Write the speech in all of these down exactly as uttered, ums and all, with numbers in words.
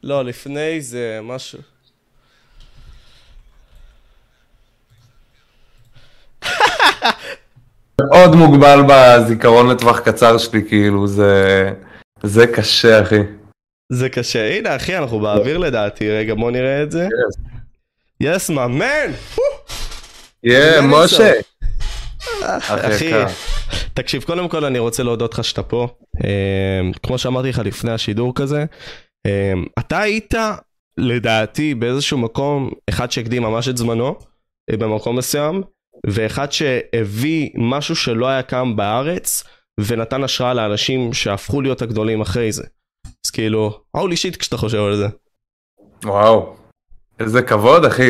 לא, לפני זה משהו. מאוד מוגבל בזיכרון לטווח קצר שלי, כאילו, זה... זה קשה, אחי. זה קשה. הנה, אחי, אנחנו באוויר לדעתי. רגע, בוא נראה את זה. Yes, my man! יא, משה! אחי, תקשיב, קודם כל אני רוצה להודות לך שאתה פה. כמו שאמרתי לך לפני השידור כזה, אתה היית, לדעתי, באיזשהו מקום, אחד שהקדים ממש את זמנו, במקום מסוים, ואחד שהביא משהו שלא היה קם בארץ, ונתן השראה לאנשים שהפכו להיות הגדולים אחרי זה. אז כאילו, הולי שיט כשאתה חושב על זה. וואו, איזה כבוד, אחי.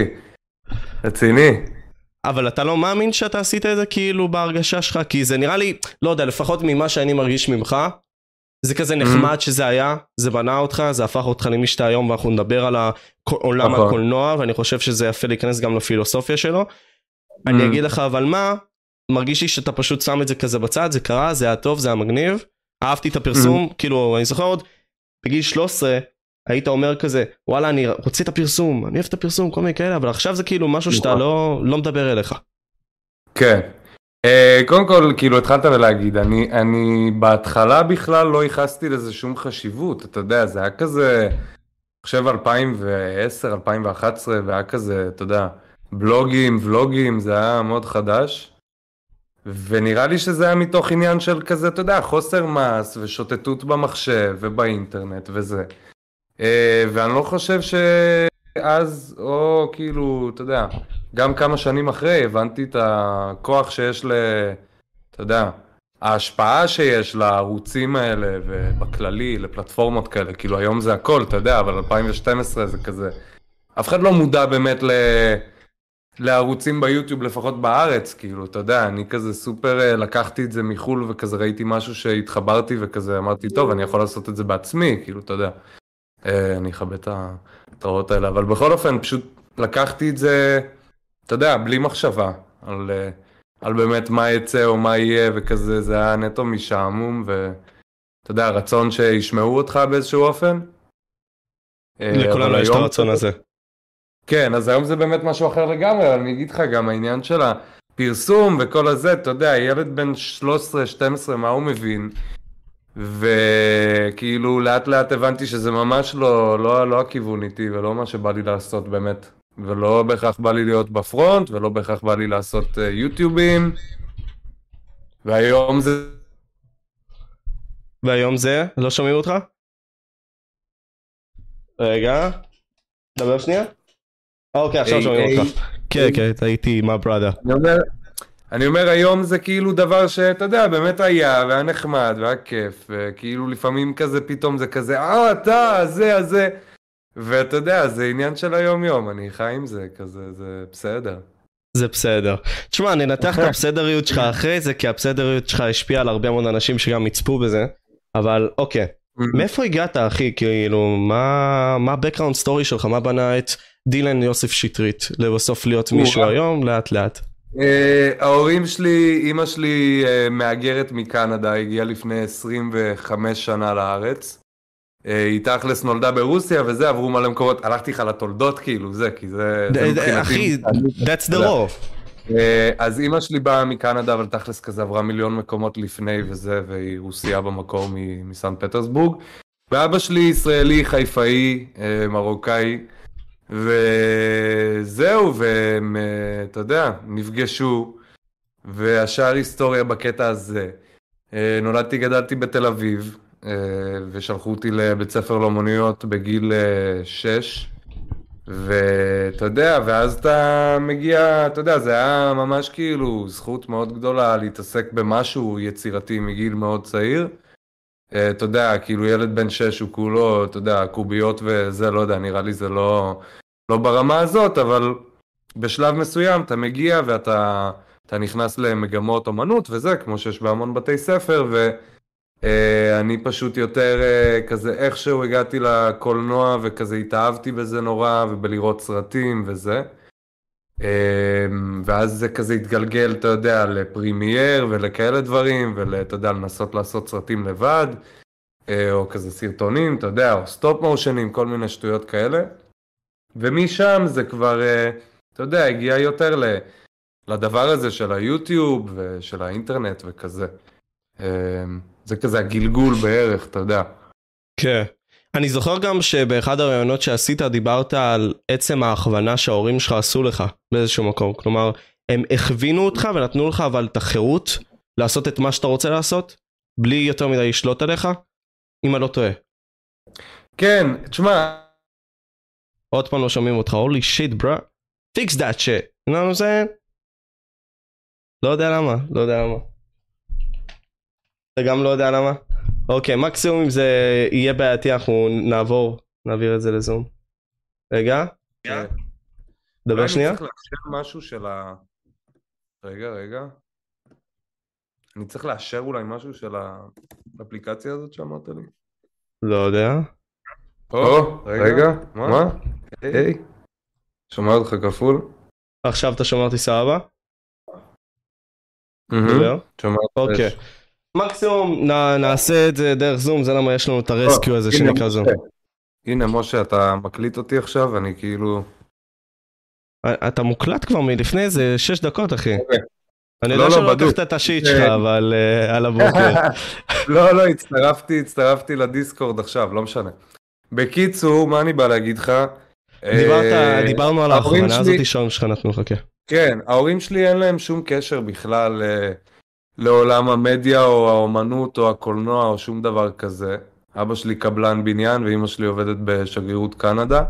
רציני. אבל אתה לא מאמין שאתה עשית את זה כאילו בהרגשה שלך? כי זה נראה לי, לא יודע, לפחות ממה שאני מרגיש ממך, זה כזה נחמד שזה היה, זה בנה אותך, זה הפך אותך למי שאתה היום, ואנחנו נדבר על עולם הקולנוע, ואני חושב שזה יפה להיכנס גם לפילוסופיה שלו. אני אגיד לך, אבל מה, מרגיש לי שאתה פשוט שם את זה כזה בצד, זה קרה, זה היה טוב, זה היה מגניב, אהבתי את הפרסום, כאילו, אני זוכר עוד, בגיל שלוש עשרה, היית אומר כזה, וואלה, אני רוצה את הפרסום, אני אוהב את הפרסום, כל מיני כאלה, אבל עכשיו זה כאילו משהו שאתה לא, לא מדבר אליך. כן. קודם כל, כאילו, התחלת להגיד, אני, אני בהתחלה בכלל לא ייחסתי לזה שום חשיבות, אתה יודע, זה היה כזה, חושב אלפיים ועשר, אלפיים ואחת עשרה, והיה כזה, אתה יודע, בלוגים, ולוגים, זה היה מאוד חדש, ונראה לי שזה היה מתוך עניין של כזה, אתה יודע, חוסר מס ושוטטות במחשב ובאינטרנט וזה. ואני לא חושב שאז, או כאילו, אתה יודע, גם כמה שנים אחרי, הבנתי את הכוח שיש ל... אתה יודע, ההשפעה שיש לערוצים האלה, ובכללי, לפלטפורמות כאלה, כאילו היום זה הכל, אתה יודע, אבל אלפיים ושתים עשרה זה כזה... אף אחד לא מודע באמת ל... לערוצים ביוטיוב, לפחות בארץ, כאילו, אתה יודע, אני כזה סופר, לקחתי את זה מחול, וכזה ראיתי משהו שהתחברתי, וכזה אמרתי, טוב, אני יכול לעשות את זה בעצמי, כאילו, אתה יודע. אני אכבד את ההתראות האלה, אבל בכל אופן, פשוט לקחתי את זה, אתה יודע, בלי מחשבה, על, על באמת מה יצא או מה יהיה, וכזה, זה היה נטו משעמום, ואתה יודע, הרצון שישמעו אותך באיזשהו אופן. לכולנו יש את הרצון הזה. כן, אז היום זה באמת משהו אחר לגמרי, אבל אני אגיד לך גם העניין של הפרסום וכל הזה, אתה יודע, ילד בן שלוש עשרה שתים עשרה, מה הוא מבין? וכאילו לאט לאט הבנתי שזה ממש לא, לא, לא הכיוון איתי ולא מה שבא לי לעשות באמת, ולא בהכרח בא לי להיות בפרונט, ולא בהכרח בא לי לעשות uh, יוטיובים, והיום זה... והיום זה? לא שומעים אותך? רגע, דבר שנייה? אוקיי, עכשיו שומעים אותך. כן, כן, הייתי עם הברדה. אני אומר... אני אומר, היום זה כאילו דבר שאתה יודע, באמת היה, והיה נחמד, והיה כיף, וכאילו לפעמים כזה, פתאום זה כזה, אה, אתה, זה, זה, ואתה יודע, זה עניין של היום-יום, אני חי עם זה, כזה, זה בסדר. זה בסדר. תשמע, אני נתח את הבסדריות שלך אחרי זה, כי הבסדריות שלך השפיעה על הרבה מאוד אנשים שגם יצפו בזה, אבל אוקיי, מאיפה הגעת, אחי? כאילו, מה, מה ה-background story שלך? מה בנה את דילן יוסף שטרית, לבסוף להיות מישהו היום, לאט לאט? ההורים שלי, אמא שלי מאגרת מקנדה, הגיעה לפני עשרים וחמש שנה לארץ. היא תכלס נולדה ברוסיה וזה, עברו מלא מקומות, הלכתי לך לתולדות כאילו, זה, כי זה... אחי, that's the law. אז אמא שלי באה מקנדה, אבל תכלס כזה עברה מיליון מקומות לפני וזה, והיא רוסיה במקור מסן פטרסבורג. ואבא שלי ישראלי, חיפאי, מרוקאי, וזהו, והם, אתה יודע, נפגשו, והשאר היסטוריה בקטע הזה. נולדתי, גדלתי בתל אביב, ושלחו אותי לבית ספר לאומנויות בגיל שש, ואתה יודע, ואז אתה מגיע, אתה יודע, זה היה ממש כאילו זכות מאוד גדולה להתעסק במשהו יצירתי מגיל מאוד צעיר. אתה יודע, כאילו ילד בן שש הוא כולו, אתה יודע, קוביות וזה, לא יודע, נראה לי זה לא, לא ברמה הזאת, אבל בשלב מסוים אתה מגיע ואתה אתה נכנס למגמות אומנות וזה, כמו שיש בהמון בתי ספר, ואני פשוט יותר כזה איכשהו הגעתי לקולנוע וכזה התאהבתי בזה נורא, ובלראות סרטים וזה. ואז זה כזה התגלגל, אתה יודע, לפרימייר ולכאלה דברים, ואתה יודע, לנסות לעשות סרטים לבד. או כזה סרטונים, אתה יודע, או סטופ מושנים, כל מיני שטויות כאלה. ומשם זה כבר, אתה יודע, הגיע יותר לדבר הזה של היוטיוב ושל האינטרנט וכזה. זה כזה הגלגול בערך, אתה יודע. כן. אני זוכר גם שבאחד הרעיונות שעשית דיברת על עצם ההכוונה שההורים שלך עשו לך באיזשהו מקום. כלומר, הם הכווינו אותך ונתנו לך אבל את החירות לעשות את מה שאתה רוצה לעשות, בלי יותר מדי לשלוט עליך, אם אני לא טועה. כן, תשמע. עוד פעם לא שומעים אותך, holy shit bro, fix that shit, you know what I'm saying? לא יודע למה, לא יודע למה. אתה גם לא יודע למה? אוקיי, מקסימום אם זה יהיה בעייתי, אנחנו נעבור, נעביר את זה לזום. רגע? דבר שנייה? אני צריך לאשר משהו של ה... רגע, רגע. אני צריך לאשר אולי משהו של האפליקציה הזאת שאמרת לי? לא יודע. או, רגע, מה? היי. שומע אותך כפול? עכשיו אתה שומע אותי סבבה? שומע אותך. אוקיי. מקסימום נעשה את זה דרך זום, זה למה יש לנו את הרסקיו הזה שנקרא זום. הנה משה, אתה מקליט אותי עכשיו, אני כאילו... אתה מוקלט כבר מלפני איזה שש דקות אחי. אני יודע שלא לקחת את השיט שלך, אבל על הבוקר. לא, לא, הצטרפתי, הצטרפתי לדיסקורד עכשיו, לא משנה. בקיצור, מה אני בא להגיד לך? דיברנו על ההכוונה הזאת שההורים שלך נתנו לך, כן. כן, ההורים שלי אין להם שום קשר בכלל לעולם המדיה או האומנות או הקולנוע או שום דבר כזה. אבא שלי קבלן בניין ואמא שלי עובדת בשגרירות קנדה.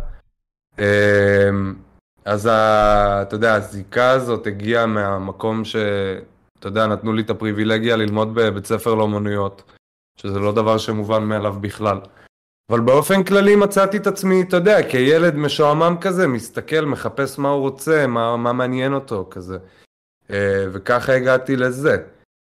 אז אתה יודע, הזיקה הזאת הגיעה מהמקום שאתה יודע, נתנו לי את הפריבילגיה ללמוד בבית ספר לאומנויות, שזה לא דבר שמובן מאליו בכלל. אבל באופן כללי מצאתי את עצמי, אתה יודע, כילד משועמם כזה, מסתכל, מחפש מה הוא רוצה, מה, מה מעניין אותו כזה. וככה הגעתי לזה.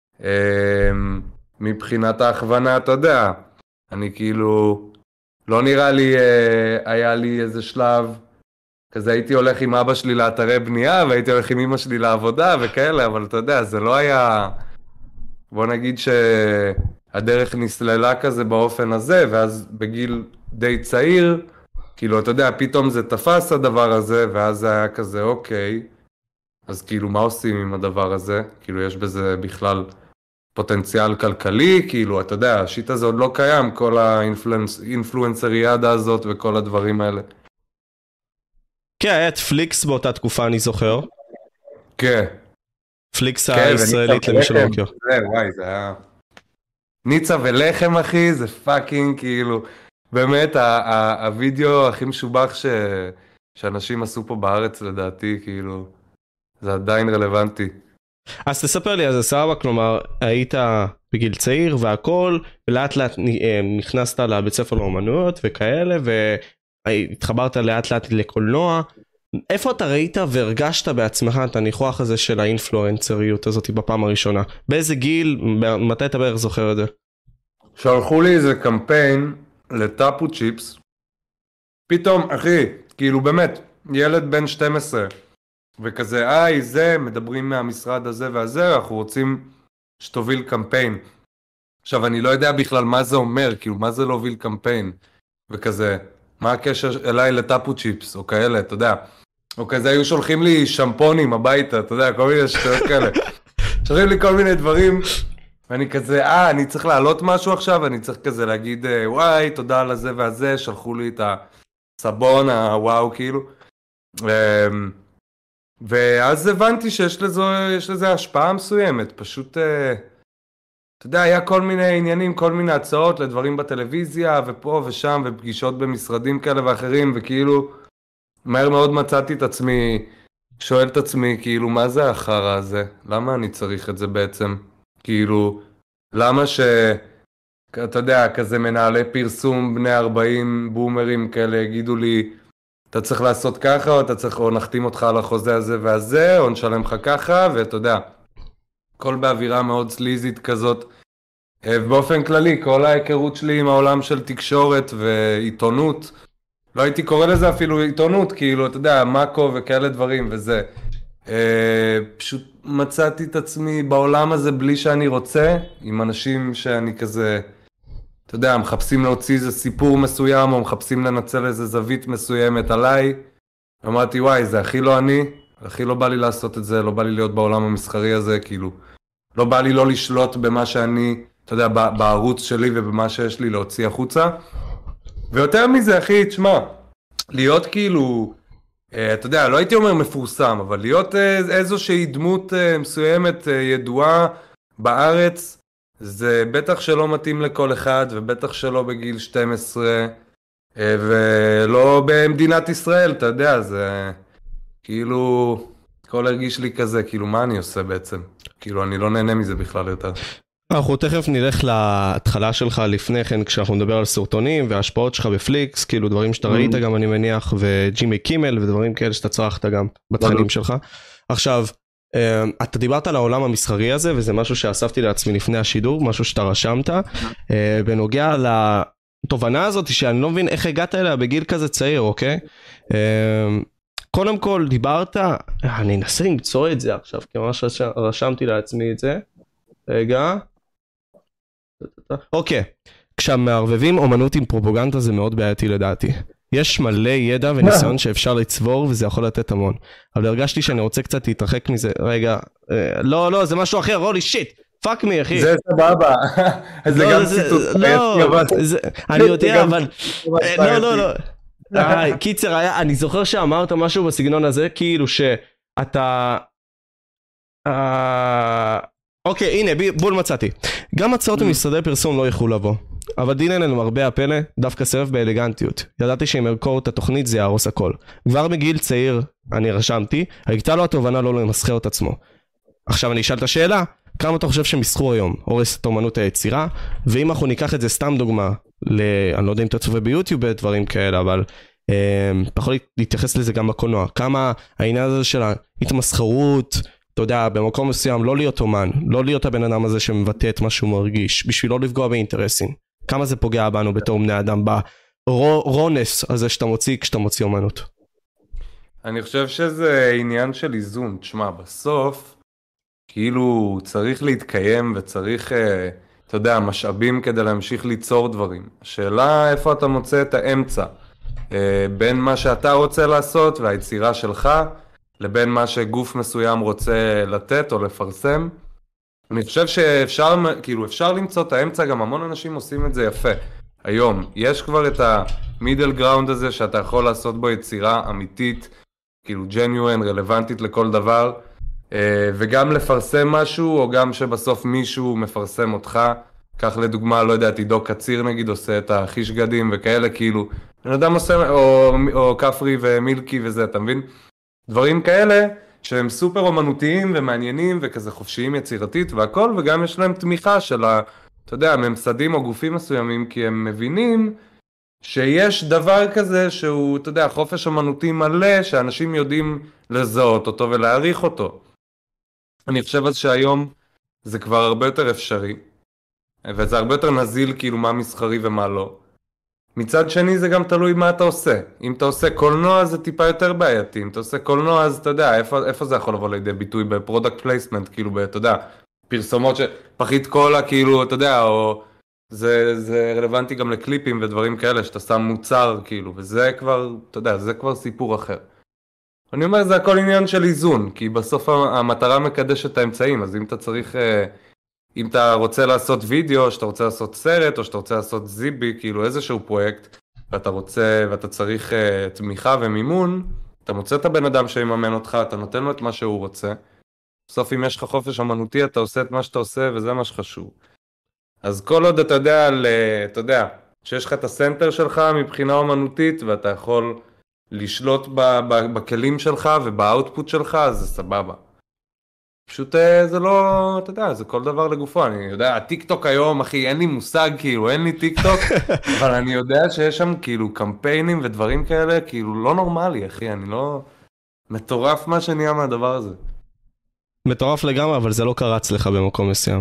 מבחינת ההכוונה, אתה יודע, אני כאילו, לא נראה לי, היה לי איזה שלב, כזה הייתי הולך עם אבא שלי לאתרי בנייה, והייתי הולך עם אמא שלי לעבודה וכאלה, אבל אתה יודע, זה לא היה, בוא נגיד שהדרך נסללה כזה באופן הזה, ואז בגיל די צעיר, כאילו, אתה יודע, פתאום זה תפס הדבר הזה, ואז זה היה כזה, אוקיי, אז כאילו, מה עושים עם הדבר הזה? כאילו, יש בזה בכלל פוטנציאל כלכלי, כאילו, אתה יודע, השיט הזה עוד לא קיים, כל האינפלואנסריאדה הזאת וכל הדברים האלה. כן, היה את פליקס באותה תקופה, אני זוכר. כן. פליקס הישראלית למי שלא מכיר. זה, וואי, זה היה... ניצה ולחם, אחי, זה פאקינג, כאילו, באמת, הווידאו הכי משובח שאנשים עשו פה בארץ, לדעתי, כאילו, זה עדיין רלוונטי. אז תספר לי, אז זה סבבה, כלומר, היית בגיל צעיר והכל, ולאט לאט נכנסת לבית ספר לאומנויות וכאלה, והתחברת לאט לאט לקולנוע. איפה אתה ראית והרגשת בעצמך את הניחוח הזה של האינפלואנסריות הזאת בפעם הראשונה? באיזה גיל, מתי אתה בערך זוכר את זה? שלחו לי איזה קמפיין לטאפו צ'יפס, פתאום, אחי, כאילו באמת, ילד בן שתים עשרה, וכזה, איי, זה, מדברים מהמשרד הזה והזה, אנחנו רוצים שתוביל קמפיין. עכשיו, אני לא יודע בכלל מה זה אומר, כאילו, מה זה להוביל קמפיין, וכזה, מה הקשר אליי לטאפו צ'יפס, או כאלה, אתה יודע, או כזה, היו שולחים לי שמפונים הביתה, אתה יודע, כל מיני שטויות כאלה, שולחים לי כל מיני דברים, ואני כזה, אה, אני צריך להעלות משהו עכשיו, אני צריך כזה להגיד, וואי, תודה על הזה והזה, שלחו לי את הסבון, הוואו, כאילו, ואז הבנתי שיש לזה, יש לזה השפעה מסוימת, פשוט, אתה יודע, היה כל מיני עניינים, כל מיני הצעות לדברים בטלוויזיה, ופה ושם, ופגישות במשרדים כאלה ואחרים, וכאילו, מהר מאוד מצאתי את עצמי, שואל את עצמי, כאילו, מה זה החרא הזה? למה אני צריך את זה בעצם? כאילו, למה ש... אתה יודע, כזה מנהלי פרסום, בני ארבעים, בומרים כאלה, יגידו לי, אתה צריך לעשות ככה, או אתה צריך, או נחתים אותך על החוזה הזה והזה, או נשלם לך ככה, ואתה יודע, כל באווירה מאוד סליזית כזאת. ובאופן כללי, כל ההיכרות שלי עם העולם של תקשורת ועיתונות, לא הייתי קורא לזה אפילו עיתונות, כאילו, אתה יודע, מקו וכאלה דברים וזה. פשוט מצאתי את עצמי בעולם הזה בלי שאני רוצה, עם אנשים שאני כזה, אתה יודע, מחפשים להוציא איזה סיפור מסוים, או מחפשים לנצל איזה זווית מסוימת עליי. אמרתי, וואי, זה הכי לא אני, הכי לא בא לי לעשות את זה, לא בא לי להיות בעולם המסחרי הזה, כאילו. לא בא לי לא לשלוט במה שאני, אתה יודע, בערוץ שלי ובמה שיש לי להוציא החוצה. ויותר מזה, אחי, תשמע, להיות כאילו, אתה יודע, לא הייתי אומר מפורסם, אבל להיות איזושהי דמות מסוימת ידועה בארץ, זה בטח שלא מתאים לכל אחד, ובטח שלא בגיל שתים עשרה, ולא במדינת ישראל, אתה יודע, זה כאילו, הכל הרגיש לי כזה, כאילו מה אני עושה בעצם? כאילו אני לא נהנה מזה בכלל יותר. אנחנו תכף נלך להתחלה שלך לפני כן, כשאנחנו נדבר על סרטונים וההשפעות שלך בפליקס, כאילו דברים שאתה ראית גם אני מניח, וג'ימי קימל ודברים כאלה שאתה צרכת גם בתכנים שלך. עכשיו, אתה דיברת על העולם המסחרי הזה, וזה משהו שאספתי לעצמי לפני השידור, משהו שאתה רשמת, בנוגע לתובנה הזאת, שאני לא מבין איך הגעת אליה בגיל כזה צעיר, אוקיי? קודם כל דיברת, אני אנסה למצוא את זה עכשיו, כי ממש רשמתי לעצמי את זה, רגע, אוקיי, כשמערבבים אומנות עם פרופוגנדה זה מאוד בעייתי לדעתי. יש מלא ידע וניסיון שאפשר לצבור וזה יכול לתת המון. אבל הרגשתי שאני רוצה קצת להתרחק מזה. רגע, לא, לא, זה משהו אחר, הולי שיט, פאק מי אחי. זה סבבה, זה גם ציטוט. לא, אני יודע, אבל, לא, לא, לא. קיצר, אני זוכר שאמרת משהו בסגנון הזה, כאילו שאתה... אוקיי, הנה, בול מצאתי. גם הצעות ומשרדי פרסום לא יכולו לבוא. אבל דינן הם הרבה הפלא, דווקא סרב באלגנטיות. ידעתי שאם ארכור את התוכנית זה יהרוס הכל. כבר בגיל צעיר, אני רשמתי, הייתה לו התובנה לא למסחר את עצמו. עכשיו אני אשאל את השאלה, כמה אתה חושב שמסחור היום הורס את אומנות היצירה? ואם אנחנו ניקח את זה סתם דוגמה, ל... אני לא יודע אם אתה צופה ביוטיוב בדברים כאלה, אבל אה, אתה יכול להתייחס לזה גם בקולנוע. כמה העניין הזה של ההתמסחרות, אתה יודע, במקום מסוים לא להיות אומן, לא להיות הבן אדם הזה שמבטא את מה שהוא מרגיש, בשביל לא לפגוע באינטרסים. כמה זה פוגע בנו בתור בני אדם, ברונס הזה שאתה מוציא כשאתה מוציא אומנות? אני חושב שזה עניין של איזון. תשמע, בסוף, כאילו צריך להתקיים וצריך, אתה יודע, משאבים כדי להמשיך ליצור דברים. השאלה איפה אתה מוצא את האמצע, בין מה שאתה רוצה לעשות והיצירה שלך, לבין מה שגוף מסוים רוצה לתת או לפרסם. אני חושב שאפשר, כאילו, אפשר למצוא את האמצע, גם המון אנשים עושים את זה יפה. היום, יש כבר את המידל גראונד הזה שאתה יכול לעשות בו יצירה אמיתית, כאילו ג'ניואן, רלוונטית לכל דבר, וגם לפרסם משהו, או גם שבסוף מישהו מפרסם אותך. כך לדוגמה, לא יודע, עידו קציר נגיד, עושה את החיש גדים וכאלה, כאילו, בן אדם עושה, או, או כפרי ומילקי וזה, אתה מבין? דברים כאלה שהם סופר אומנותיים ומעניינים וכזה חופשיים יצירתית והכל, וגם יש להם תמיכה של ה, אתה יודע, ממסדים או גופים מסוימים, כי הם מבינים שיש דבר כזה שהוא, אתה יודע, חופש אומנותי מלא, שאנשים יודעים לזהות אותו ולהעריך אותו. אני חושב אז שהיום זה כבר הרבה יותר אפשרי, וזה הרבה יותר נזיל כאילו מה מסחרי ומה לא. מצד שני זה גם תלוי מה אתה עושה. אם אתה עושה קולנוע זה טיפה יותר בעייתי. אם אתה עושה קולנוע אז אתה יודע, איפה, איפה זה יכול לבוא לידי ביטוי? בפרודקט פלייסמנט, כאילו, ב, אתה יודע, פרסומות שפחית קולה, כאילו, אתה יודע, או זה, זה רלוונטי גם לקליפים ודברים כאלה, שאתה שם מוצר, כאילו, וזה כבר, אתה יודע, זה כבר סיפור אחר. אני אומר, זה הכל עניין של איזון, כי בסוף המטרה מקדשת את האמצעים, אז אם אתה צריך... אם אתה רוצה לעשות וידאו, שאתה רוצה לעשות סרט, או שאתה רוצה לעשות זיבי, כאילו איזשהו פרויקט, ואתה רוצה, ואתה צריך uh, תמיכה ומימון, אתה מוצא את הבן אדם שיממן אותך, אתה נותן לו את מה שהוא רוצה. בסוף אם יש לך חופש אמנותי, אתה עושה את מה שאתה עושה, וזה מה שחשוב. אז כל עוד אתה יודע, על, אתה יודע, שיש לך את הסנטר שלך מבחינה אמנותית, ואתה יכול לשלוט ב, ב, בכלים שלך ובאוטפוט שלך, אז זה סבבה. פשוט זה לא, אתה יודע, זה כל דבר לגופו. אני יודע, הטיק טוק היום, אחי, אין לי מושג, כאילו, אין לי טיק טוק, אבל אני יודע שיש שם כאילו קמפיינים ודברים כאלה, כאילו לא נורמלי, אחי, אני לא... מטורף מה שנהיה מהדבר הזה. מטורף לגמרי, אבל זה לא קרץ לך במקום מסוים.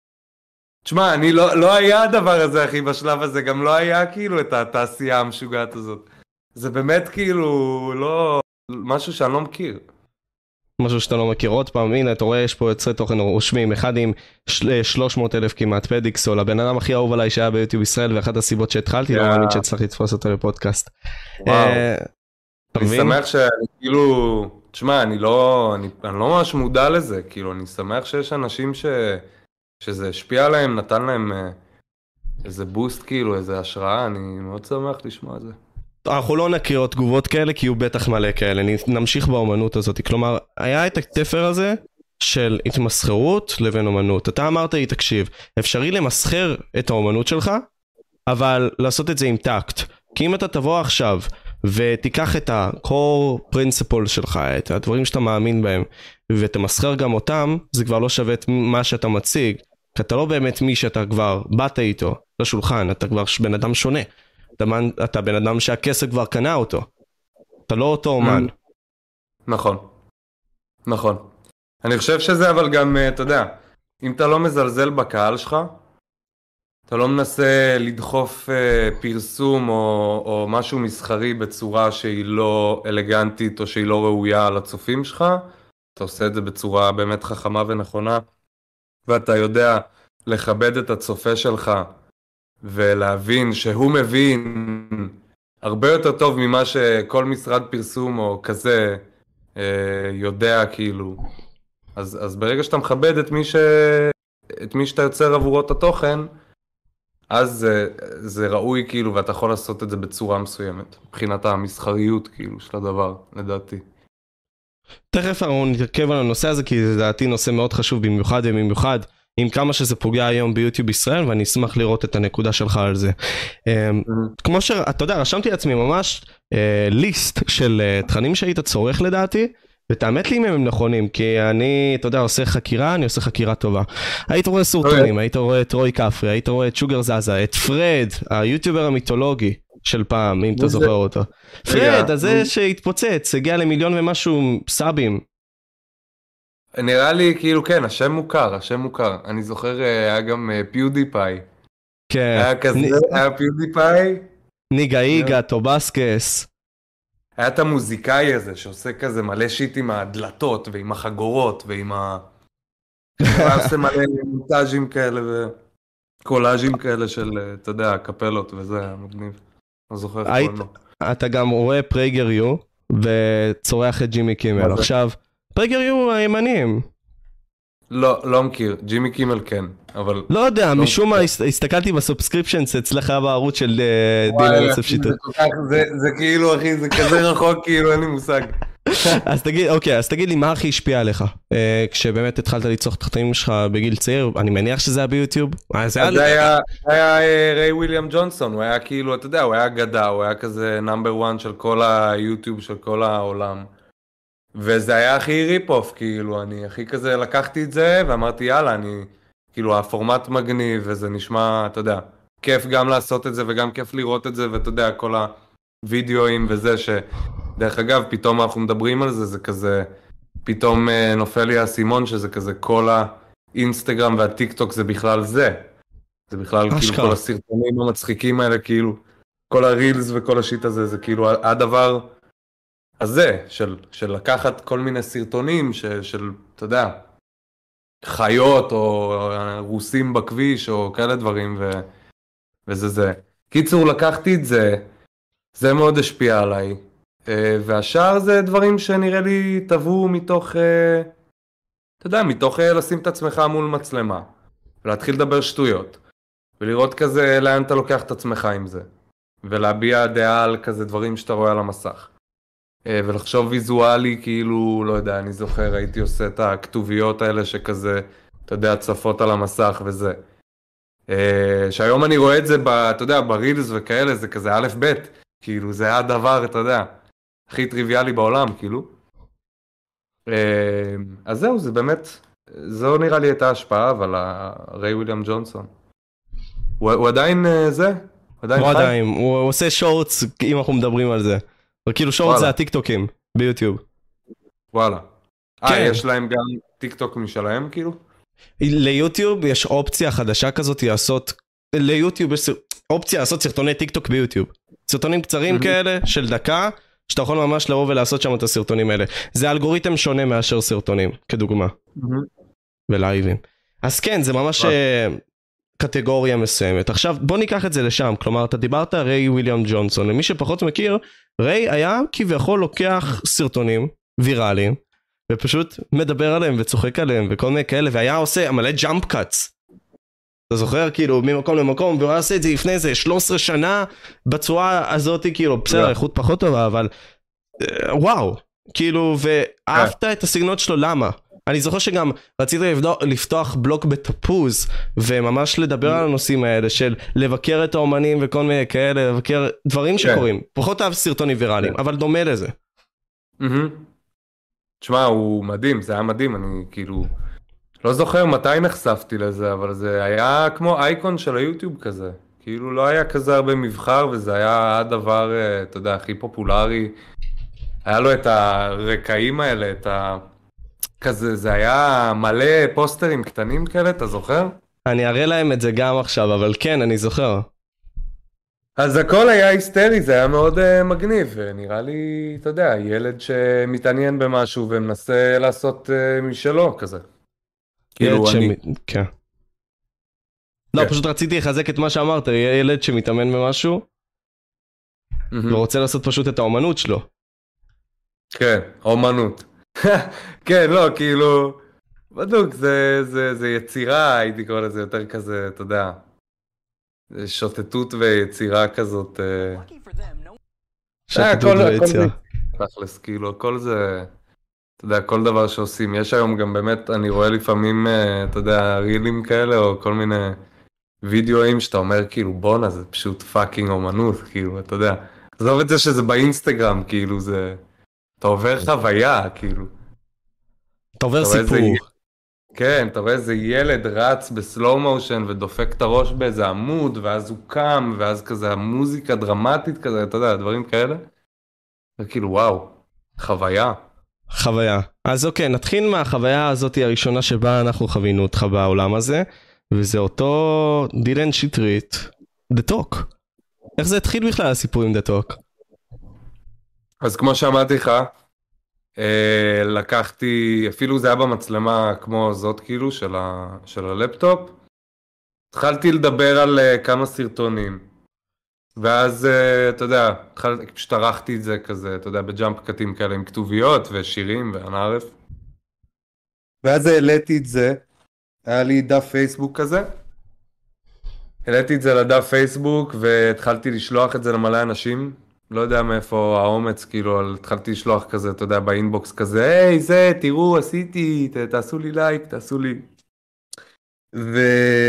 תשמע, אני לא, לא היה הדבר הזה, אחי, בשלב הזה, גם לא היה כאילו את התעשייה המשוגעת הזאת. זה באמת כאילו לא... משהו שאני לא מכיר. משהו שאתה לא מכיר. עוד פעם, הנה, אתה רואה, יש פה יוצרי תוכן רושמים, אחד עם שלוש מאות אלף כמעט, פדיקסול, הבן אדם הכי אהוב עליי שהיה ביוטיוב ישראל, ואחת הסיבות שהתחלתי, לא מאמין שהצלחתי לתפוס אותו לפודקאסט. וואו, אני שמח שאני כאילו, תשמע, אני לא ממש מודע לזה, כאילו, אני שמח שיש אנשים שזה השפיע עליהם, נתן להם איזה בוסט, כאילו, איזה השראה, אני מאוד שמח לשמוע את זה. אנחנו לא נכיר עוד תגובות כאלה, כי הוא בטח מלא כאלה, נמשיך באומנות הזאת. כלומר, היה את התפר הזה של התמסחרות לבין אומנות. אתה אמרת לי, תקשיב, אפשרי למסחר את האומנות שלך, אבל לעשות את זה עם טקט. כי אם אתה תבוא עכשיו ותיקח את ה-core principle שלך, את הדברים שאתה מאמין בהם, ותמסחר גם אותם, זה כבר לא שווה את מה שאתה מציג. כי אתה לא באמת מי שאתה כבר באת איתו לשולחן, אתה כבר בן אדם שונה. אתה, אתה בן אדם שהכסף כבר קנה אותו. אתה לא אותו אומן. נכון. נכון. אני חושב שזה אבל גם, אתה יודע, אם אתה לא מזלזל בקהל שלך, אתה לא מנסה לדחוף פרסום או, או משהו מסחרי בצורה שהיא לא אלגנטית או שהיא לא ראויה לצופים שלך, אתה עושה את זה בצורה באמת חכמה ונכונה, ואתה יודע לכבד את הצופה שלך, ולהבין שהוא מבין הרבה יותר טוב ממה שכל משרד פרסום או כזה אה, יודע כאילו. אז, אז ברגע שאתה מכבד את מי, ש... את מי שאתה יוצר עבורו את התוכן, אז זה, זה ראוי כאילו, ואתה יכול לעשות את זה בצורה מסוימת, מבחינת המסחריות כאילו של הדבר, לדעתי. תכף אנחנו נתעכב על הנושא הזה, כי זה דעתי נושא מאוד חשוב במיוחד ובמיוחד, עם כמה שזה פוגע היום ביוטיוב ישראל, ואני אשמח לראות את הנקודה שלך על זה. כמו שאתה יודע, רשמתי לעצמי ממש ליסט של תכנים שהיית צורך לדעתי, ותאמת לי אם הם נכונים, כי אני, אתה יודע, עושה חקירה, אני עושה חקירה טובה. היית רואה סורטונים, היית רואה את רוי קפרי, היית רואה את שוגר זאזה, את פרד, היוטיובר המיתולוגי של פעם, אם אתה זוכר אותו. פרד, הזה שהתפוצץ, הגיע למיליון ומשהו סאבים. נראה לי כאילו כן, השם מוכר, השם מוכר. אני זוכר, היה גם פיודיפיי. כן. היה כזה, היה פיודיפיי. ניגה איגה, טובסקס. היה את המוזיקאי הזה שעושה כזה מלא שיט עם הדלתות ועם החגורות ועם ה... היה עושה מלא מונטאז'ים כאלה וקולאז'ים כאלה של, אתה יודע, קפלות וזה היה מגניב. לא זוכר איך קוראים לו. אתה גם רואה פרייגר יו וצורח את ג'ימי קימל. עכשיו... פרייגר יו הימנים. לא, לא מכיר. ג'ימי קימל כן, אבל... לא יודע, משום מה הסתכלתי בסובסקריפשנס אצלך בערוץ של דילן אצף שיטה. זה כאילו, אחי, זה כזה רחוק, כאילו, אין לי מושג. אז תגיד, אוקיי, אז תגיד לי, מה הכי השפיע עליך? כשבאמת התחלת ליצור את התכנים שלך בגיל צעיר, אני מניח שזה היה ביוטיוב? זה היה ריי וויליאם ג'ונסון, הוא היה כאילו, אתה יודע, הוא היה גדה, הוא היה כזה נאמבר וואן של כל היוטיוב, של כל העולם. וזה היה הכי ריפ-אוף, כאילו, אני הכי כזה לקחתי את זה, ואמרתי, יאללה, אני, כאילו, הפורמט מגניב, וזה נשמע, אתה יודע, כיף גם לעשות את זה, וגם כיף לראות את זה, ואתה יודע, כל הוידאוים וזה, שדרך אגב, פתאום אנחנו מדברים על זה, זה כזה, פתאום נופל לי האסימון, שזה כזה, כל האינסטגרם והטיקטוק זה בכלל זה. זה בכלל, כאילו, כל הסרטונים המצחיקים האלה, כאילו, כל הרילס וכל השיט הזה, זה כאילו, הדבר... אז זה, של, של לקחת כל מיני סרטונים של, של, אתה יודע, חיות או רוסים בכביש או כאלה דברים ו, וזה זה. קיצור, לקחתי את זה, זה מאוד השפיע עליי. והשאר זה דברים שנראה לי טבעו מתוך, אתה יודע, מתוך לשים את עצמך מול מצלמה, ולהתחיל לדבר שטויות, ולראות כזה לאן אתה לוקח את עצמך עם זה, ולהביע דעה על כזה דברים שאתה רואה על המסך. ולחשוב ויזואלי, כאילו, לא יודע, אני זוכר, הייתי עושה את הכתוביות האלה שכזה, אתה יודע, צפות על המסך וזה. שהיום אני רואה את זה, אתה יודע, ברילס וכאלה, זה כזה א' ב', כאילו, זה היה הדבר, אתה יודע, הכי טריוויאלי בעולם, כאילו. אז זהו, זה באמת, זו נראה לי הייתה השפעה, אבל ריי וויליאם ג'ונסון. הוא, הוא עדיין זה? הוא עדיין הוא חי? עדיין, הוא עושה שורטס, אם אנחנו מדברים על זה. כאילו שורט זה הטיקטוקים ביוטיוב. וואלה. אה, יש להם גם טיקטוק משלהם כאילו? ליוטיוב יש אופציה חדשה כזאת לעשות, ליוטיוב יש אופציה לעשות סרטוני טיקטוק ביוטיוב. סרטונים קצרים כאלה של דקה, שאתה יכול ממש לבוא ולעשות שם את הסרטונים האלה. זה אלגוריתם שונה מאשר סרטונים, כדוגמה. ולייבים. אז כן, זה ממש קטגוריה מסוימת. עכשיו, בוא ניקח את זה לשם. כלומר, אתה דיברת ריי וויליאם ג'ונסון. למי שפחות מכיר, ריי היה כביכול לוקח סרטונים ויראליים, ופשוט מדבר עליהם וצוחק עליהם וכל מיני כאלה, והיה עושה מלא ג'אמפ קאטס. אתה זוכר, כאילו, ממקום למקום, והוא עושה את זה לפני איזה שלוש עשרה שנה, בצורה הזאת, כאילו, בסדר, איכות פחות טובה, אבל וואו, כאילו, ואהבת את הסגנון שלו, למה? אני זוכר שגם רציתי לפתוח בלוק בתפוז, וממש לדבר על הנושאים האלה, של לבקר את האומנים וכל מיני כאלה, לבקר דברים שקורים, פחות אהב סרטונים ויראליים, אבל דומה לזה. תשמע, הוא מדהים, זה היה מדהים, אני כאילו... לא זוכר מתי נחשפתי לזה, אבל זה היה כמו אייקון של היוטיוב כזה. כאילו לא היה כזה הרבה מבחר, וזה היה הדבר, אתה יודע, הכי פופולרי. היה לו את הרקעים האלה, את ה... כזה, זה היה מלא פוסטרים קטנים כאלה, אתה זוכר? אני אראה להם את זה גם עכשיו, אבל כן, אני זוכר. אז הכל היה היסטרי, זה היה מאוד uh, מגניב, נראה לי, אתה יודע, ילד שמתעניין במשהו ומנסה לעשות uh, משלו כזה. כאילו אני... כן. לא, פשוט רציתי לחזק את מה שאמרת, ילד שמתאמן במשהו, ורוצה לעשות פשוט את האומנות שלו. כן, האומנות. כן, לא, כאילו, בדיוק, זה יצירה, הייתי קורא לזה יותר כזה, אתה יודע, שוטטות ויצירה כזאת. שוטטות ויצירה. תכלס, כאילו, הכל זה... אתה יודע, כל דבר שעושים, יש היום גם באמת, אני רואה לפעמים, אתה יודע, רילים כאלה, או כל מיני וידאוים שאתה אומר, כאילו, בונה, זה פשוט פאקינג אומנות, כאילו, אתה יודע. עזוב את זה שזה באינסטגרם, כאילו, זה... אתה עובר חוויה, כאילו. אתה עובר סיפור. כן, אתה רואה איזה ילד רץ בסלואו מושן, ודופק את הראש באיזה עמוד, ואז הוא קם, ואז כזה המוזיקה דרמטית כזה, אתה יודע, דברים כאלה. וכאילו, וואו, חוויה. חוויה. אז אוקיי, נתחיל מהחוויה הזאת הראשונה שבה אנחנו חווינו אותך בעולם הזה, וזה אותו דילן שטרית, The Talk. איך זה התחיל בכלל הסיפור עם The Talk? אז כמו שאמרתי לך, אה, לקחתי, אפילו זה היה במצלמה כמו זאת כאילו של, ה, של הלפטופ, התחלתי לדבר על uh, כמה סרטונים. ואז, uh, אתה יודע, פשוט ערכתי את זה כזה, אתה יודע, בג'אמפ קטים כאלה עם כתוביות ושירים ואנערף. ואז העליתי את זה, היה לי דף פייסבוק כזה. העליתי את זה לדף פייסבוק והתחלתי לשלוח את זה למלא אנשים. לא יודע מאיפה האומץ, כאילו, התחלתי לשלוח כזה, אתה יודע, באינבוקס כזה, היי, זה, תראו, עשיתי, ת, תעשו לי לייק, תעשו לי. ו...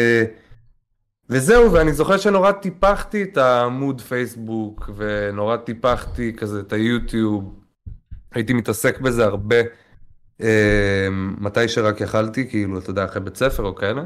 וזהו, ואני זוכר שנורא טיפחתי את העמוד פייסבוק, ונורא טיפחתי כזה את היוטיוב, הייתי מתעסק בזה הרבה, אה, מתי שרק יכלתי, כאילו, אתה יודע, אחרי בית ספר או כאלה.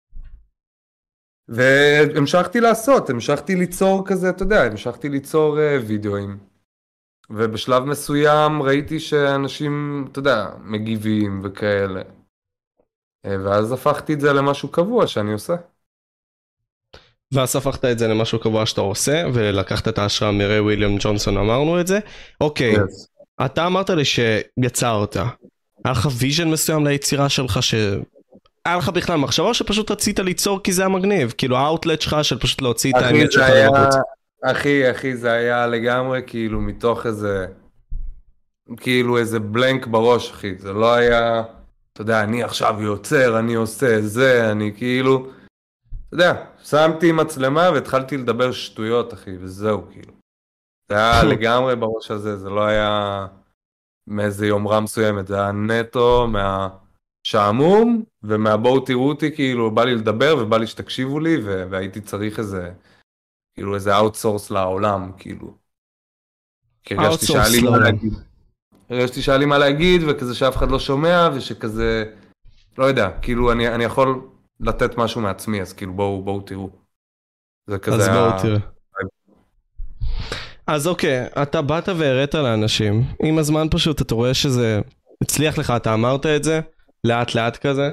והמשכתי לעשות, המשכתי ליצור כזה, אתה יודע, המשכתי ליצור אה, וידאוים. ובשלב מסוים ראיתי שאנשים, אתה יודע, מגיבים וכאלה. אה, ואז הפכתי את זה למשהו קבוע שאני עושה. ואז הפכת את זה למשהו קבוע שאתה עושה, ולקחת את ההשראה מריי וויליאם ג'ונסון, אמרנו את זה. אוקיי, yes. אתה אמרת לי שיצרת. היה לך ויז'ן מסוים ליצירה שלך ש... היה לך בכלל מחשבה שפשוט רצית ליצור כי זה היה מגניב, כאילו האוטלט שלך של פשוט להוציא את האמת שלך לבחוץ. אחי, אחי, זה היה לגמרי כאילו מתוך איזה, כאילו איזה בלנק בראש, אחי, זה לא היה, אתה יודע, אני עכשיו יוצר, אני עושה זה, אני כאילו, אתה יודע, שמתי מצלמה והתחלתי לדבר שטויות, אחי, וזהו, כאילו. זה היה לגמרי בראש הזה, זה לא היה מאיזה יומרה מסוימת, זה היה נטו מה... שעמום, ומהבואו תראו אותי, כאילו, בא לי לדבר, ובא לי שתקשיבו לי, והייתי צריך איזה, כאילו, איזה אאוטסורס לעולם, כאילו. כי הרגשתי שהיה לי מה להגיד. הרגשתי שהיה לי מה להגיד, וכזה שאף אחד לא שומע, ושכזה, לא יודע, כאילו, אני, אני יכול לתת משהו מעצמי, אז כאילו, בואו, בואו תראו. זה כזה... אז בואו תראה. אז אוקיי, אתה באת והראית לאנשים, עם הזמן פשוט, אתה רואה שזה הצליח לך, אתה אמרת את זה, לאט לאט כזה,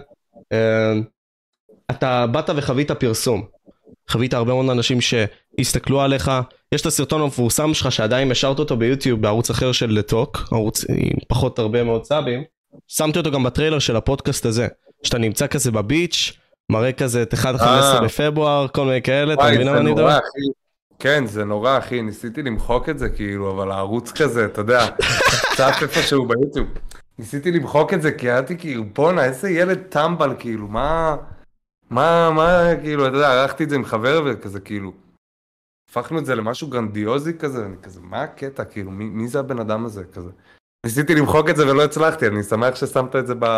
אתה באת וחווית פרסום, חווית הרבה מאוד אנשים שהסתכלו עליך, יש את הסרטון המפורסם שלך שעדיין השארת אותו ביוטיוב בערוץ אחר של לטוק, ערוץ עם פחות הרבה מאוד סאבים, שמתי אותו גם בטריילר של הפודקאסט הזה, שאתה נמצא כזה בביץ', מראה כזה את אחד עד חמש עשרה בפברואר, כל מיני כאלה, אתה מבין מה אני מדבר? כן, זה נורא, אחי, ניסיתי למחוק את זה כאילו, אבל הערוץ כזה, אתה יודע, קצת איפשהו ביוטיוב. ניסיתי למחוק את זה, כי הייתי כאילו, בונה, איזה ילד טמבל, כאילו, מה, מה, מה, כאילו, אתה יודע, ערכתי את זה עם חבר וכזה, כאילו, הפכנו את זה למשהו גרנדיוזי כזה, אני כזה, מה הקטע, כאילו, מי, מי זה הבן אדם הזה, כזה? ניסיתי למחוק את זה ולא הצלחתי, אני שמח ששמת את זה ב...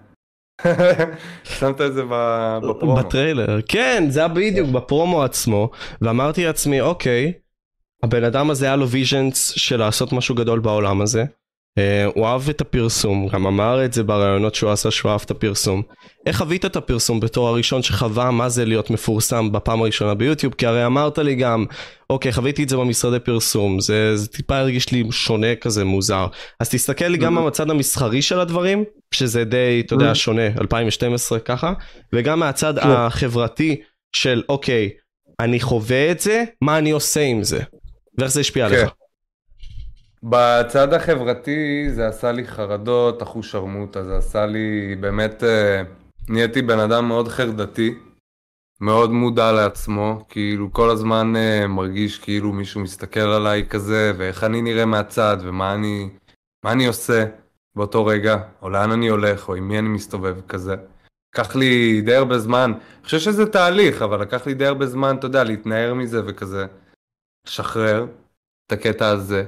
שמת את זה בפרומו. בטריילר, כן, זה היה בדיוק בפרומו עצמו, ואמרתי לעצמי, אוקיי, הבן אדם הזה היה לו ויז'נס של לעשות משהו גדול בעולם הזה, הוא אהב את הפרסום, גם אמר את זה ברעיונות שהוא עשה שהוא אהב את הפרסום. איך חווית את הפרסום בתור הראשון שחווה מה זה להיות מפורסם בפעם הראשונה ביוטיוב? כי הרי אמרת לי גם, אוקיי, חוויתי את זה במשרדי פרסום, זה, זה טיפה הרגיש לי שונה כזה, מוזר. אז תסתכל לי גם מהצד המסחרי של הדברים, שזה די, אתה יודע, שונה, אלפיים ושתים עשרה ככה, וגם מהצד החברתי של, אוקיי, אני חווה את זה, מה אני עושה עם זה? ואיך זה השפיע עליך? בצד החברתי זה עשה לי חרדות, אחוז שרמוטה, זה עשה לי באמת, נהייתי בן אדם מאוד חרדתי, מאוד מודע לעצמו, כאילו כל הזמן מרגיש כאילו מישהו מסתכל עליי כזה, ואיך אני נראה מהצד, ומה אני, מה אני עושה באותו רגע, או לאן אני הולך, או עם מי אני מסתובב כזה. לקח לי די הרבה זמן, אני חושב שזה תהליך, אבל לקח לי די הרבה זמן, אתה יודע, להתנער מזה וכזה, לשחרר את הקטע הזה.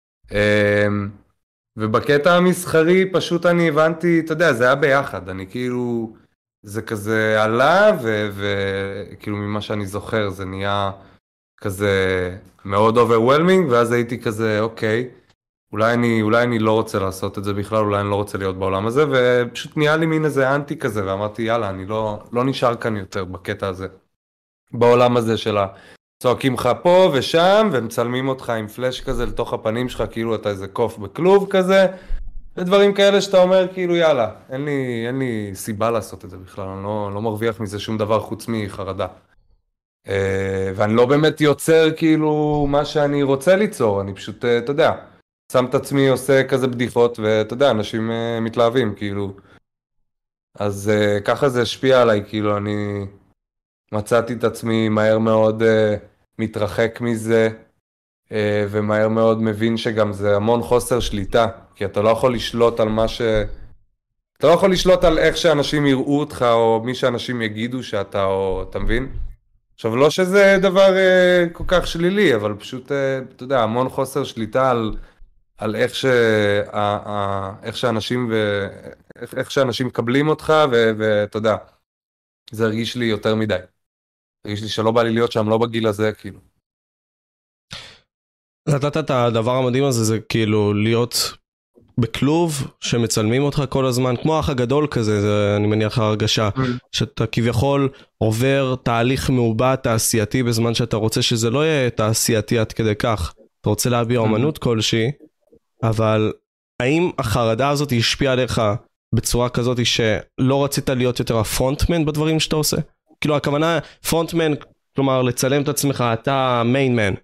ובקטע המסחרי פשוט אני הבנתי, אתה יודע, זה היה ביחד, אני כאילו, זה כזה עלה, וכאילו ממה שאני זוכר זה נהיה כזה מאוד overwhelming, ואז הייתי כזה, אוקיי, אולי אני, אולי אני לא רוצה לעשות את זה בכלל, אולי אני לא רוצה להיות בעולם הזה, ופשוט נהיה לי מין איזה אנטי כזה, ואמרתי, יאללה, אני לא, לא נשאר כאן יותר בקטע הזה, בעולם הזה של ה... צועקים לך פה ושם, ומצלמים אותך עם פלש כזה לתוך הפנים שלך, כאילו אתה איזה קוף בכלוב כזה, ודברים כאלה שאתה אומר, כאילו יאללה, אין לי, אין לי סיבה לעשות את זה בכלל, אני לא, לא מרוויח מזה שום דבר חוץ מחרדה. ואני לא באמת יוצר כאילו מה שאני רוצה ליצור, אני פשוט, אתה יודע, שם את עצמי, עושה כזה בדיחות, ואתה יודע, אנשים מתלהבים, כאילו. אז ככה זה השפיע עליי, כאילו אני מצאתי את עצמי מהר מאוד... מתרחק מזה, ומהר מאוד מבין שגם זה המון חוסר שליטה, כי אתה לא יכול לשלוט על מה ש... אתה לא יכול לשלוט על איך שאנשים יראו אותך, או מי שאנשים יגידו שאתה, או... אתה מבין? עכשיו, לא שזה דבר כל כך שלילי, אבל פשוט, אתה יודע, המון חוסר שליטה על, על איך, ש... איך שאנשים ו... איך שאנשים מקבלים אותך, ו... ואתה יודע, זה הרגיש לי יותר מדי. הרגיש לי שלא בא לי להיות שם, לא בגיל הזה, כאילו. נתת את הדבר המדהים הזה, זה כאילו להיות בכלוב שמצלמים אותך כל הזמן, כמו האח הגדול כזה, זה, אני מניח הרגשה, שאתה כביכול עובר תהליך מעובד תעשייתי, בזמן שאתה רוצה שזה לא יהיה תעשייתי עד כדי כך. אתה רוצה להביע אומנות כלשהי, אבל האם החרדה הזאת השפיעה עליך בצורה כזאת שלא רצית להיות יותר הפרונטמן בדברים שאתה עושה? כאילו הכוונה פרונטמן, כלומר לצלם את עצמך, אתה מיינמן.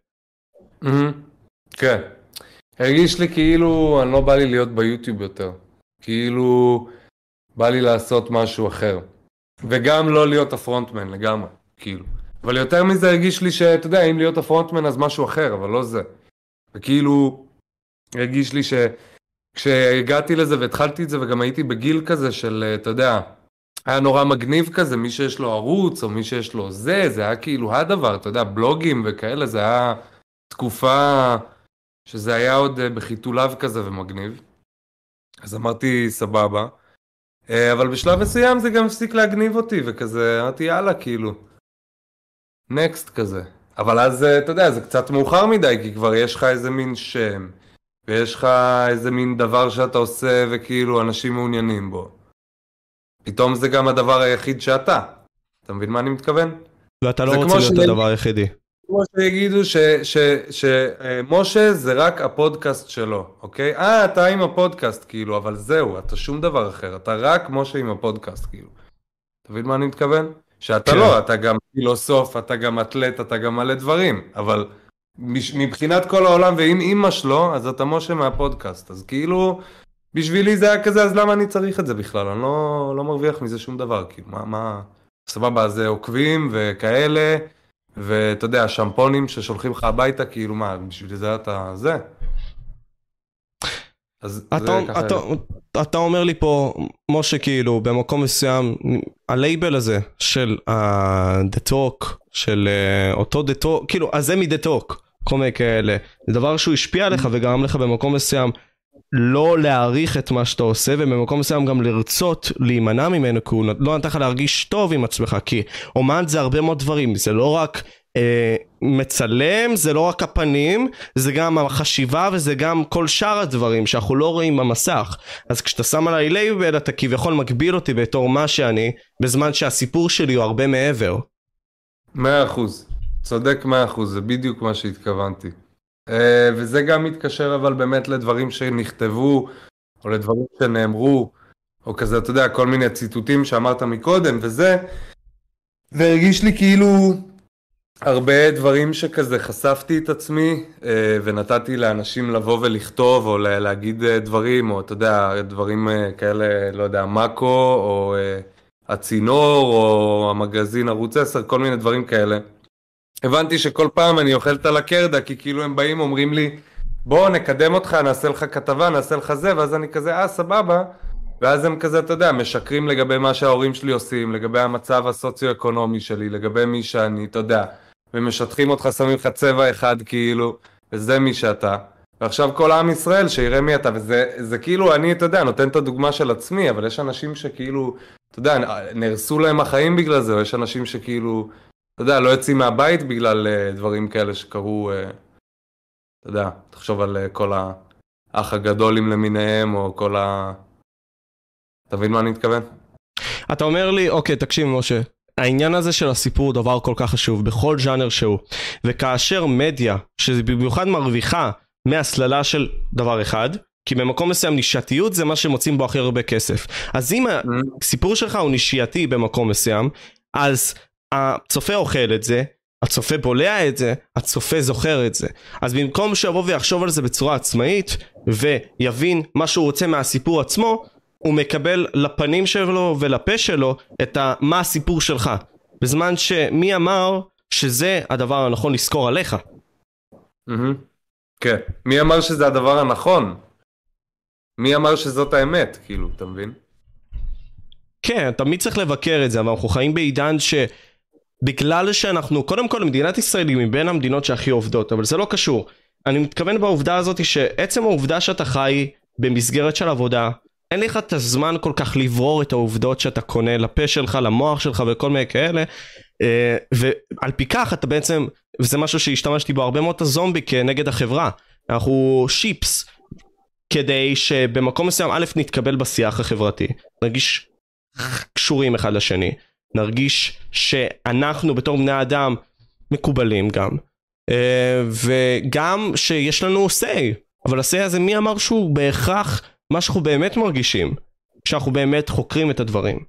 כן. הרגיש לי כאילו אני לא בא לי להיות ביוטיוב יותר. כאילו בא לי לעשות משהו אחר. וגם לא להיות הפרונטמן לגמרי, כאילו. אבל יותר מזה הרגיש לי שאתה יודע, אם להיות הפרונטמן אז משהו אחר, אבל לא זה. וכאילו הרגיש לי שכשהגעתי לזה והתחלתי את זה וגם הייתי בגיל כזה של, אתה יודע, היה נורא מגניב כזה, מי שיש לו ערוץ או מי שיש לו זה, זה היה כאילו הדבר, אתה יודע, בלוגים וכאלה, זה היה תקופה שזה היה עוד בחיתוליו כזה ומגניב. אז אמרתי סבבה, אבל בשלב מסוים זה גם הפסיק להגניב אותי וכזה, אמרתי יאללה כאילו, נקסט כזה. אבל אז אתה יודע, זה קצת מאוחר מדי, כי כבר יש לך איזה מין שם, ויש לך איזה מין דבר שאתה עושה וכאילו אנשים מעוניינים בו. פתאום זה גם הדבר היחיד שאתה. אתה מבין מה אני מתכוון? ואתה לא רוצה להיות הדבר היחידי. כמו שיגידו שמשה זה רק הפודקאסט שלו, אוקיי? אה, אתה עם הפודקאסט, כאילו, אבל זהו, אתה שום דבר אחר. אתה רק משה עם הפודקאסט, כאילו. אתה מבין מה אני מתכוון? שאתה לא, אתה גם פילוסוף, אתה גם אתלט, אתה גם מלא דברים, אבל מבחינת כל העולם, ואם אמא שלו, אז אתה משה מהפודקאסט, אז כאילו, בשבילי זה היה כזה, אז למה אני צריך את זה בכלל? אני לא, לא מרוויח מזה שום דבר, כאילו, מה, מה, סבבה, זה עוקבים וכאלה, ואתה יודע, שמפונים ששולחים לך הביתה, כאילו, מה, בשבילי זה אתה, זה. אז אתה, זה אתה, ככה... אתה, אתה אומר לי פה, משה, כאילו, במקום מסוים, הלייבל הזה של ה-The Talk, של uh, אותו The Talk, כאילו, אז זה מ-The Talk, כל מיני כאלה, זה דבר שהוא השפיע עליך וגרם לך במקום מסוים לא להעריך את מה שאתה עושה, ובמקום מסוים גם לרצות להימנע ממנו, כי הוא לא נתן לך להרגיש טוב עם עצמך, כי אומן זה הרבה מאוד דברים, זה לא רק אה, מצלם, זה לא רק הפנים, זה גם החשיבה וזה גם כל שאר הדברים שאנחנו לא רואים במסך. אז כשאתה שם עליי לייבל, אתה כביכול מגביל אותי בתור מה שאני, בזמן שהסיפור שלי הוא הרבה מעבר. מאה אחוז, צודק מאה אחוז, זה בדיוק מה שהתכוונתי. וזה גם מתקשר אבל באמת לדברים שנכתבו, או לדברים שנאמרו, או כזה, אתה יודע, כל מיני ציטוטים שאמרת מקודם, וזה, והרגיש לי כאילו הרבה דברים שכזה חשפתי את עצמי, ונתתי לאנשים לבוא ולכתוב, או להגיד דברים, או אתה יודע, דברים כאלה, לא יודע, מקו, או הצינור, או המגזין ערוץ עשר, כל מיני דברים כאלה. הבנתי שכל פעם אני אוכלת על הקרדה, כי כאילו הם באים אומרים לי, בוא נקדם אותך, נעשה לך כתבה, נעשה לך זה, ואז אני כזה, אה סבבה, ואז הם כזה, אתה יודע, משקרים לגבי מה שההורים שלי עושים, לגבי המצב הסוציו-אקונומי שלי, לגבי מי שאני, אתה יודע, ומשטחים אותך, שמים לך צבע אחד כאילו, וזה מי שאתה. ועכשיו כל עם ישראל שיראה מי אתה, וזה זה כאילו, אני, אתה יודע, נותן את הדוגמה של עצמי, אבל יש אנשים שכאילו, אתה יודע, נהרסו להם החיים בגלל זה, או יש אנשים שכאילו, אתה יודע, לא יוצאים מהבית בגלל uh, דברים כאלה שקרו, uh, אתה יודע, תחשוב על uh, כל האח הגדולים למיניהם, או כל ה... אתה מבין מה אני מתכוון? אתה אומר לי, אוקיי, תקשיב משה, העניין הזה של הסיפור הוא דבר כל כך חשוב, בכל ז'אנר שהוא, וכאשר מדיה, שזה במיוחד מרוויחה מהסללה של דבר אחד, כי במקום מסוים נישתיות זה מה שמוצאים בו הכי הרבה כסף. אז אם mm-hmm. הסיפור שלך הוא נישייתי במקום מסוים, אז הצופה אוכל את זה, הצופה בולע את זה, הצופה זוכר את זה. אז במקום שיבוא ויחשוב על זה בצורה עצמאית, ויבין מה שהוא רוצה מהסיפור עצמו, הוא מקבל לפנים שלו ולפה שלו את ה- מה הסיפור שלך. בזמן שמי אמר שזה הדבר הנכון לזכור עליך. Mm-hmm. כן, מי אמר שזה הדבר הנכון? מי אמר שזאת האמת, כאילו, אתה מבין? כן, תמיד צריך לבקר את זה, אבל אנחנו חיים בעידן שבגלל שאנחנו, קודם כל מדינת ישראל היא מבין המדינות שהכי עובדות, אבל זה לא קשור. אני מתכוון בעובדה הזאת שעצם העובדה שאתה חי במסגרת של עבודה, אין לך את הזמן כל כך לברור את העובדות שאתה קונה לפה שלך, למוח שלך וכל מיני כאלה, ועל פי כך אתה בעצם, וזה משהו שהשתמשתי בו הרבה מאוד את הזומבי כנגד החברה, אנחנו שיפס, כדי שבמקום מסוים א' נתקבל בשיח החברתי, נרגיש קשורים אחד לשני, נרגיש שאנחנו בתור בני אדם מקובלים גם, וגם שיש לנו say, אבל ה-say הזה מי אמר שהוא בהכרח מה שאנחנו באמת מרגישים, כשאנחנו באמת חוקרים את הדברים.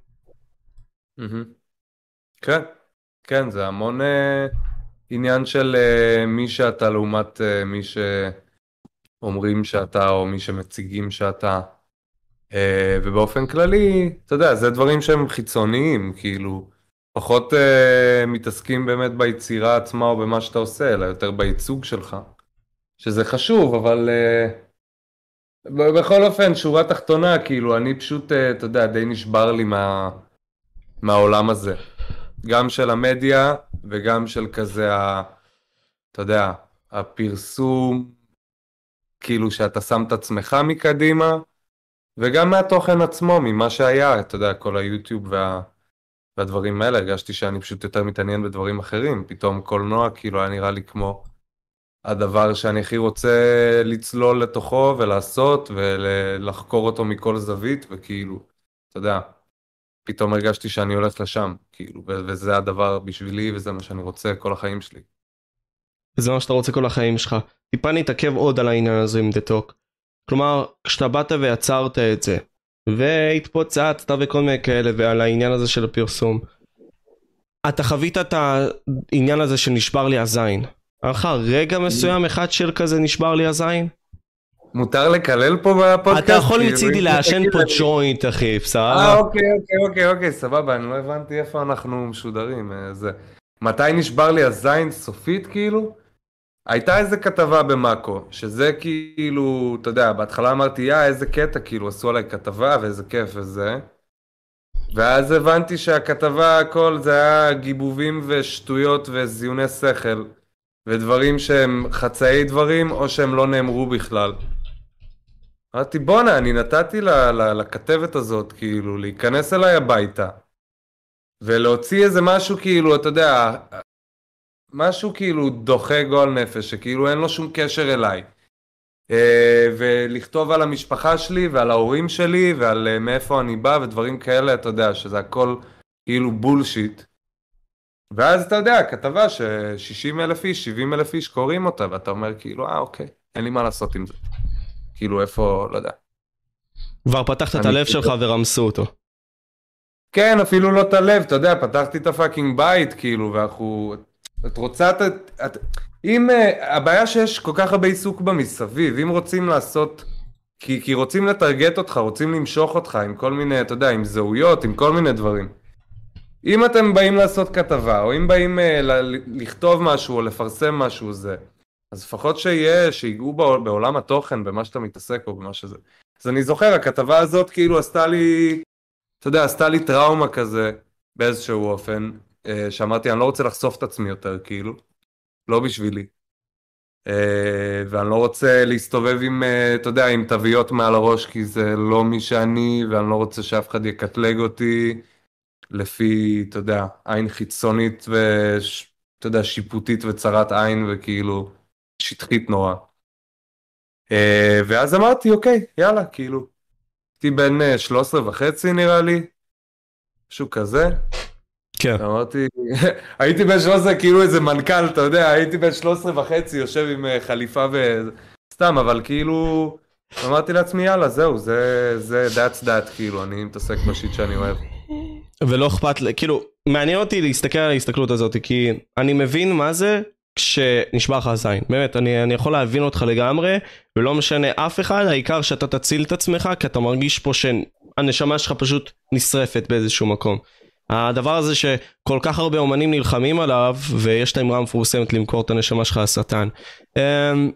כן, כן, זה המון עניין של מי שאתה לעומת מי שאומרים שאתה, או מי שמציגים שאתה, ובאופן כללי, אתה יודע, זה דברים שהם חיצוניים, כאילו, פחות מתעסקים באמת ביצירה עצמה או במה שאתה עושה, אלא יותר בייצוג שלך, שזה חשוב, אבל... בכל אופן, שורה תחתונה, כאילו, אני פשוט, אתה יודע, די נשבר לי מה, מהעולם הזה. גם של המדיה, וגם של כזה, ה, אתה יודע, הפרסום, כאילו שאתה שם את עצמך מקדימה, וגם מהתוכן עצמו, ממה שהיה, אתה יודע, כל היוטיוב וה, והדברים האלה, הרגשתי שאני פשוט יותר מתעניין בדברים אחרים, פתאום קולנוע, כאילו, היה נראה לי כמו... הדבר שאני הכי רוצה לצלול לתוכו ולעשות ולחקור אותו מכל זווית, וכאילו, אתה יודע, פתאום הרגשתי שאני הולך לשם, כאילו, וזה הדבר בשבילי וזה מה שאני רוצה כל החיים שלי. וזה מה שאתה רוצה כל החיים שלך. טיפה נתעכב עוד על העניין הזה עם The Talk. כלומר, כשאתה באת ויצרת את זה, והתפוצצת וכל מיני כאלה, ועל העניין הזה של הפרסום, אתה חווית את העניין הזה שנשבר לי הזין. היה לך רגע מסוים אחד של כזה נשבר לי הזין? מותר לקלל פה בפודקאסט? אתה יכול כאילו, מצידי אם לעשן תגיד, פה אני- ג'וינט, אחי, אה, בסדר? אוקיי, אוקיי, אוקיי, אוקיי, סבבה, אני לא הבנתי איפה אנחנו משודרים. אה, זה. מתי נשבר לי הזין סופית, כאילו? הייתה איזה כתבה במאקו, שזה כאילו, אתה יודע, בהתחלה אמרתי, יא, איזה קטע, כאילו, עשו עליי כתבה ואיזה כיף וזה. ואז הבנתי שהכתבה, הכל זה היה גיבובים ושטויות וזיוני שכל, ודברים שהם חצאי דברים, או שהם לא נאמרו בכלל. אמרתי, בונה, אני נתתי ל- ל- לכתבת הזאת, כאילו, להיכנס אליי הביתה, ולהוציא איזה משהו, כאילו, אתה יודע, משהו כאילו דוחה גועל נפש, שכאילו אין לו שום קשר אליי. אה, ולכתוב על המשפחה שלי ועל ההורים שלי ועל אה, מאיפה אני בא ודברים כאלה, אתה יודע, שזה הכל כאילו בולשיט. ואז אתה יודע, כתבה ש-שישים אלף איש, שבעים אלף איש קוראים אותה, ואתה אומר כאילו, אה אוקיי, אין לי מה לעשות עם זה. כאילו איפה, לא יודע. כבר פתחת את אני הלב כאילו- שלך ורמסו אותו. כן, אפילו לא את הלב, אתה יודע, פתחתי את הפאקינג בית, כאילו, ואנחנו... את רוצה, את... את... אם... uh, הבעיה שיש כל כך הרבה עיסוק במסביב, אם רוצים לעשות... כי, כי רוצים לטרגט אותך, רוצים למשוך אותך עם כל מיני, אתה יודע, עם זהויות, עם כל מיני דברים. אם אתם באים לעשות כתבה, או אם באים uh, ל- לכתוב משהו, או לפרסם משהו, זה... אז לפחות שיהיה, שיגעו בעול, בעולם התוכן, במה שאתה מתעסק, או במה שזה. אז אני זוכר, הכתבה הזאת כאילו עשתה לי... אתה יודע, עשתה לי טראומה כזה, באיזשהו אופן, אה, שאמרתי, אני לא רוצה לחשוף את עצמי יותר, כאילו, לא בשבילי. אה, ואני לא רוצה להסתובב עם, אה, אתה יודע, עם תוויות מעל הראש, כי זה לא מי שאני, ואני לא רוצה שאף אחד יקטלג אותי, לפי, אתה יודע, עין חיצונית, ואתה יודע, שיפוטית וצרת עין, וכאילו, שטחית נורא. אה, ואז אמרתי, אוקיי, יאללה, כאילו, הייתי בן אה, שלוש עשרה וחצי נראה לי, משהו כזה. כן. אמרתי, הייתי בן שלוש עשרה כאילו איזה מנכ"ל, אתה יודע, הייתי בן שלוש עשרה וחצי, יושב עם אה, חליפה ו... סתם, אבל כאילו, אמרתי לעצמי, יאללה, זהו, זה, זה, that's that, כאילו, אני מתעסק בשיט שאני אוהב. ולא אכפת, לי- כאילו, מעניין אותי להסתכל על ההסתכלות הזאת, כי אני מבין מה זה כשנשבר לך הזין. באמת, אני, אני יכול להבין אותך לגמרי, ולא משנה אף אחד, העיקר שאתה תציל את עצמך, כי אתה מרגיש פה שהנשמה שלך פשוט נשרפת באיזשהו מקום. הדבר הזה שכל כך הרבה אומנים נלחמים עליו, ויש את האמרה המפורסמת למכור את הנשמה שלך לשטן. אמ,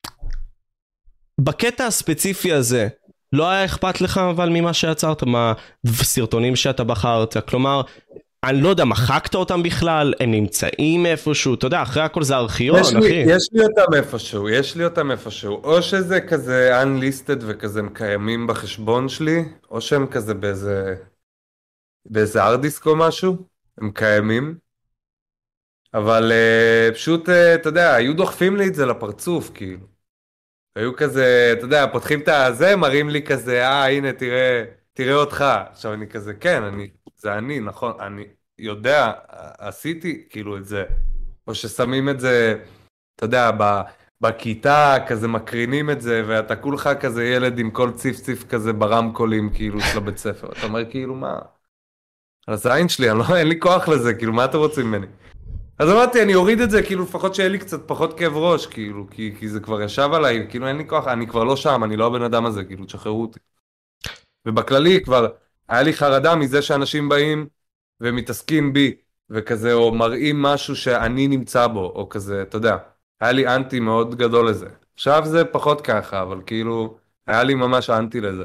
בקטע הספציפי הזה, לא היה אכפת לך אבל ממה שיצרת, מהסרטונים שאתה בחרת, כלומר, אני לא יודע, מחקת אותם בכלל, הם נמצאים איפשהו, אתה יודע, אחרי הכל זה ארכיון, יש אחי. לי, יש לי אותם איפשהו, יש לי אותם איפשהו, או שזה כזה unlisted וכזה הם קיימים בחשבון שלי, או שהם כזה באיזה, באיזה ארדיסק או משהו, הם קיימים. אבל uh, פשוט, uh, אתה יודע, היו דוחפים לי את זה לפרצוף, כאילו. היו כזה, אתה יודע, פותחים את הזה, מראים לי כזה, אה, הנה, תראה, תראה אותך. עכשיו אני כזה, כן, אני, זה אני, נכון, אני יודע, עשיתי כאילו את זה. או ששמים את זה, אתה יודע, ב, בכיתה, כזה מקרינים את זה, ואתה כולך כזה ילד עם כל ציף ציף כזה ברמקולים, כאילו, של הבית ספר. אתה אומר, כאילו, מה? על הזין שלי, אני לא, אין לי כוח לזה, כאילו, מה אתם רוצים ממני? אז אמרתי, אני אוריד את זה, כאילו, לפחות שיהיה לי קצת פחות כאב ראש, כאילו, כי, כי זה כבר ישב עליי, כאילו, אין לי כוח, אני כבר לא שם, אני לא הבן אדם הזה, כאילו, תשחררו אותי. ובכללי, כבר, היה לי חרדה מזה שאנשים באים ומתעסקים בי, וכזה, או מראים משהו שאני נמצא בו, או כזה, אתה יודע, היה לי אנטי מאוד גדול לזה. עכשיו זה פחות ככה, אבל כאילו, היה לי ממש אנטי לזה.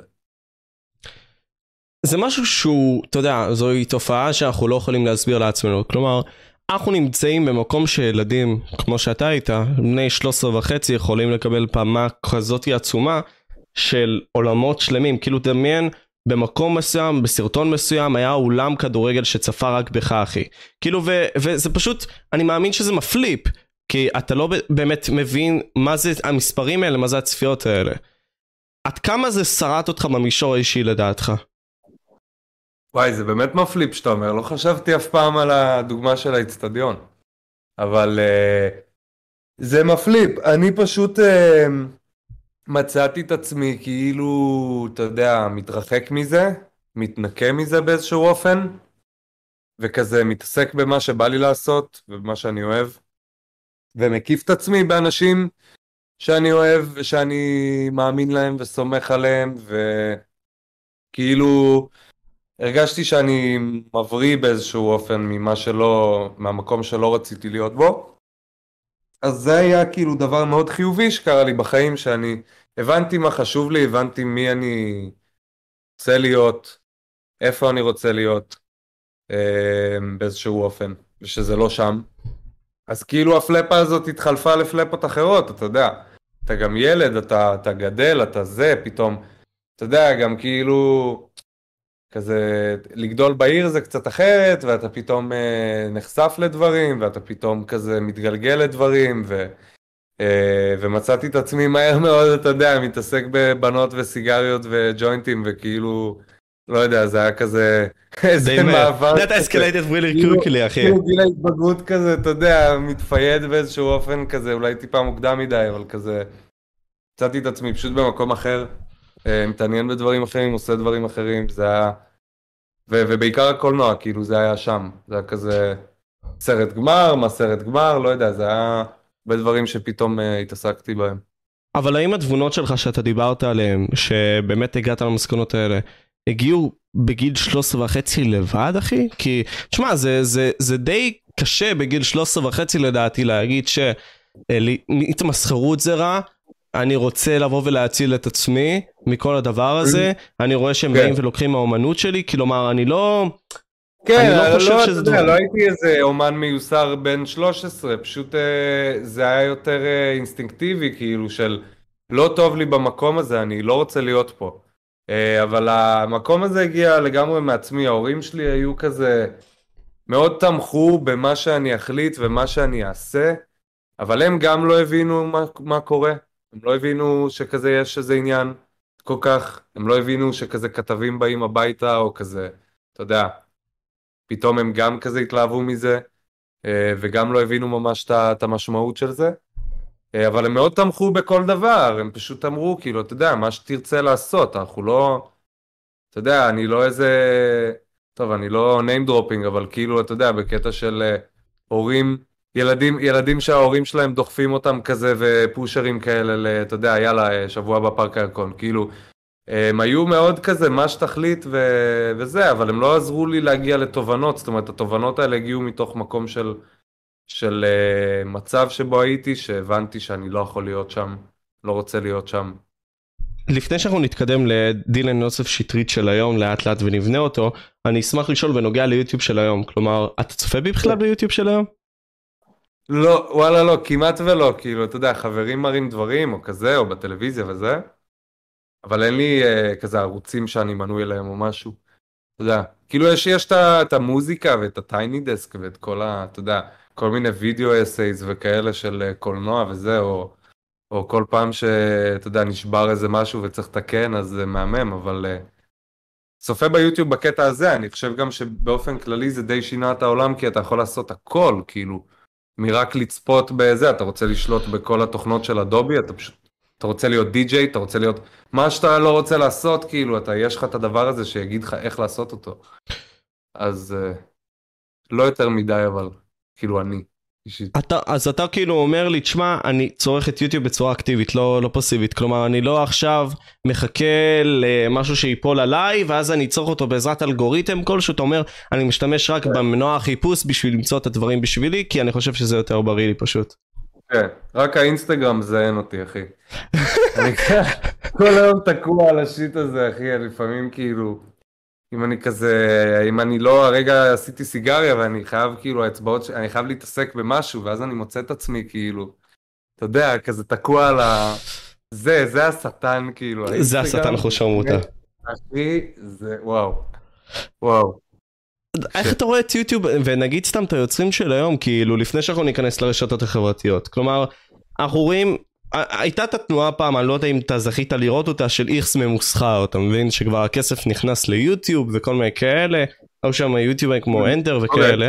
זה משהו שהוא, אתה יודע, זוהי תופעה שאנחנו לא יכולים להסביר לעצמנו, כלומר, אנחנו נמצאים במקום שילדים, כמו שאתה היית, בני שלוש עשרה וחצי, יכולים לקבל פעמה כזאת עצומה של עולמות שלמים, כאילו דמיין במקום מסוים, בסרטון מסוים, היה אולם כדורגל שצפה רק בך, אחי. כאילו, ו- וזה פשוט, אני מאמין שזה מפליפ, כי אתה לא באמת מבין מה זה המספרים האלה, מה זה הצפיות האלה. עד כמה זה שרט אותך במישור האישי לדעתך? וואי, זה באמת מפליפ שאתה אומר, לא חשבתי אף פעם על הדוגמה של האצטדיון. אבל uh, זה מפליפ, אני פשוט uh, מצאתי את עצמי כאילו, אתה יודע, מתרחק מזה, מתנקה מזה באיזשהו אופן, וכזה מתעסק במה שבא לי לעשות, ובמה שאני אוהב. ומקיף את עצמי באנשים שאני אוהב ושאני מאמין להם וסומך עליהם, וכאילו הרגשתי שאני מבריא באיזשהו אופן ממה שלא, מהמקום שלא רציתי להיות בו. אז זה היה כאילו דבר מאוד חיובי שקרה לי בחיים, שאני הבנתי מה חשוב לי, הבנתי מי אני רוצה להיות, איפה אני רוצה להיות, אה, באיזשהו אופן, ושזה לא שם. אז כאילו הפלפה הזאת התחלפה לפלפות אחרות, אתה יודע. אתה גם ילד, אתה, אתה גדל, אתה זה, פתאום, אתה יודע, גם כאילו, כזה, לגדול בעיר זה קצת אחרת, ואתה פתאום אה, נחשף לדברים, ואתה פתאום כזה מתגלגל לדברים, ו, אה, ומצאתי את עצמי מהר מאוד, אתה יודע, מתעסק בבנות וסיגריות וג'וינטים, וכאילו, לא יודע, זה היה כזה, איזה מעבר. That escalated really quickly, אחי. כאילו גיל ההתבגרות כזה, אתה יודע, מתפייד באיזשהו אופן כזה, אולי טיפה מוקדם מדי, אבל כזה, מצאתי את עצמי פשוט במקום אחר, מתעניין בדברים אחרים, עושה דברים אחרים, זה היה, ו- ובעיקר הקולנוע, כאילו זה היה שם, זה היה כזה סרט גמר, מה סרט גמר, לא יודע, זה היה בדברים שפתאום uh, התעסקתי בהם. אבל האם התבונות שלך שאתה דיברת עליהן, שבאמת הגעת למסקנות האלה, הגיעו בגיל שלוש עשרה וחצי לבד, אחי? כי, תשמע, זה, זה, זה די קשה בגיל שלוש עשרה וחצי לדעתי להגיד שהתמסחרות זה רע, אני רוצה לבוא ולהציל את עצמי מכל הדבר הזה, אני רואה שהם באים ולוקחים מהאומנות שלי, כלומר, אני לא... כן, אני לא חושב שזה דבר. לא הייתי איזה אומן מיוסר בן שלוש עשרה, פשוט זה היה יותר אינסטינקטיבי, כאילו של לא טוב לי במקום הזה, אני לא רוצה להיות פה. אבל המקום הזה הגיע לגמרי מעצמי, ההורים שלי היו כזה, מאוד תמכו במה שאני אחליט ומה שאני אעשה, אבל הם גם לא הבינו מה, מה קורה, הם לא הבינו שכזה יש איזה עניין כל כך, הם לא הבינו שכזה כתבים באים הביתה או כזה, אתה יודע, פתאום הם גם כזה התלהבו מזה, וגם לא הבינו ממש את המשמעות של זה, אבל הם מאוד תמכו בכל דבר, הם פשוט אמרו, כאילו, אתה יודע, מה שתרצה לעשות, אנחנו לא, אתה יודע, אני לא איזה, טוב, אני לא name dropping, אבל כאילו, אתה יודע, בקטע של הורים, ילדים, ילדים שההורים שלהם דוחפים אותם כזה, ופושרים כאלה, אתה יודע, יאללה, שבוע בפארק הירקון, כאילו, הם היו מאוד כזה, מה שתחליט ו- וזה, אבל הם לא עזרו לי להגיע לתובנות, זאת אומרת, התובנות האלה הגיעו מתוך מקום של, של uh, מצב שבו הייתי, שהבנתי שאני לא יכול להיות שם, לא רוצה להיות שם. לפני שאנחנו נתקדם לדילן יוסף שטרית של היום, לאט לאט ונבנה אותו, אני אשמח לשאול בנוגע ליוטיוב של היום, כלומר, אתה צופה בי בכלל ביוטיוב של היום? לא, וואלה לא, כמעט ולא, כאילו, אתה יודע, חברים מראים דברים, או כזה, או בטלוויזיה וזה, אבל אין לי uh, כזה ערוצים שאני מנוי אליהם או משהו, אתה יודע, כאילו יש, יש את המוזיקה ואת הטייני דסק ואת כל ה, אתה יודע, כל מיני וידאו אסייז וכאלה של קולנוע וזה, או, או כל פעם שאתה יודע, נשבר איזה משהו וצריך לתקן, אז זה מהמם, אבל uh, צופה ביוטיוב בקטע הזה, אני חושב גם שבאופן כללי זה די שינה את העולם, כי אתה יכול לעשות הכל, כאילו, מרק לצפות בזה, אתה רוצה לשלוט בכל התוכנות של אדובי, אתה פשוט, אתה רוצה להיות די-ג'יי, אתה רוצה להיות, מה שאתה לא רוצה לעשות, כאילו, אתה, יש לך את הדבר הזה שיגיד לך איך לעשות אותו. אז uh, לא יותר מדי, אבל כאילו אני. אתה, אז אתה כאילו אומר לי, תשמע, אני צורך את יוטיוב בצורה אקטיבית, לא, לא פסיבית, כלומר, אני לא עכשיו מחכה למשהו שיפול עליי, ואז אני צורך אותו בעזרת אלגוריתם כלשהו, אתה אומר, אני משתמש רק במנוע החיפוש בשביל למצוא את הדברים בשבילי, כי אני חושב שזה יותר בריא לי פשוט. כן, רק האינסטגרם זהן אותי, אחי. אני כל היום תקוע על השיט הזה, אחי, לפעמים כאילו, אם אני כזה, אם אני לא, הרגע עשיתי סיגריה, ואני חייב כאילו, האצבעות, אני חייב להתעסק במשהו, ואז אני מוצא את עצמי כאילו, אתה יודע, כזה תקוע על ה... זה, זה השטן כאילו. זה השטן חושרמוטה. אחי, זה, וואו, וואו. איך אתה רואה את יוטיוב, ונגיד סתם את היוצרים של היום, כאילו, לפני שאנחנו ניכנס לרשתות החברתיות, כלומר, אנחנו רואים, הייתה את התנועה פעם, אני לא יודע אם אתה זכית לראות אותה, של איכס ממוסחר, אתה מבין שכבר הכסף נכנס ליוטיוב וכל מיני כאלה, היו שם יוטיוברים כמו אנדר וכאלה,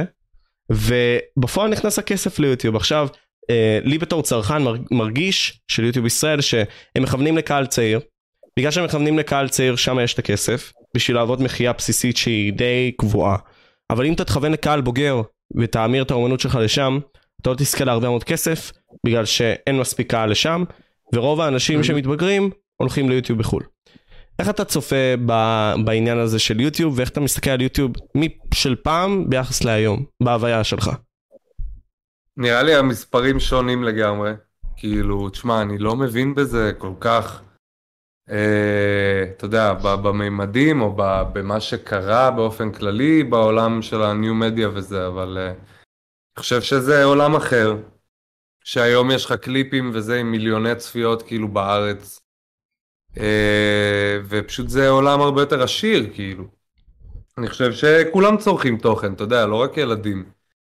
ובפועל נכנס הכסף ליוטיוב. עכשיו, לי בתור צרכן מרגיש של יוטיוב ישראל, שהם מכוונים לקהל צעיר, בגלל שהם מכוונים לקהל צעיר, שם יש את הכסף, בשביל לעבוד מחייה בסיסית שהיא די קבועה. אבל אם אתה תכוון לקהל בוגר, ותאמיר את האומנות שלך לשם, אתה לא תזכה להרבה מאוד כסף, בגלל שאין מספיק קהל לשם, ורוב האנשים שמתבגרים הולכים ליוטיוב בחול. איך אתה צופה בעניין הזה של יוטיוב, ואיך אתה מסתכל על יוטיוב של פעם ביחס להיום, בהוויה שלך? נראה לי המספרים שונים לגמרי. כאילו, תשמע, אני לא מבין בזה כל כך, אה, אתה יודע, בממדים או במה שקרה באופן כללי בעולם של הניו מדיה וזה, אבל אה, אני חושב שזה עולם אחר, שהיום יש לך קליפים וזה עם מיליוני צפיות כאילו בארץ, אה, ופשוט זה עולם הרבה יותר עשיר, כאילו. אני חושב שכולם צורכים תוכן, אתה יודע, לא רק ילדים.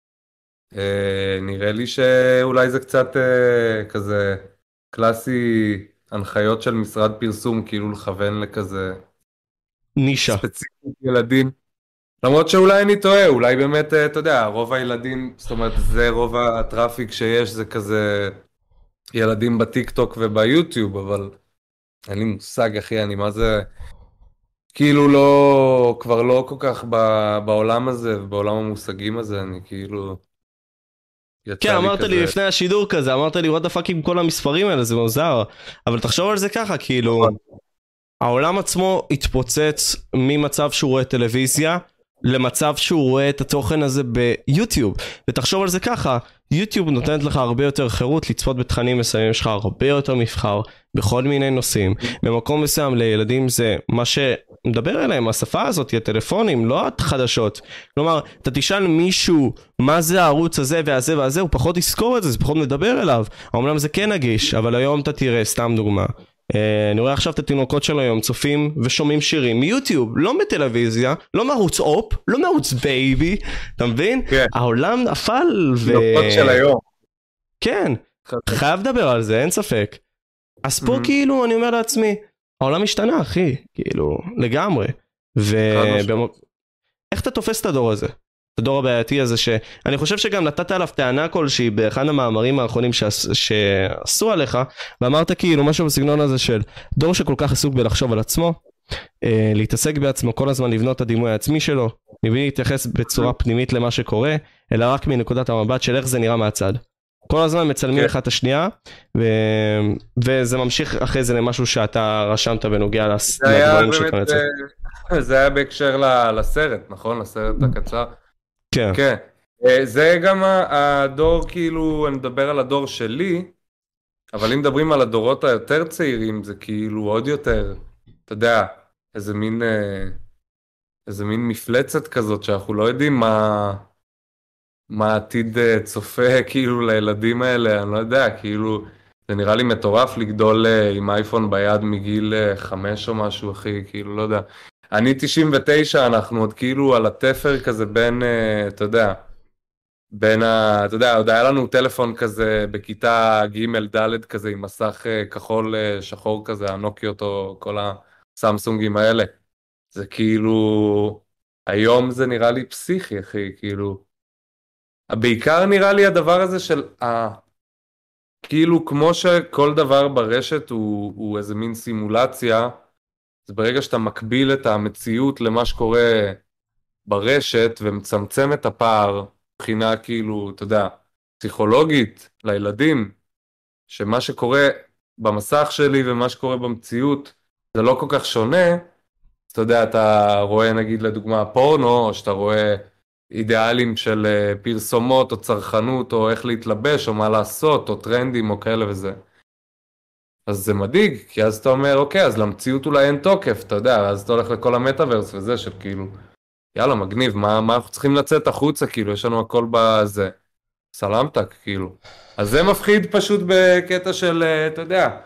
Uh, נראה לי שאולי זה קצת uh, כזה קלאסי הנחיות של משרד פרסום, כאילו לכוון לכזה נישה ספציפית ילדים, למרות שאולי אני טועה, אולי באמת uh, אתה יודע, רוב הילדים, זאת אומרת זה רוב הטראפיק שיש, זה כזה ילדים בטיק טוק וביוטיוב, אבל אין לי מושג אחי, אני מה זה כאילו לא, כבר לא כל כך בעולם הזה ובעולם המושגים הזה, אני כאילו כן, אמרת לי לפני השידור כזה, אמרת לי what the fuck עם כל המספרים האלה, זה מוזר, אבל תחשוב על זה ככה, כאילו העולם עצמו התפוצץ ממצב שהוא רואה טלוויזיה למצב שהוא רואה את התוכן הזה ביוטיוב, ותחשוב על זה ככה, יוטיוב נותנת לך הרבה יותר חירות לצפות בתכנים מסוימים, יש לך הרבה יותר מבחר בכל מיני נושאים, במקום מסוים לילדים זה מה שמדבר אליהם, השפה הזאת, הטלפונים, לא החדשות, כלומר, אתה תשאל מישהו מה זה הערוץ הזה והזה והזה, הוא פחות יזכור את זה, זה פחות מדבר אליו, אומנם זה כן נגיש, אבל היום אתה תראה, סתם דוגמה, אני רואה עכשיו את התינוקות של היום צופים ושומעים שירים מיוטיוב, לא מטלוויזיה, לא מערוץ אופ, לא מערוץ בייבי, אתה מבין? כן. העולם נפל ו... תינוקות של היום. כן, חייב לדבר על זה, אין ספק. אז פה כאילו אני אומר לעצמי, העולם השתנה אחי, כאילו לגמרי. ואיך אתה תופס את הדור הזה? את הדור הבעייתי הזה שאני חושב שגם נתת עליו טענה כלשהי באחד המאמרים האחרונים שעשו עליך, ואמרת כאילו משהו בסגנון הזה של דור שכל כך עסוק בלחשוב על עצמו, להתעסק בעצמו, כל הזמן לבנות את הדימוי העצמי שלו, מבלי להתייחס בצורה פנימית למה שקורה, אלא רק מנקודת המבט של איך זה נראה מהצד. כל הזמן מצלמים לך את השנייה, וזה ממשיך אחרי זה למשהו שאתה רשמת בנוגע לדברים שאתה נצא. זה היה בהקשר לסרט, נכון? לסרט הקצר. כן. כן. זה גם הדור, כאילו, אני מדבר על הדור שלי, אבל אם מדברים על הדורות היותר צעירים, זה כאילו עוד יותר, אתה יודע, איזה מין, איזה מין מפלצת כזאת, שאנחנו לא יודעים מה, מה עתיד צופה, כאילו, לילדים האלה, אני לא יודע, כאילו, זה נראה לי מטורף לגדול עם אייפון ביד מגיל חמש או משהו, אחי, כאילו, לא יודע. אני תשעים ותשע, אנחנו עוד כאילו על התפר כזה בין, אתה יודע, בין ה... אתה יודע, עוד היה לנו טלפון כזה בכיתה ג' ד' כזה עם מסך כחול שחור כזה, הנוקיות או כל הסמסונגים האלה. זה כאילו... היום זה נראה לי פסיכי, אחי, כאילו... בעיקר נראה לי הדבר הזה של... ה... כאילו כמו שכל דבר ברשת הוא, הוא איזה מין סימולציה, אז ברגע שאתה מקביל את המציאות למה שקורה ברשת ומצמצם את הפער, מבחינה כאילו, אתה יודע, פסיכולוגית לילדים, שמה שקורה במסך שלי ומה שקורה במציאות זה לא כל כך שונה, אתה יודע, אתה רואה נגיד לדוגמה פורנו, או שאתה רואה אידיאלים של פרסומות או צרכנות, או איך להתלבש, או מה לעשות, או טרנדים או כאלה וזה. אז זה מדאיג, כי אז אתה אומר, אוקיי, אז למציאות אולי אין תוקף, אתה יודע, אז אתה הולך לכל המטאברס וזה, של כאילו, יאללה, מגניב, מה, מה אנחנו צריכים לצאת החוצה, כאילו, יש לנו הכל בזה, סלמתק, כאילו. אז זה מפחיד פשוט בקטע של, אתה יודע,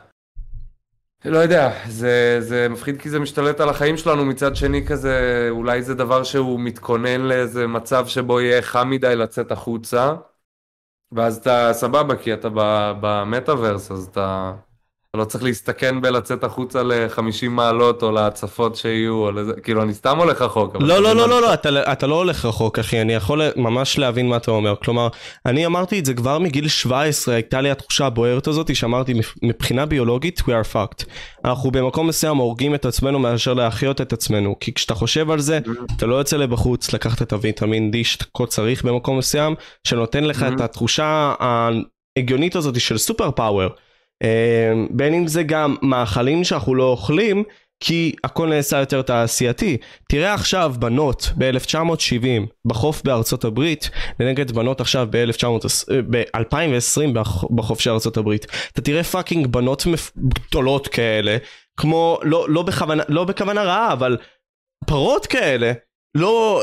לא יודע, זה, זה מפחיד כי זה משתלט על החיים שלנו, מצד שני כזה, אולי זה דבר שהוא מתכונן לאיזה מצב שבו יהיה חם מדי לצאת החוצה, ואז אתה סבבה, כי אתה במטאברס, אז אתה... אתה לא צריך להסתכן בלצאת החוצה ל-חמישים מעלות או להצפות שיהיו, או לזה, כאילו אני סתם הולך רחוק. לא, לא, לא, לא, לא, אתה, אתה לא הולך רחוק, אחי, אני יכול ממש להבין מה אתה אומר. כלומר, אני אמרתי את זה כבר מגיל שבע עשרה, הייתה לי התחושה הבוערת הזאת, שאמרתי, מבחינה ביולוגית, we are fucked. אנחנו במקום מסוים הורגים את עצמנו מאשר להחיות את עצמנו, כי כשאתה חושב על זה, אתה לא יוצא לבחוץ לקחת את הוויטמין D שאתה צריך במקום מסוים, שנותן לך את התחושה ההגיונית הזאת של סופר פאוור. בין אם זה גם מאכלים שאנחנו לא אוכלים, כי הכל נעשה יותר תעשייתי. תראה עכשיו בנות ב-אלף תשע מאות שבעים בחוף בארצות הברית, לנגד בנות עכשיו ב-אלפיים ועשרים בחוף של ארצות הברית. אתה תראה פאקינג בנות גדולות כאלה, כמו, לא, לא בכוונה, לא בכוונה רעה, אבל פרות כאלה, לא,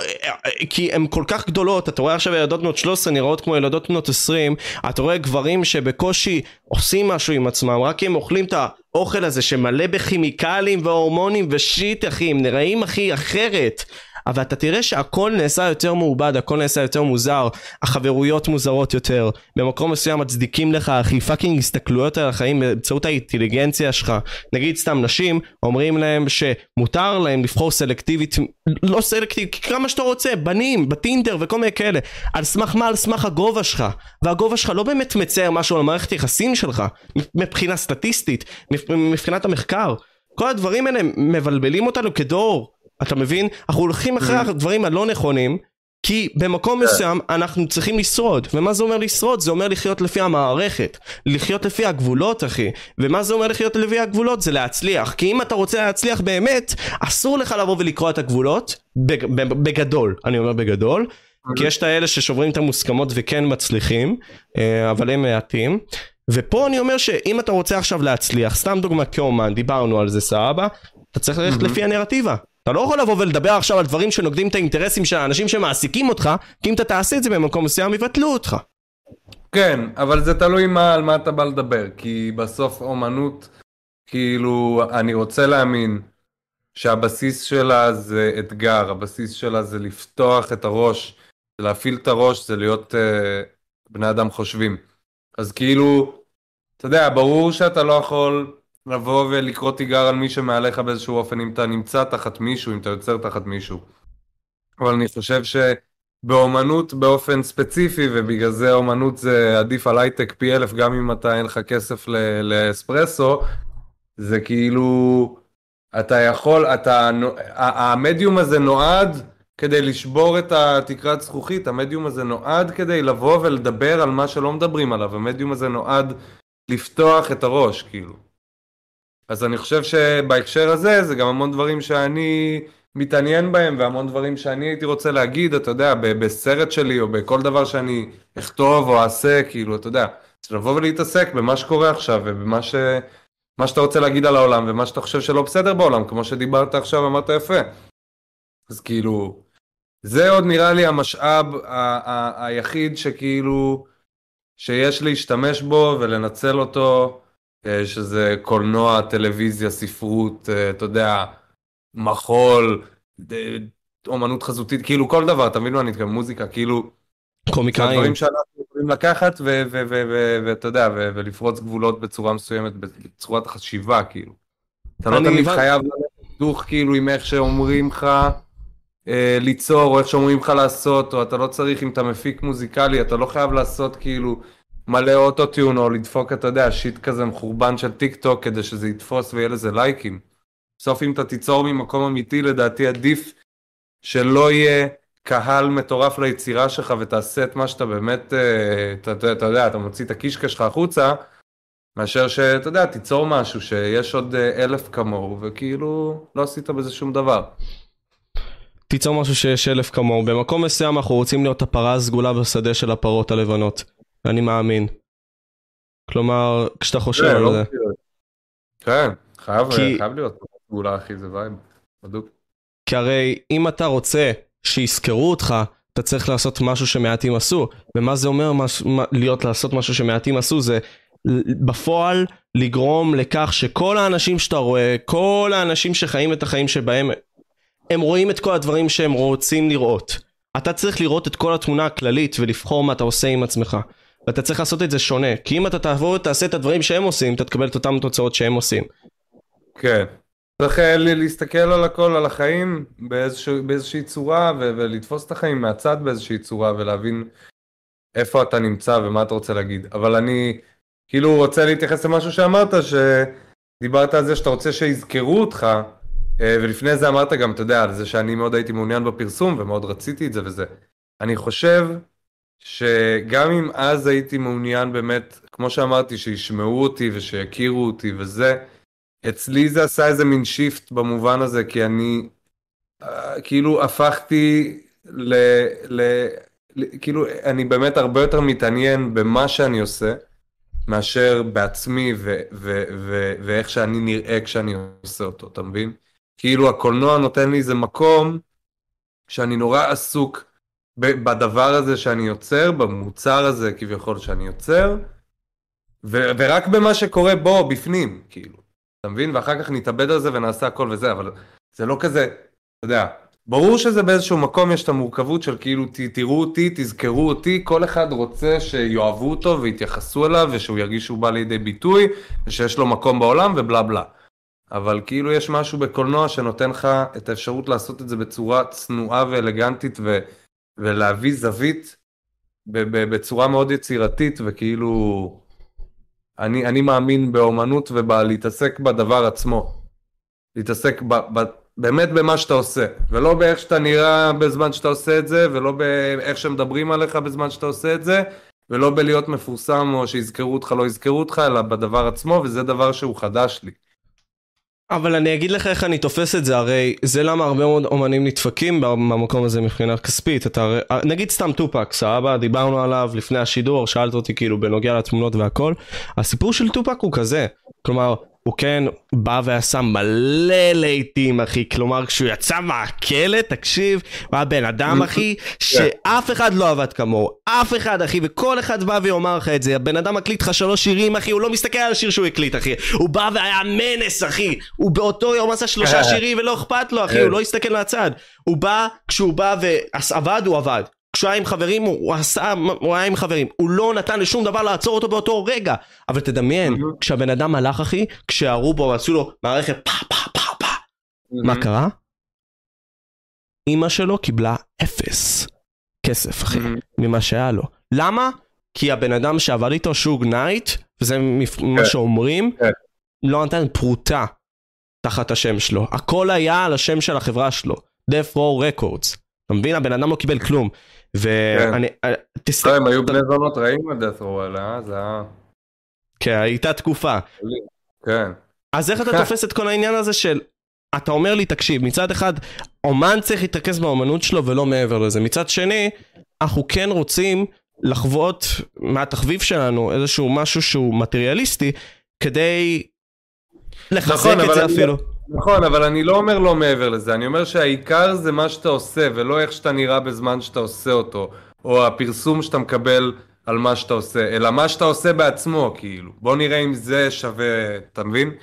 כי הן כל כך גדולות. אתה רואה עכשיו ילדות בנות שלוש עשרה נראות כמו ילדות בנות עשרים, אתה רואה גברים שבקושי עושים משהו עם עצמם, רק כי הם אוכלים את האוכל הזה שמלא בכימיקלים והורמונים ושיט, אחי, הם נראים אחי אחרת. אבל אתה תראה שהכל נעשה יותר מעובד, הכל נעשה יותר מוזר, החברויות מוזרות יותר, במקום מסוים מצדיקים לך, אחי, פאקינג הסתכלויות על החיים באמצעות האינטליגנציה שלך. נגיד סתם נשים, אומרים להם שמותר להם לבחור סלקטיבית, לא סלקטיבית, כמה שאתה רוצה, בנים, בטינדר וכל מיני כאלה, על סמך מה? על סמך הגובה שלך, והגובה שלך לא באמת מצייר משהו על מערכת יחסים שלך, מבחינה סטטיסטית, מבחינת המחקר. כל הדברים האלה מבלבלים אותנו כדור. אתה מבין? אנחנו הולכים אחרי הדברים הלא נכונים, כי במקום מסוים אנחנו צריכים לשרוד. ומה זה אומר לשרוד? זה אומר לחיות לפי המערכת, לחיות לפי הגבולות, אחי. ומה זה אומר לחיות לפי הגבולות? זה להצליח. כי אם אתה רוצה להצליח באמת, אסור לך לבוא ולקרוא את הגבולות, בגדול, אני אומר בגדול, כי יש את האלה ששוברים את המוסכמות וכן מצליחים, אבל הם מעטים. ופה אני אומר שאם אתה רוצה עכשיו להצליח, סתם דוגמה כאומן, דיברנו על זה סבבה, אתה צריך ללכת לפי הנרטיבה. אתה לא יכול לבוא ולדבר עכשיו על דברים שנוגדים את האינטרסים של האנשים שמעסיקים אותך, כי אם אתה תעשה את זה במקום מסוים, יבטלו אותך. כן, אבל זה תלוי מה, על מה אתה בא לדבר, כי בסוף אומנות, כאילו, אני רוצה להאמין שהבסיס שלה זה אתגר, הבסיס שלה זה לפתוח את הראש, זה להפעיל את הראש, זה להיות אה, בני אדם חושבים. אז כאילו, אתה יודע, ברור שאתה לא יכול לבוא ולקרוא תיגר על מי שמעליך באיזשהו אופן, אם אתה נמצא תחת מישהו, אם אתה יוצר תחת מישהו. אבל אני חושב שבאומנות באופן ספציפי, ובגלל זה אומנות זה עדיף על הייטק פי אלף, גם אם אתה אין לך כסף ל- לאספרסו, זה כאילו, אתה יכול, אתה, המדיום הזה נועד כדי לשבור את התקרת זכוכית, המדיום הזה נועד כדי לבוא ולדבר על מה שלא מדברים עליו, המדיום הזה נועד לפתוח את הראש, כאילו. אז אני חושב שבהקשר הזה, זה גם המון דברים שאני מתעניין בהם, והמון דברים שאני הייתי רוצה להגיד, אתה יודע, בסרט שלי, או בכל דבר שאני אכתוב או אעשה, כאילו, אתה יודע, צריך לבוא ולהתעסק במה שקורה עכשיו, ובמה ש... מה שאתה רוצה להגיד על העולם, ומה שאתה חושב שלא בסדר בעולם, כמו שדיברת עכשיו, אמרת יפה. אז כאילו, זה עוד נראה לי המשאב ה- ה- היחיד שכאילו, שיש להשתמש בו ולנצל אותו, שזה קולנוע, טלוויזיה, ספרות, אתה יודע, מחול, אומנות חזותית, כאילו כל דבר, אתה מבין מה אני מתכוון, מוזיקה, כאילו, קומיקאים. דברים שאנחנו יכולים לקחת ואתה יודע, ולפרוץ גבולות בצורה מסוימת, בצורת החשיבה, כאילו. אתה לא תמיד חייב לדוך, כאילו, עם איך שאומרים לך ליצור, או איך שאומרים לך לעשות, או אתה לא צריך, אם אתה מפיק מוזיקלי, אתה לא חייב לעשות, כאילו, מלא אוטוטיון, או לדפוק, אתה יודע, שיט כזה מחורבן של טיק טוק, כדי שזה יתפוס ויהיה לזה לייקים. בסוף אם אתה תיצור ממקום אמיתי, לדעתי עדיף שלא יהיה קהל מטורף ליצירה שלך, ותעשה את מה שאתה באמת, אתה, אתה, אתה יודע, אתה מוציא את הקישקע שלך החוצה, מאשר שאתה יודע, תיצור משהו שיש עוד אלף כמוהו, וכאילו לא עשית בזה שום דבר. תיצור משהו שיש אלף כמוהו. במקום מסוים אנחנו רוצים להיות הפרה הסגולה בשדה של הפרות הלבנות. אני מאמין. כלומר, כשאתה חושב על זה. כן, חייב להיות סגולה, אחי, זה וייב. בדוק. כי הרי אם אתה רוצה שיזכרו אותך, אתה צריך לעשות משהו שמעטים עשו. ומה זה אומר להיות לעשות משהו שמעטים עשו? זה בפועל לגרום לכך שכל האנשים שאתה רואה, כל האנשים שחיים את החיים שבהם, הם רואים את כל הדברים שהם רוצים לראות. אתה צריך לראות את כל התמונה הכללית ולבחור מה אתה עושה עם עצמך. ואתה צריך לעשות את זה שונה, כי אם אתה תעבור ותעשה את הדברים שהם עושים, אתה תקבל את אותם תוצאות שהם עושים. כן. צריך להסתכל על הכל, על החיים, באיזושהי, באיזושהי צורה, ו- ולתפוס את החיים מהצד באיזושהי צורה, ולהבין איפה אתה נמצא ומה אתה רוצה להגיד. אבל אני כאילו רוצה להתייחס למשהו שאמרת, שדיברת על זה שאתה רוצה שיזכרו אותך, ולפני זה אמרת גם, אתה יודע, על זה שאני מאוד הייתי מעוניין בפרסום, ומאוד רציתי את זה וזה. אני חושב שגם אם אז הייתי מעוניין באמת, כמו שאמרתי, שישמעו אותי ושיכירו אותי וזה, אצלי זה עשה איזה מין שיפט במובן הזה, כי אני כאילו הפכתי ל... ל... כאילו אני באמת הרבה יותר מתעניין במה שאני עושה, מאשר בעצמי ו- ו- ו- ואיך שאני נראה כשאני עושה אותו, אתה מבין? כאילו הקולנוע נותן לי איזה מקום שאני נורא עסוק בדבר הזה שאני יוצר, במוצר הזה כביכול שאני יוצר, ו- ורק במה שקורה בו בפנים, כאילו, אתה מבין? ואחר כך נתאבד על זה ונעשה הכל וזה, אבל זה לא כזה, אתה יודע, ברור שזה באיזשהו מקום יש את המורכבות של כאילו תראו אותי, תזכרו אותי, כל אחד רוצה שיואהבו אותו ויתייחסו אליו ושהוא ירגיש שהוא בא לידי ביטוי ושיש לו מקום בעולם ובלה בלה. אבל כאילו יש משהו בקולנוע שנותן לך את האפשרות לעשות את זה בצורה צנועה ואלגנטית ו- ולהביא זווית בצורה מאוד יצירתית, וכאילו אני, אני מאמין באומנות ובלהתעסק בדבר עצמו. להתעסק ב, ב, באמת במה שאתה עושה, ולא באיך שאתה נראה בזמן שאתה עושה את זה, ולא באיך שמדברים עליך בזמן שאתה עושה את זה, ולא בלהיות מפורסם או שיזכרו אותך לא יזכרו אותך, אלא בדבר עצמו, וזה דבר שהוא חדש לי. אבל אני אגיד לך איך אני תופס את זה, הרי זה למה הרבה מאוד אומנים נדפקים במקום הזה מבחינה כספית. אתה, נגיד סתם טופק, סבבה, דיברנו עליו לפני השידור, שאלת אותי כאילו בנוגע לתמונות והכל, הסיפור של טופק הוא כזה, כלומר, הוא כן בא ועשה מלא לעיתים, אחי, כלומר, כשהוא יצא מהכלא, תקשיב, הוא היה בן אדם, אחי, שאף אחד לא עבד כמוהו, אף אחד, אחי, וכל אחד בא ואומר לך את זה, הבן אדם מקליט לך שלוש שירים, אחי, הוא לא מסתכל על השיר שהוא הקליט, אחי, הוא בא והיה מנס, אחי, הוא באותו יום עשה שלושה שירים ולא אכפת לו, אחי, הוא לא הסתכל מהצד, הוא בא, כשהוא בא ועבד, הוא עבד. כשהוא היה עם חברים, הוא, עשה, הוא היה עם חברים, הוא לא נתן לשום דבר לעצור אותו באותו רגע, אבל תדמיין, mm-hmm. כשהבן אדם הלך, אחי, כשהראו בו ועשו לו מערכת פה פה פה פה, mm-hmm. מה קרה? אמא שלו קיבלה אפס כסף, אחי, mm-hmm. ממה שהיה לו. למה? כי הבן אדם שעבד איתו, שוג נייט, וזה okay. מה שאומרים, okay. לא נתן פרוטה תחת השם שלו, הכל היה על השם של החברה שלו, Death Row Records. אתה מבין? הבן אדם לא קיבל כלום. ואני... תסתכל... הם היו בני זונות רעים לדאט רו האלה, זה היה... כן, הייתה תקופה. כן. אז איך אתה תופס את כל העניין הזה של... אתה אומר לי, תקשיב, מצד אחד, אומן צריך להתרכז באומנות שלו ולא מעבר לזה. מצד שני, אנחנו כן רוצים לחוות מהתחביב שלנו איזשהו משהו שהוא מטריאליסטי, כדי לחזק את זה אפילו. נכון, אבל אני לא אומר לא מעבר לזה, אני אומר שהעיקר זה מה שאתה עושה, ולא איך שאתה נראה בזמן שאתה עושה אותו, או הפרסום שאתה מקבל על מה שאתה עושה, אלא מה שאתה עושה בעצמו, כאילו. בוא נראה אם זה שווה, אתה מבין?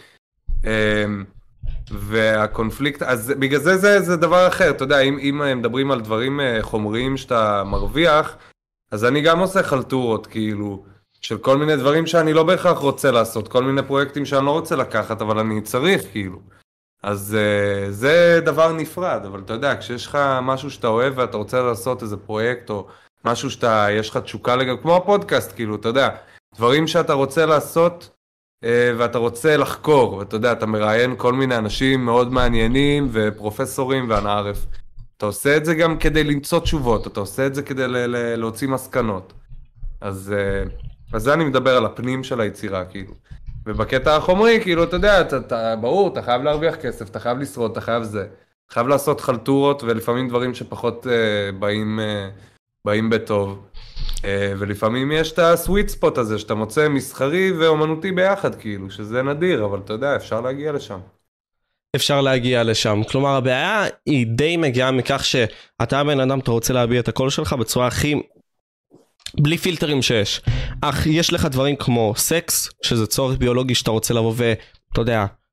והקונפליקט, אז בגלל זה זה, זה דבר אחר, אתה יודע, אם, אם מדברים על דברים חומריים שאתה מרוויח, אז אני גם עושה חלטורות, כאילו, של כל מיני דברים שאני לא בהכרח רוצה לעשות, כל מיני פרויקטים שאני לא רוצה לקחת, אבל אני צריך, כאילו. אז uh, זה דבר נפרד, אבל אתה יודע, כשיש לך משהו שאתה אוהב ואתה רוצה לעשות איזה פרויקט, או משהו שאתה, יש לך תשוקה לגבי, כמו הפודקאסט, כאילו, אתה יודע, דברים שאתה רוצה לעשות, uh, ואתה רוצה לחקור, ואתה יודע, אתה מראיין כל מיני אנשים מאוד מעניינים, ופרופסורים והנערף. אתה עושה את זה גם כדי למצוא תשובות, אתה עושה את זה כדי ל- ל- להוציא מסקנות. אז, uh, אז זה אני מדבר על הפנים של היצירה, כאילו. ובקטע החומרי, כאילו, אתה יודע, אתה, אתה, ברור, אתה חייב להרוויח כסף, אתה חייב לשרוד, אתה חייב זה. אתה חייב לעשות חלטורות, ולפעמים דברים שפחות אה, באים, אה, באים בטוב. אה, ולפעמים יש את הסוויט ספוט הזה, שאתה מוצא מסחרי ואומנותי ביחד, כאילו, שזה נדיר, אבל אתה יודע, אפשר להגיע לשם. אפשר להגיע לשם. כלומר, הבעיה היא די מגיעה מכך שאתה בן אדם, אתה רוצה להביע את הקול שלך בצורה הכי... בלי פילטרים שיש. אך יש לך דברים כמו סקס, שזה צורך ביולוגי שאתה רוצה לבוא ואתה יודע,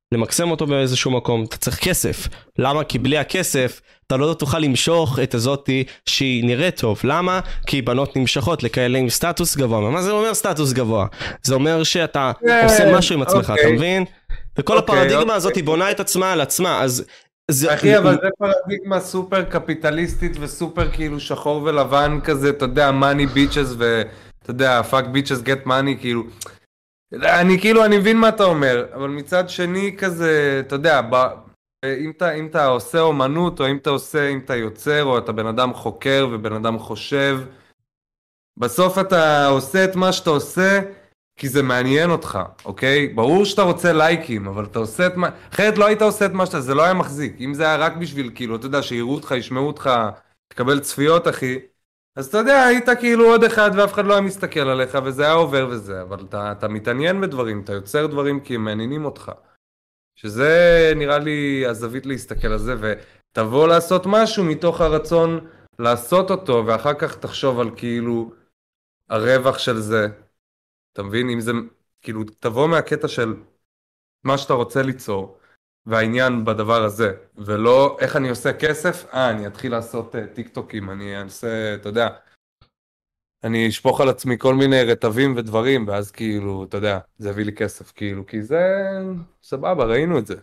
למקסם אותו באיזשהו מקום, אתה צריך כסף. למה? כי בלי הכסף, אתה לא תוכל למשוך את הזאתי שהיא נראית טוב. למה? כי בנות נמשכות לכאלה עם סטטוס גבוה. מה זה אומר סטטוס גבוה? זה אומר שאתה עושה משהו עם עצמך, אתה מבין? וכל הפרדיגמה הזאת היא בונה את עצמה על עצמה, אז... אחי, אבל זה פרדיגמה סופר קפיטליסטית וסופר כאילו שחור ולבן כזה, אתה יודע, money bitches ואתה יודע, fuck bitches get money, כאילו... אני כאילו, אני מבין מה אתה אומר, אבל מצד שני כזה, אתה יודע, ב, אם, אתה, אם אתה עושה אומנות, או אם אתה עושה, אם אתה יוצר, או אתה בן אדם חוקר ובן אדם חושב, בסוף אתה עושה את מה שאתה עושה, כי זה מעניין אותך, אוקיי? ברור שאתה רוצה לייקים, אבל אתה עושה את מה, אחרת לא היית עושה את מה שאתה, זה לא היה מחזיק. אם זה היה רק בשביל, כאילו, אתה יודע, שיראו אותך, ישמעו אותך, תקבל צפיות, אחי. אז אתה יודע, היית כאילו עוד אחד ואף אחד לא היה מסתכל עליך, וזה היה עובר וזה, אבל אתה, אתה מתעניין בדברים, אתה יוצר דברים כי הם מעניינים אותך. שזה נראה לי הזווית להסתכל על זה, ותבוא לעשות משהו מתוך הרצון לעשות אותו, ואחר כך תחשוב על כאילו הרווח של זה. אתה מבין? אם זה, כאילו, תבוא מהקטע של מה שאתה רוצה ליצור, והעניין בדבר הזה, ולא איך אני עושה כסף, אה, אני אתחיל לעשות uh, טיק טוקים, אני אעשה, אתה יודע, אני אשפוך על עצמי כל מיני רטבים ודברים, ואז כאילו, אתה יודע, זה הביא לי כסף, כאילו, כי זה סבבה, ראינו את זה.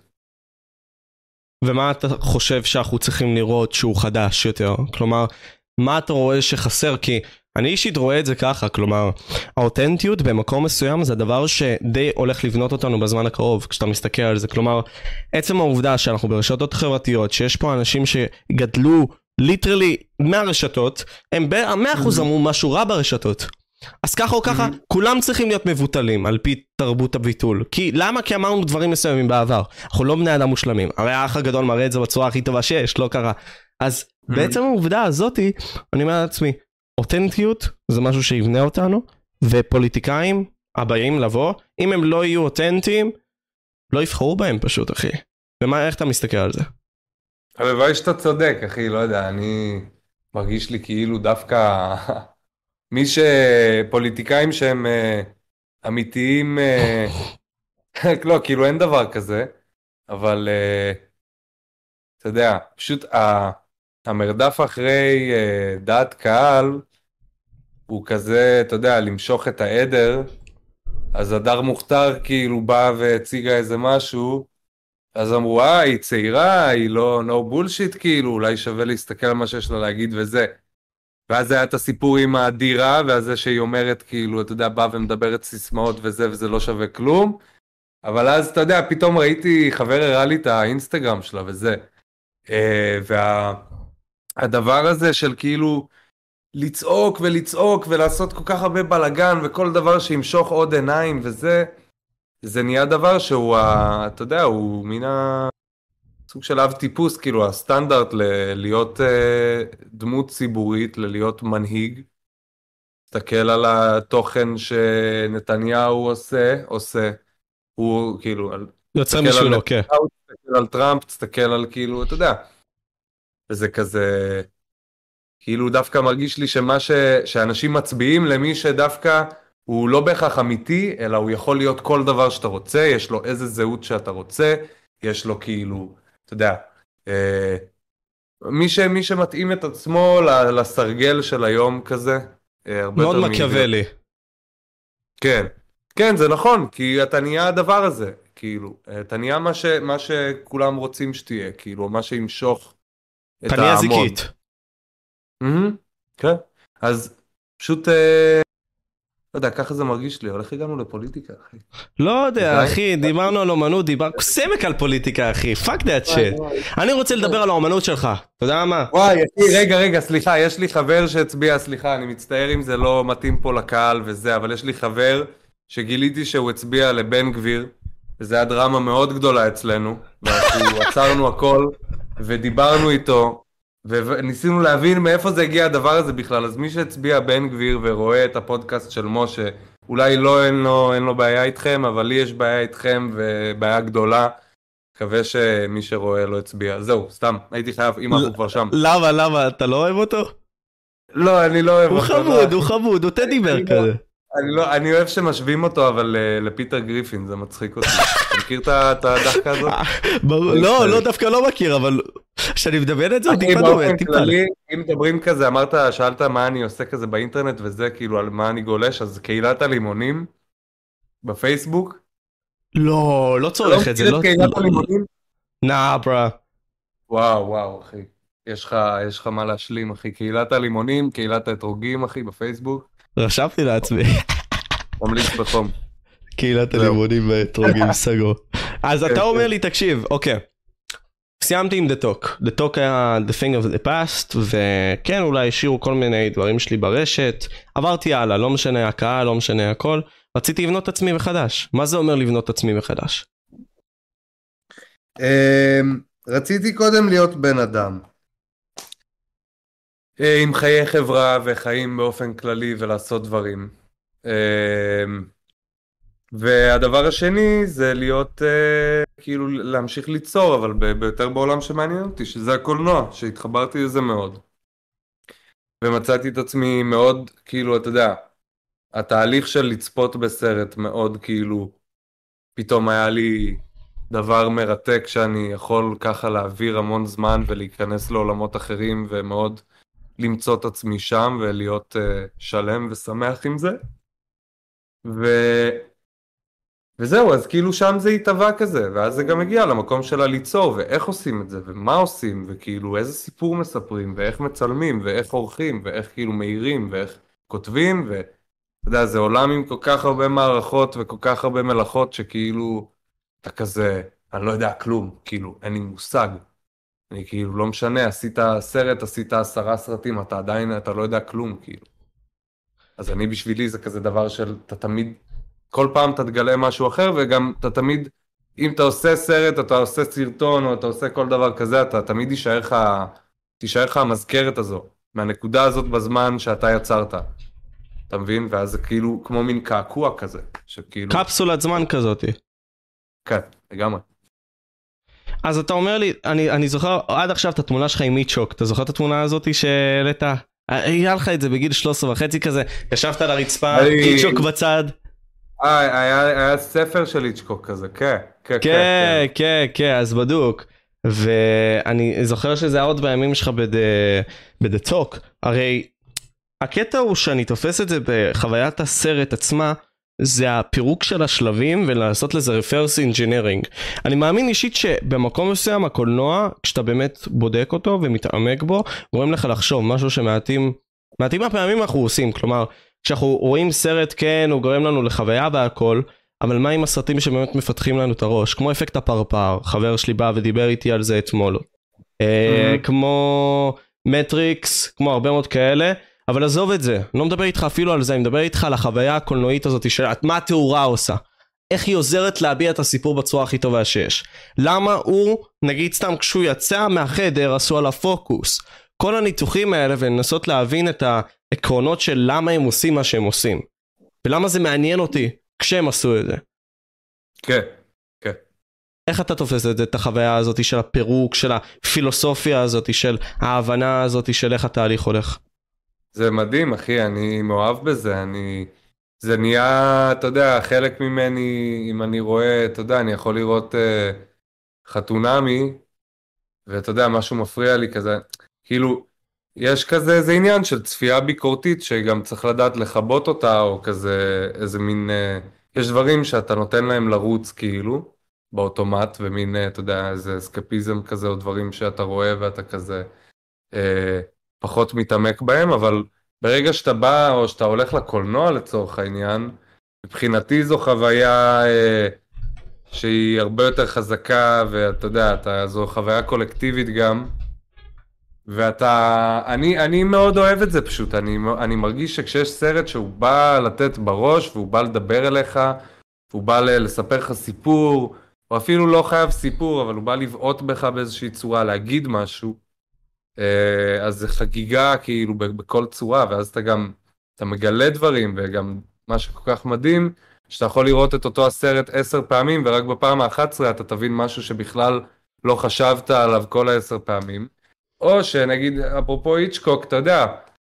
ומה אתה חושב שאנחנו צריכים לראות שהוא חדש יותר? כלומר, מה אתה רואה שחסר? כי אני אישית רואה את זה ככה, כלומר, האותנטיות במקום מסוים זה הדבר שדי הולך לבנות אותנו בזמן הקרוב, כשאתה מסתכל על זה. כלומר, עצם העובדה שאנחנו ברשתות חברתיות, שיש פה אנשים שגדלו ליטרלי מהרשתות, הם ב-מאה אחוז אמרו משהו רע ברשתות. אז ככה או ככה, כולם צריכים להיות מבוטלים על פי תרבות הביטול. כי למה? כי אמרנו דברים מסוימים בעבר. אנחנו לא בני אדם מושלמים. הרי האח הגדול מראה את זה בצורה הכי טובה שיש, לא קרה. אז בעצם העובדה הזאת, אני אומר לעצמי, אותנטיות זה משהו שיבנה אותנו, ופוליטיקאים הבאים לבוא, אם הם לא יהיו אותנטיים, לא יבחרו בהם פשוט, אחי. ומה, איך אתה מסתכל על זה? הלוואי שאתה צודק, אחי, לא יודע, אני מרגיש לי כאילו דווקא מי שפוליטיקאים שהם uh, אמיתיים, uh, לא, כאילו אין דבר כזה, אבל uh, אתה יודע, פשוט uh, המרדף אחרי uh, דעת קהל, הוא כזה, אתה יודע, למשוך את העדר, אז הדר מוכתר כאילו בא והציגה איזה משהו, אז אמרו, אה, היא צעירה, היא לא no bullshit, כאילו, אולי שווה להסתכל על מה שיש לה להגיד וזה. ואז היה את הסיפור עם הדירה, ואז זה שהיא אומרת, כאילו, אתה יודע, בא ומדברת סיסמאות וזה, וזה לא שווה כלום. אבל אז, אתה יודע, פתאום ראיתי, חבר הראה לי את האינסטגרם שלה וזה. והדבר הזה של כאילו, לצעוק ולצעוק ולעשות כל כך הרבה בלגן, וכל דבר שימשוך עוד עיניים וזה, זה נהיה דבר שהוא, אתה יודע, הוא מן הסוג של אב טיפוס, כאילו הסטנדרט ל- להיות uh, דמות ציבורית, ללהיות מנהיג. תסתכל על התוכן שנתניהו עושה, עושה. הוא כאילו, יוצא משולו, כן. תסתכל על טראמפ, תסתכל על כאילו, אתה יודע. וזה כזה, כאילו דווקא מרגיש לי שמה ש... שאנשים מצביעים למי שדווקא הוא לא בהכרח אמיתי, אלא הוא יכול להיות כל דבר שאתה רוצה, יש לו איזה זהות שאתה רוצה, יש לו כאילו, אתה יודע, אה, מי, ש, מי שמתאים את עצמו לסרגל של היום כזה, אה, הרבה מאוד יותר מקיאוולי. כן, כן, זה נכון, כי אתה נהיה הדבר הזה, כאילו, אתה נהיה מה, ש, מה שכולם רוצים שתהיה, כאילו, מה שימשוך את ההמון. אתה נהיה זיקית. Mm-hmm, כן, אז פשוט... אה, לא יודע, ככה זה מרגיש לי, הולך הגענו לפוליטיקה, אחי. לא יודע, אחי, דיברנו על אומנות, דיברנו סמק על פוליטיקה, אחי, fuck that shit. אני רוצה לדבר על האומנות שלך, אתה יודע מה? וואי, אחי, רגע, רגע, סליחה, יש לי חבר שהצביע, סליחה, אני מצטער אם זה לא מתאים פה לקהל וזה, אבל יש לי חבר שגיליתי שהוא הצביע לבן גביר, וזה היה דרמה מאוד גדולה אצלנו, ואנחנו עצרנו הכל, ודיברנו איתו, וניסינו להבין מאיפה זה הגיע הדבר הזה בכלל. אז מי שהצביע בן גביר ורואה את הפודקאסט של משה, אולי לא, אין לו, אין לו בעיה איתכם, אבל לי יש בעיה איתכם ובעיה גדולה. מקווה שמי שרואה לא הצביע. זהו, סתם, הייתי חייב, אם אנחנו כבר שם. למה, למה? אתה לא אוהב אותו? לא, אני לא אוהב הוא אותו. חמוד, הוא חמוד, הוא טדי בר כזה. אני לא, אני אוהב שמשווים אותו, אבל אה, לפיטר גריפין, זה מצחיק אותי. אתה מכיר את ה- את הדחקה הזאת? ברור, לא, לא, דווקא לא מכיר, אבל כשאני מדמיין את זה, הוא אחי, טיפה דומה, באופן טיפה. כללי, אם מדברים כזה, אמרת, שאלת מה אני עושה כזה באינטרנט וזה, כאילו, על מה אני גולש, אז קהילת הלימונים בפייסבוק. לא, לא אתה לא צורך את זה, מכיר לא... את קהילת הלימונים? נא, ברה. וואו, וואו, אחי. יש לך, יש לך מה להשלים, אחי. קהילת הלימונים, קהילת האתרוגים, אחי, בפייסבוק. רשמתי לעצמי. ממליץ בחום. קהילת זהו. הלימונים והאתרוגים סגור. אז כן, אתה אומר כן. לי, תקשיב, אוקיי. סיימתי עם The Talk. The Talk היה The Thing of the Past, וכן, אולי השאירו כל מיני דברים שלי ברשת. עברתי הלאה, לא משנה הקהל, לא משנה הכל. רציתי לבנות את עצמי מחדש. מה זה אומר לבנות את עצמי מחדש? אמ, רציתי קודם להיות בן אדם. אה, עם חיי חברה וחיים באופן כללי ולעשות דברים. אמ, והדבר השני זה להיות, אה, כאילו להמשיך ליצור, אבל ב- ביותר בעולם שמעניין אותי, שזה הקולנוע, שהתחברתי לזה מאוד. ומצאתי את עצמי מאוד, כאילו, אתה יודע, התהליך של לצפות בסרט מאוד, כאילו, פתאום היה לי דבר מרתק שאני יכול ככה להעביר המון זמן ולהיכנס לעולמות אחרים ומאוד למצוא את עצמי שם ולהיות uh, שלם ושמח עם זה. ו... וזהו, אז כאילו שם זה התהווה כזה, ואז זה גם הגיע למקום של הליצור, ואיך עושים את זה, ומה עושים, וכאילו איזה סיפור מספרים, ואיך מצלמים, ואיך עורכים, ואיך כאילו מאירים, ואיך כותבים, ואתה יודע, זה עולם עם כל כך הרבה מערכות וכל כך הרבה מלאכות, שכאילו אתה כזה, אני לא יודע כלום, כאילו, אין לי מושג. אני כאילו, לא משנה, עשית סרט, עשית עשרה סרטים, אתה עדיין, אתה לא יודע כלום, כאילו. אז אני בשבילי זה כזה דבר של, אתה תמיד, כל פעם אתה תגלה משהו אחר, וגם אתה תמיד, אם אתה עושה סרט, אתה עושה סרטון, או אתה עושה כל דבר כזה, אתה תמיד יישאר לך, תישאר לך המזכרת הזו, מהנקודה הזאת בזמן שאתה יצרת. אתה מבין? ואז זה כאילו כמו מין קעקוע כזה, שכאילו... קפסולת זמן כזאת. כן, לגמרי. אז אתה אומר לי, אני, אני זוכר עד עכשיו את התמונה שלך עם מיצ'וק, אתה זוכר את התמונה הזאת שהעלית? היה לך את זה בגיל שלוש עשרה וחצי כזה, ישבת על הרצפה, מיצ'וק בצד. אה, היה, היה ספר של איצ'קוק כזה, כן, כן, כן, כן, כן, אז בדוק. ואני זוכר שזה היה עוד בימים שלך ב-The Talk, הרי הקטע הוא שאני תופס את זה בחוויית הסרט עצמה, זה הפירוק של השלבים ולעשות לזה reverse engineering. אני מאמין אישית שבמקום מסוים הקולנוע, כשאתה באמת בודק אותו ומתעמק בו, גורם לך לחשוב משהו שמעטים, מעטים מהפעמים אנחנו עושים, כלומר, כשאנחנו רואים סרט כן, הוא גורם לנו לחוויה והכל, אבל מה עם הסרטים שבאמת מפתחים לנו את הראש? כמו אפקט הפרפר, חבר שלי בא ודיבר איתי על זה אתמול. כמו מטריקס, כמו הרבה מאוד כאלה, אבל עזוב את זה, אני לא מדבר איתך אפילו על זה, אני מדבר איתך על החוויה הקולנועית הזאת של מה התאורה עושה, איך היא עוזרת להביע את הסיפור בצורה הכי טובה שיש, למה הוא, נגיד סתם כשהוא יצא מהחדר עשו עליו פוקוס, כל הניתוחים האלה ולנסות להבין את העקרונות של למה הם עושים מה שהם עושים, ולמה זה מעניין אותי כשהם עשו את זה. כן, כן. איך אתה תופס את זה, את החוויה הזאת של הפירוק, של הפילוסופיה הזאת, של ההבנה הזאת של איך התהליך הולך? זה מדהים, אחי, אני מאוהב בזה, אני... זה נהיה, אתה יודע, חלק ממני, אם אני רואה, אתה יודע, אני יכול לראות אה, חתונמי, ואתה יודע, משהו מפריע לי כזה, כאילו, יש כזה איזה עניין של צפייה ביקורתית, שגם צריך לדעת לכבות אותה, או כזה, איזה מין, אה, יש דברים שאתה נותן להם לרוץ, כאילו, באוטומט, ומין, אה, אתה יודע, איזה אסקפיזם כזה, או דברים שאתה רואה, ואתה כזה... אה, פחות מתעמק בהם, אבל ברגע שאתה בא או שאתה הולך לקולנוע לצורך העניין, מבחינתי זו חוויה אה, שהיא הרבה יותר חזקה, ואתה יודע, אתה, זו חוויה קולקטיבית גם, ואתה, אני, אני מאוד אוהב את זה פשוט, אני, אני מרגיש שכשיש סרט שהוא בא לתת בראש, והוא בא לדבר אליך, והוא בא לספר לך סיפור, או אפילו לא חייב סיפור, אבל הוא בא לבעוט בך באיזושהי צורה, להגיד משהו, אז זה חגיגה כאילו בכל צורה, ואז אתה גם, אתה מגלה דברים, וגם מה שכל כך מדהים, שאתה יכול לראות את אותו הסרט עשר פעמים, ורק בפעם ה-אחת עשרה אתה תבין משהו שבכלל לא חשבת עליו כל העשר פעמים, או שנגיד, אפרופו איצ'קוק, אתה יודע,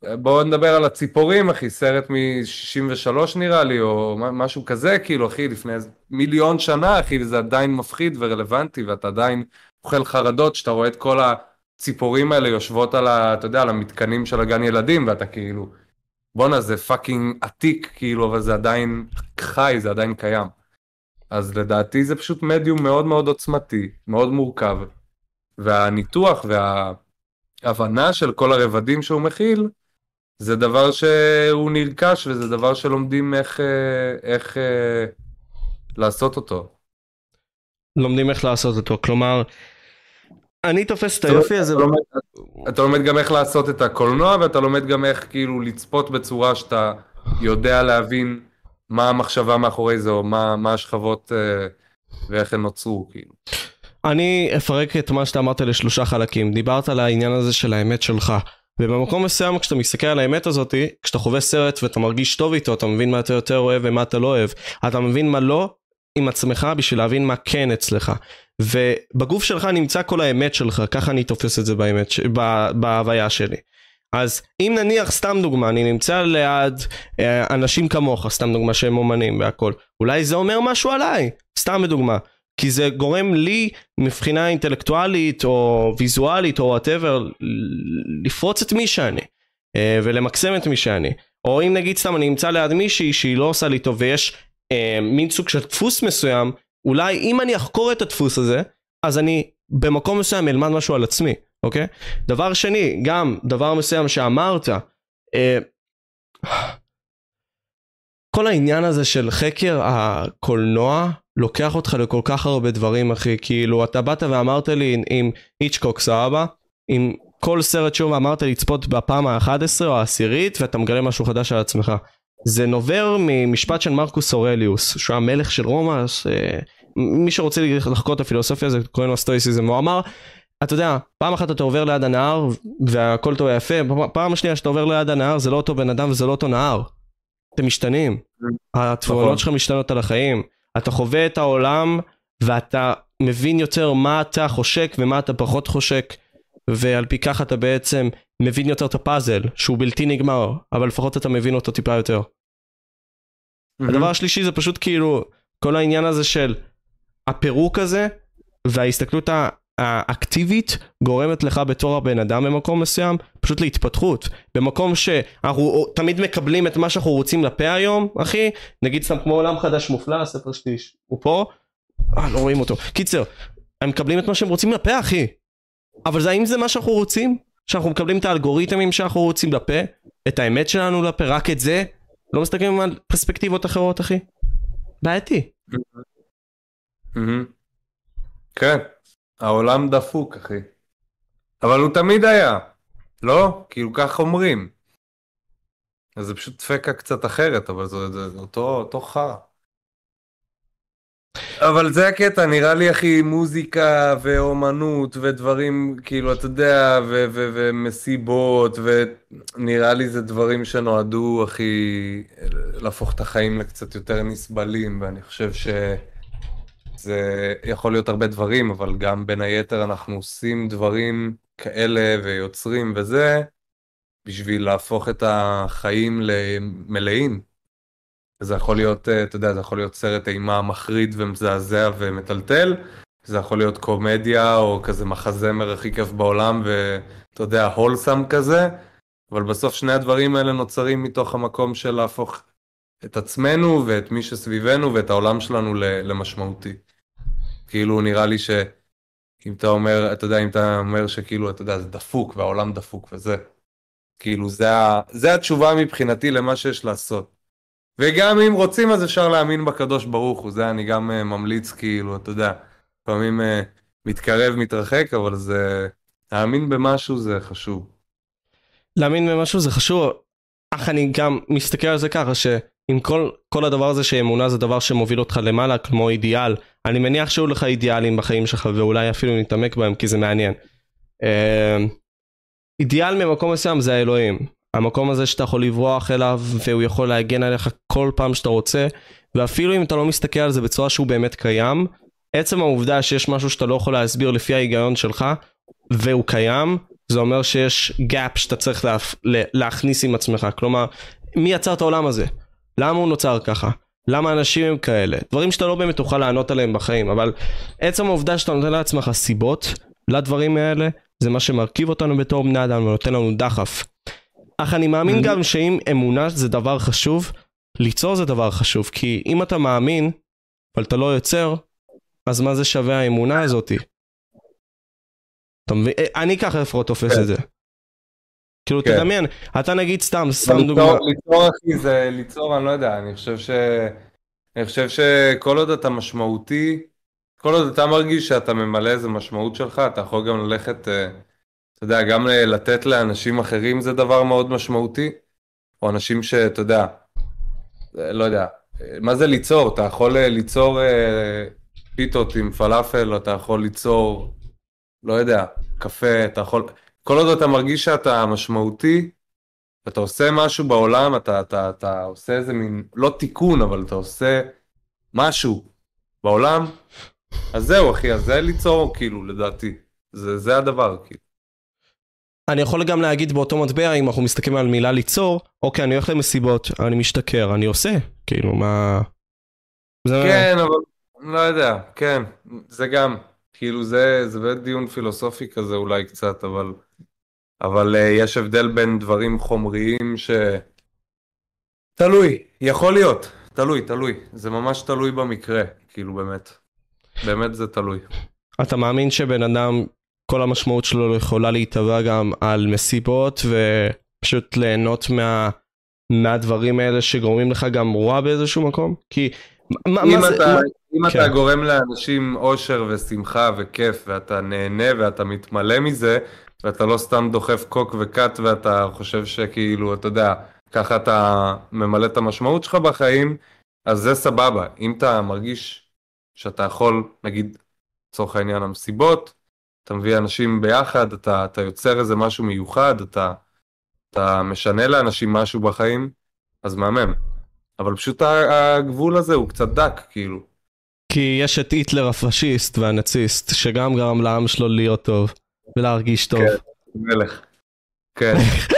בואו נדבר על הציפורים, אחי, סרט מ-שישים ושלוש נראה לי, או משהו כזה, כאילו, אחי, לפני מיליון שנה, אחי, וזה עדיין מפחיד ורלוונטי, ואתה עדיין אוכל חרדות, שאתה רואה את כל הציפורים האלה יושבות על ה, אתה יודע, על המתקנים של הגן ילדים, ואתה כאילו, בונה, זה פאקינג עתיק, כאילו, אבל זה עדיין חי, זה עדיין קיים. אז לדעתי זה פשוט מדיום מאוד מאוד עוצמתי, מאוד מורכב, והניתוח וההבנה של כל הרבדים שהוא מכיל, זה דבר שהוא נרכש, וזה דבר שלומדים איך, איך לעשות אותו. לומדים איך לעשות אותו, כלומר, אני תופס את היופי הזה. אתה לומד, אתה לומד גם איך לעשות את הקולנוע, ואתה לומד גם איך כאילו לצפות בצורה שאתה יודע להבין מה המחשבה מאחורי זה, או מה, מה השכבות ואיך הן נוצרו, כאילו. אני אפרק את מה שאתה אמרת לשלושה חלקים. דיברת על העניין הזה של האמת שלך. ובמקום מסוים, כשאתה מסתכל על האמת הזאת, כשאתה חווה סרט ואתה מרגיש טוב איתו, אתה מבין מה אתה יותר אוהב ומה אתה לא אוהב. אתה מבין מה לא עם עצמך בשביל להבין מה כן אצלך. ובגוף שלך נמצא כל האמת שלך, ככה אני תופס את זה באמת, בהוויה שלי. אז אם נניח, סתם דוגמה, אני נמצא ליד אה, אנשים כמוך, סתם דוגמה שהם אומנים והכל, אולי זה אומר משהו עליי, סתם בדוגמה. כי זה גורם לי מבחינה אינטלקטואלית או ויזואלית או whatever לפרוץ את מי שאני ולמקסם את מי שאני. או אם נגיד סתם אני אמצא ליד מישהי שהיא לא עושה לי טוב ויש אה, מין סוג של דפוס מסוים, אולי אם אני אחקור את הדפוס הזה אז אני במקום מסוים אלמד משהו על עצמי, אוקיי? דבר שני, גם דבר מסוים שאמרת, אה, כל העניין הזה של חקר הקולנוע לוקח אותך לכל כך הרבה דברים, אחי. כאילו, אתה באת ואמרת לי עם היצ'קוק, סבבה? עם כל סרט שוב אמרת לי לצפות בפעם ה-אחת עשרה או העשירית, ואתה מגלה משהו חדש על עצמך. זה נובר ממשפט של מרקוס אורליוס, שהוא המלך של רומא, מי שרוצה לחקור את הפילוסופיה, זה קוראים לו סטואיסיזם. הוא אמר, אתה יודע, פעם אחת אתה עובר ליד הנהר, והכל טוב יפה, פעם השנייה שאתה עובר ליד הנהר, זה לא אותו בן אדם וזה לא אותו נהר. אתם משתנים. התבונות שלך משתנות על החיים. אתה חווה את העולם ואתה מבין יותר מה אתה חושק ומה אתה פחות חושק, ועל פי כך אתה בעצם מבין יותר את הפאזל שהוא בלתי נגמר, אבל לפחות אתה מבין אותו טיפה יותר. Mm-hmm. הדבר השלישי זה פשוט כאילו כל העניין הזה של הפירוק הזה וההסתכלות האקטיבית גורמת לך בתור הבן אדם במקום מסוים פשוט להתפתחות, במקום שאנחנו תמיד מקבלים את מה שאנחנו רוצים לפה היום, אחי, נגיד סתם כמו עולם חדש מופלא, הספר שלי הוא פה, אה, לא רואים אותו, קיצר, הם מקבלים את מה שהם רוצים לפה, אחי, אבל זה האם זה מה שאנחנו רוצים? שאנחנו מקבלים את האלגוריתמים שאנחנו רוצים לפה, את האמת שלנו לפה, רק את זה, לא מסתכלים על פרספקטיבות אחרות, אחי, בעייתי. כן, העולם דפוק, אחי. אבל הוא תמיד היה, לא? כאילו כך אומרים. אז זה פשוט דפקה קצת אחרת, אבל זה, זה, זה אותו, אותו חרא. אבל זה הקטע, נראה לי, אחי, מוזיקה ואומנות ודברים, כאילו, אתה יודע, ו- ו- ומסיבות, ונראה לי זה דברים שנועדו, אחי, להפוך את החיים לקצת יותר נסבלים, ואני חושב ש... זה יכול להיות הרבה דברים, אבל גם בין היתר אנחנו עושים דברים כאלה ויוצרים וזה, בשביל להפוך את החיים למלאים. זה יכול להיות, אתה יודע, זה יכול להיות סרט אימה מחריד ומזעזע ומטלטל, זה יכול להיות קומדיה או כזה מחזמר הכי כיף בעולם, ואתה יודע, הולסם כזה, אבל בסוף שני הדברים האלה נוצרים מתוך המקום של להפוך את עצמנו ואת מי שסביבנו ואת העולם שלנו למשמעותי. כאילו נראה לי שאם אתה אומר, אתה יודע, אם אתה אומר שכאילו, אתה יודע, זה דפוק והעולם דפוק וזה, כאילו זה, זה התשובה מבחינתי למה שיש לעשות. וגם אם רוצים אז אפשר להאמין בקדוש ברוך הוא, זה אני גם ממליץ, כאילו, אתה יודע, לפעמים מתקרב, מתרחק, אבל זה, להאמין במשהו זה חשוב. להאמין במשהו זה חשוב, אך אני גם מסתכל על זה ככה, שעם כל, כל הדבר הזה שאמונה זה דבר שמוביל אותך למעלה, כמו אידיאל, אני מניח שהיו לך אידיאלים בחיים שלך, ואולי אפילו נתעמק בהם, כי זה מעניין. אידיאל ממקום מסוים זה האלוהים. המקום הזה שאתה יכול לברוח אליו, והוא יכול להגן עליך כל פעם שאתה רוצה, ואפילו אם אתה לא מסתכל על זה בצורה שהוא באמת קיים, עצם העובדה שיש משהו שאתה לא יכול להסביר לפי ההיגיון שלך, והוא קיים, זה אומר שיש gap שאתה צריך להפ... להכניס עם עצמך, כלומר, מי יצר את העולם הזה? למה הוא נוצר ככה? למה אנשים הם כאלה? דברים שאתה לא באמת תוכל לענות עליהם בחיים, אבל עצם העובדה שאתה נותן לעצמך סיבות לדברים האלה, זה מה שמרכיב אותנו בתור בני אדם ונותן לנו דחף. אך אני מאמין גם שאם אמונה זה דבר חשוב, ליצור זה דבר חשוב, כי אם אתה מאמין, אבל אתה לא יוצר, אז מה זה שווה האמונה הזאת? אתה מבין? אני ככה לפחות תופס את זה. כאילו תדמיין, אתה נגיד סתם, סתם דוגמה. ליצור אחי זה ליצור, אני לא יודע, אני חושב ש... אני חושב שכל עוד אתה משמעותי, כל עוד אתה מרגיש שאתה ממלא איזה משמעות שלך, אתה יכול גם ללכת, אתה יודע, גם לתת לאנשים אחרים זה דבר מאוד משמעותי, או אנשים שאתה יודע, לא יודע, מה זה ליצור? אתה יכול ליצור פיתות עם פלאפל, או אתה יכול ליצור, לא יודע, קפה, אתה יכול... כל עוד אתה מרגיש שאתה משמעותי, אתה עושה משהו בעולם, אתה, אתה, אתה עושה איזה מין, לא תיקון, אבל אתה עושה משהו בעולם, אז זהו אחי, אז זה ליצור כאילו, לדעתי. זה, זה הדבר, כאילו. אני יכול גם להגיד באותו מטבע, אם אנחנו מסתכלים על מילה ליצור, אוקיי, אני הולך למסיבות, אני משתכר, אני עושה, כאילו, מה... זה... כן, אבל, לא יודע, כן, זה גם, כאילו, זה, זה באמת דיון פילוסופי כזה אולי קצת, אבל... אבל uh, יש הבדל בין דברים חומריים ש... תלוי, יכול להיות, תלוי, תלוי. זה ממש תלוי במקרה, כאילו באמת. באמת זה תלוי. אתה מאמין שבן אדם, כל המשמעות שלו יכולה להתהווה גם על מסיבות, ופשוט ליהנות מה... מהדברים האלה שגורמים לך גם רוע באיזשהו מקום? כי... מה, אם מה אתה, זה... אם כן. אתה גורם לאנשים אושר ושמחה וכיף, ואתה נהנה ואתה מתמלא מזה, ואתה לא סתם דוחף קוק וקט, ואתה חושב שכאילו, אתה יודע, ככה אתה ממלא את המשמעות שלך בחיים, אז זה סבבה. אם אתה מרגיש שאתה יכול, נגיד, לצורך העניין המסיבות, אתה מביא אנשים ביחד, אתה, אתה יוצר איזה משהו מיוחד, אתה, אתה משנה לאנשים משהו בחיים, אז מהמם. אבל פשוט הגבול הזה הוא קצת דק, כאילו. כי יש את היטלר הפשיסט והנאציסט, שגם גרם לעם שלו להיות טוב, ולהרגיש טוב. כן, מלך. כן.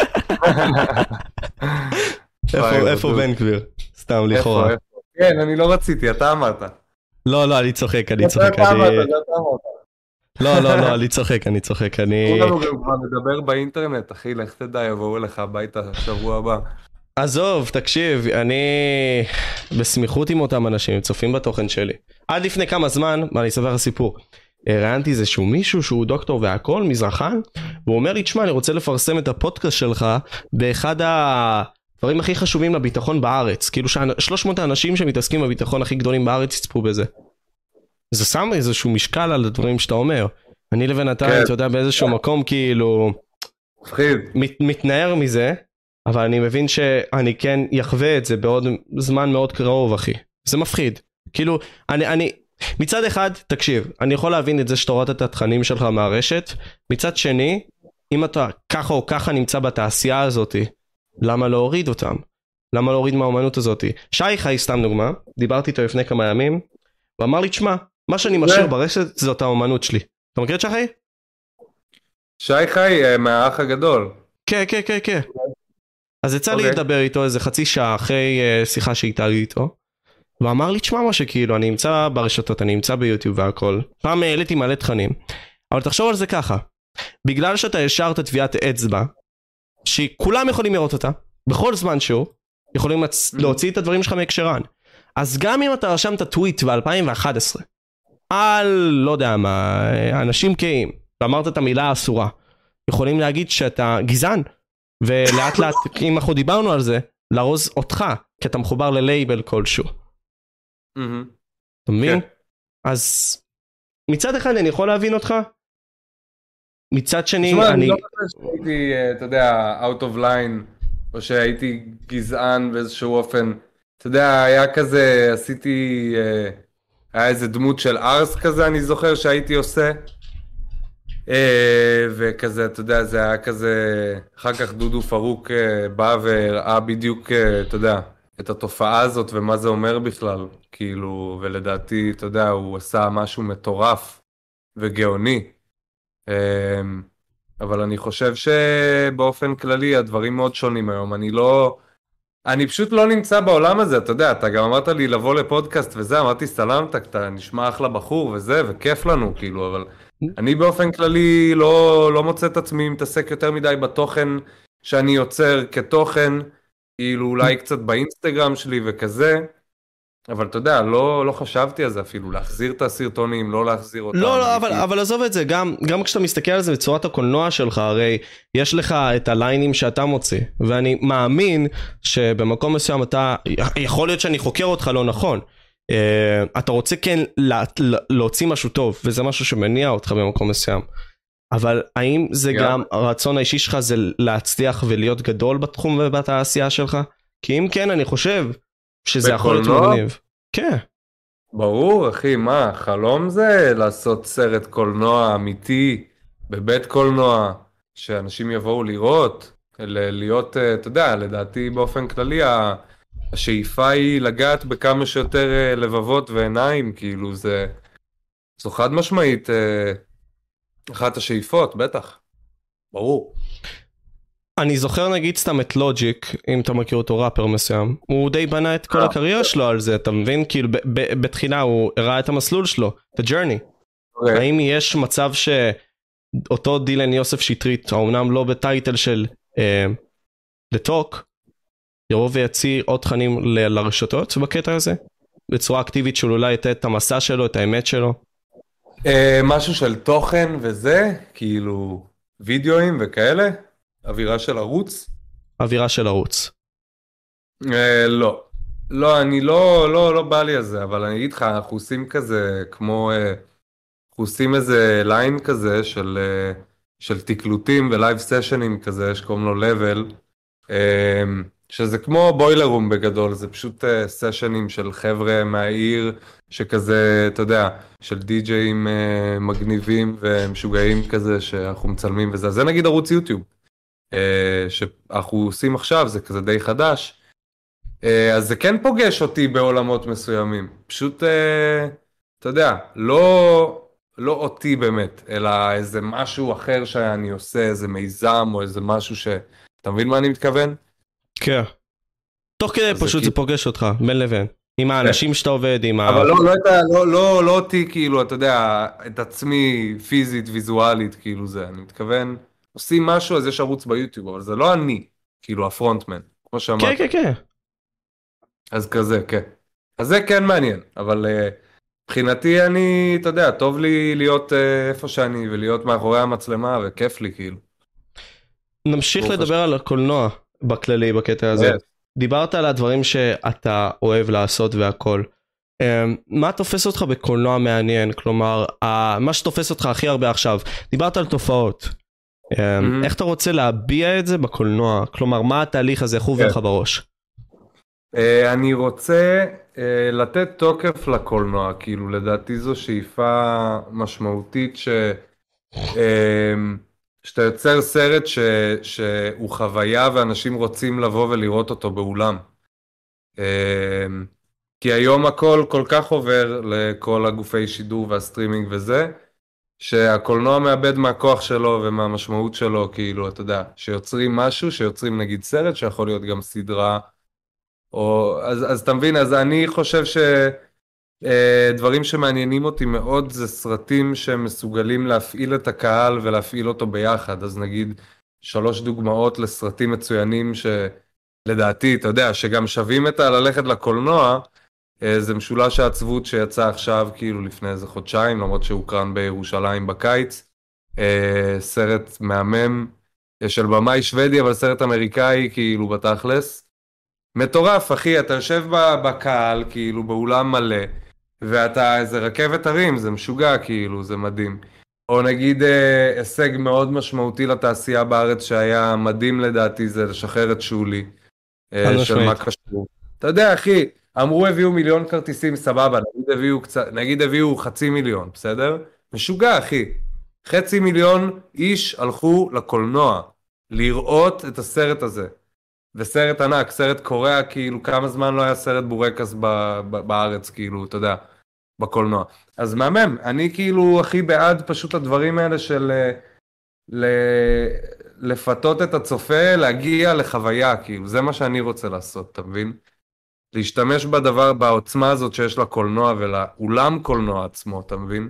איפה בן גביר? סתם לכאורה. כן, אני לא רציתי, אתה אמרת. לא, לא, אני צוחק, אני צוחק. אתה אמרת, אתה אמרת. לא, לא, לא, אני צוחק, אני צוחק, אני... כולנו גם כבר מדבר באינטרנט, אחי, לך תדע, יבואו לך הביתה שבוע הבא. עזוב, תקשיב, אני בסמיכות עם אותם אנשים, צופים בתוכן שלי. עד לפני כמה זמן, אני אספר לך סיפור, ראיינתי איזשהו מישהו שהוא דוקטור והכל, מזרחן, והוא אומר לי, תשמע, אני רוצה לפרסם את הפודקאסט שלך באחד הדברים הכי חשובים לביטחון בארץ, כאילו שלוש מאות האנשים שמתעסקים בביטחון הכי גדולים בארץ יצפו בזה. זה שם איזשהו משקל על הדברים שאתה אומר. אני לבינתיים, אתה יודע, באיזשהו מקום כאילו מת, מתנער מזה, אבל אני מבין שאני כן יחווה את זה בעוד זמן מאוד קרוב, אחי. זה מפחיד. כאילו, אני, אני, מצד אחד, תקשיב, אני יכול להבין את זה שאתה רואה את התכנים שלך מהרשת, מצד שני, אם אתה ככה או ככה נמצא בתעשייה הזאת, למה להוריד אותם? למה להוריד מהאומנות הזאת? שי חי, סתם דוגמה, דיברתי איתו לפני כמה ימים, ואמר לי, תשמע, מה שאני משאיר ברשת זאת האומנות שלי. אתה מכיר את שי חי? שי חי מהאח הגדול. כן, כן, כן, כן. אז יצא לי לדבר איתו איזה חצי שעה אחרי שיחה שהייתה לי איתו, ואמר לי, תשמע מה שכאילו, אני אמצא ברשתות, אני אמצא ביוטיוב והכל. פעם העליתי מלא תכנים. אבל תחשוב על זה ככה, בגלל שאתה השארת טביעת אצבע, שכולם יכולים לראות אותה, בכל זמן שהוא, יכולים להוציא את הדברים שלך מהקשרן. אז גם אם אתה רשמת טוויט ב-אלפיים ואחת עשרה, על, לא יודע מה, אנשים קיים, ואמרת את המילה האסורה, יכולים להגיד שאתה גזען, ולאט לאט, אם אנחנו דיברנו על זה, להרוז אותך, כי אתה מחובר ללייבל כלשהו. אתה מבין? אז מצד אחד אני יכול להבין אותך, מצד שני אני... אני... לא חושב שהייתי, אתה יודע, out of line, או שהייתי גזען באיזשהו אופן, אתה יודע, היה כזה, עשיתי, היה איזה דמות של ארס כזה, אני זוכר שהייתי עושה, וכזה, אתה יודע, זה היה כזה, אחר כך דודו פרוק בא והראה בדיוק, אתה יודע, את התופעה הזאת ומה זה אומר בכלל, כאילו, ולדעתי, אתה יודע, הוא עשה משהו מטורף וגאוני. אבל אני חושב שבאופן כללי הדברים מאוד שונים היום, אני לא, אני פשוט לא נמצא בעולם הזה, אתה יודע, אתה גם אמרת לי לבוא לפודקאסט וזה, אמרתי סלמת, אתה נשמע אחלה בחור וזה, וכיף לנו, כאילו, אבל אני באופן כללי לא, לא מוצא את עצמי מתעסק יותר מדי בתוכן שאני יוצר כתוכן, כאילו אולי קצת באינסטגרם שלי וכזה, אבל אתה יודע, לא, לא חשבתי על זה אפילו, להחזיר את הסרטונים, לא להחזיר אותם. לא, לא, אבל, אבל עזוב את זה, גם, גם כשאתה מסתכל על זה בצורת הקולנוע שלך, הרי יש לך את הליינים שאתה מוציא, ואני מאמין שבמקום מסוים אתה, יכול להיות שאני חוקר אותך לא נכון, uh, אתה רוצה כן לה, להוציא משהו טוב, וזה משהו שמניע אותך במקום מסוים, אבל האם זה גם, גם הרצון האישי שלך זה להצליח ולהיות גדול בתחום ובתעשייה שלך? כי אם כן, אני חושב שזה יכול להיות מגניב. כן. ברור, אחי, מה, חלום זה לעשות סרט קולנוע אמיתי, בבית קולנוע, שאנשים יבואו לראות, להיות, אתה יודע, לדעתי באופן כללי, השאיפה היא לגעת בכמה שיותר לבבות ועיניים, כאילו זה, זו חד משמעית, אחת השאיפות, בטח, ברור. אני זוכר נגיד סתם את לוג'יק, אם אתה מכיר אותו ראפר מסוים, הוא די בנה את כל הקריירה שלו על זה, אתה מבין? כאילו בתחילה הוא הראה את המסלול שלו, the journey. האם יש מצב שאותו דילן יוסף שטרית, האומנם לא בטייטל של The Talk, יבוא ויציא עוד תכנים לרשתות בקטע הזה? בצורה אקטיבית של אולי את המסע שלו, את האמת שלו? משהו של תוכן וזה, כאילו וידאוים וכאלה? אווירה של ערוץ? אווירה של ערוץ. אה, לא. לא, אני לא, לא, לא בא לי על זה, אבל אני אגיד לך, אנחנו עושים כזה, כמו, אה, אנחנו עושים איזה ליין כזה של, אה, של תקלוטים ולייב סשנים כזה, שקוראים לו level, אה, שזה כמו בוילר רום בגדול, זה פשוט אה, סשנים של חבר'ה מהעיר, שכזה, אתה יודע, של די-ג'אים אה, מגניבים ומשוגעים כזה, שאנחנו מצלמים וזה, זה נגיד ערוץ יוטיוב. שאנחנו עושים עכשיו, זה כזה די חדש, אז זה כן פוגש אותי בעולמות מסוימים, פשוט, אתה יודע, לא, לא אותי באמת, אלא איזה משהו אחר שאני עושה, איזה מיזם או איזה משהו ש... אתה מבין מה אני מתכוון? כן. תוך כדי פשוט זה פוגש אותך, בין לבין. עם האנשים שאתה עובד, עם ה... אבל לא אותי, כאילו, אתה יודע, את עצמי פיזית, ויזואלית, כאילו זה, אני מתכוון... עושים משהו, אז יש ערוץ ביוטיוב, אבל זה לא אני, כאילו הפרונטמן, כמו שאמרת. כן, כן, כן. אז כזה, כן. אז זה כן מעניין, אבל uh, מבחינתי אני, אתה יודע, טוב לי להיות uh, איפה שאני, ולהיות מאחורי המצלמה, וכיף לי, כאילו. נמשיך לדבר חשב. על הקולנוע בכללי, בקטע הזה. Yes. דיברת על הדברים שאתה אוהב לעשות והכל. Um, מה תופס אותך בקולנוע מעניין? כלומר, uh, מה שתופס אותך הכי הרבה עכשיו. דיברת על תופעות. Mm-hmm. איך אתה רוצה להביע את זה בקולנוע? כלומר, מה התהליך הזה חוב לך בראש? Uh, אני רוצה uh, לתת תוקף לקולנוע, כאילו לדעתי זו שאיפה משמעותית ש, uh, שאתה יוצר סרט ש, שהוא חוויה ואנשים רוצים לבוא ולראות אותו באולם. Uh, כי היום הכל כל כך עובר לכל הגופי שידור והסטרימינג וזה, שהקולנוע מאבד מהכוח שלו ומהמשמעות שלו, כאילו, אתה יודע, שיוצרים משהו, שיוצרים נגיד סרט, שיכול להיות גם סדרה, או, אז, אז אתה מבין, אז אני חושב שדברים שמעניינים אותי מאוד, זה סרטים שמסוגלים להפעיל את הקהל ולהפעיל אותו ביחד, אז נגיד שלוש דוגמאות לסרטים מצוינים שלדעתי, אתה יודע, שגם שווים את הללכת לקולנוע, זה משולש העצבות שיצא עכשיו כאילו לפני איזה חודשיים, למרות שהוקרן בירושלים בקיץ, סרט מהמם של במאי שוודי, אבל סרט אמריקאי כאילו בתכלס, מטורף אחי, אתה יושב בקהל כאילו באולם מלא, ואתה איזה רכבת הרים, זה משוגע כאילו, זה מדהים. או נגיד הישג מאוד משמעותי לתעשייה בארץ שהיה מדהים לדעתי, זה לשחרר את שולי, של מה קשור. אתה יודע אחי, אמרו הביאו מיליון כרטיסים, סבבה, נגיד הביאו, קצת, נגיד הביאו חצי מיליון, בסדר? משוגע, אחי. חצי מיליון איש הלכו לקולנוע, לראות את הסרט הזה. וסרט ענק, סרט קוריאה, כאילו כמה זמן לא היה סרט בורקס ב- ב- בארץ, כאילו, אתה יודע, בקולנוע. אז מהמם, אני כאילו הכי בעד פשוט הדברים האלה של, ל... לפתות את הצופה, להגיע לחוויה, כאילו, זה מה שאני רוצה לעשות, אתה מבין? להשתמש בדבר, בעוצמה הזאת שיש לקולנוע ולאולם קולנוע עצמו, אתה מבין?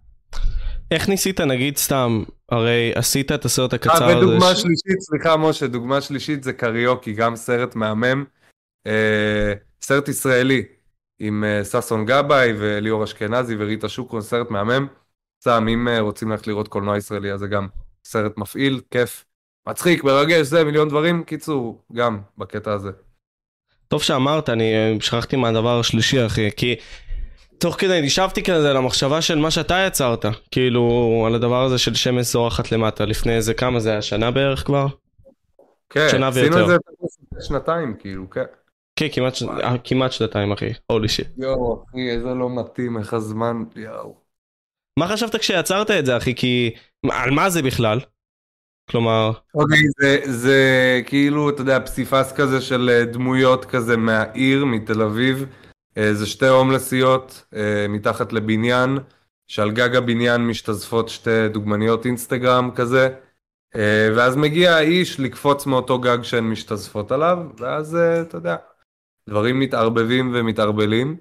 איך ניסית, נגיד סתם, הרי עשית את הסרט הקצר אה, הזה. ודוגמה ש... שלישית, סליחה משה, דוגמה שלישית זה קריוקי, גם סרט מהמם, אה, סרט ישראלי, עם אה, ששון גבאי וליאור אשכנזי וריטה שוקרון, סרט מהמם. סתם, אם אה, רוצים ללכת לראות קולנוע ישראלי, אז זה גם סרט מפעיל, כיף, מצחיק, מרגש, זה מיליון דברים, קיצור, גם בקטע הזה. טוב שאמרת, אני אה, שכחתי מהדבר השלישי, אחי, כי תוך כדי נשאבתי כזה למחשבה של מה שאתה יצרת, כאילו על הדבר הזה של שמש זורחת למטה, לפני איזה כמה זה היה, שנה בערך כבר? כן, שנה עשינו ויותר. את זה לפני שנתיים, כאילו, כן. כן, כמעט, ש... אה, כמעט שנתיים, אחי, הולי שיט. יואו, אחי, איזה לא מתאים, איך הזמן, יואו. מה חשבת כשיצרת את זה, אחי? כי על מה זה בכלל? כלומר, אוקיי, זה, זה כאילו, אתה יודע, פסיפס כזה של אה, דמויות כזה מהעיר, מתל אביב. אה, זה שתי הומלסיות אה, מתחת לבניין, שעל גג הבניין משתזפות שתי דוגמניות אינסטגרם כזה, אה, ואז מגיע האיש לקפוץ מאותו גג שהן משתזפות עליו, ואז, אה, אתה יודע, דברים מתערבבים ומתערבלים.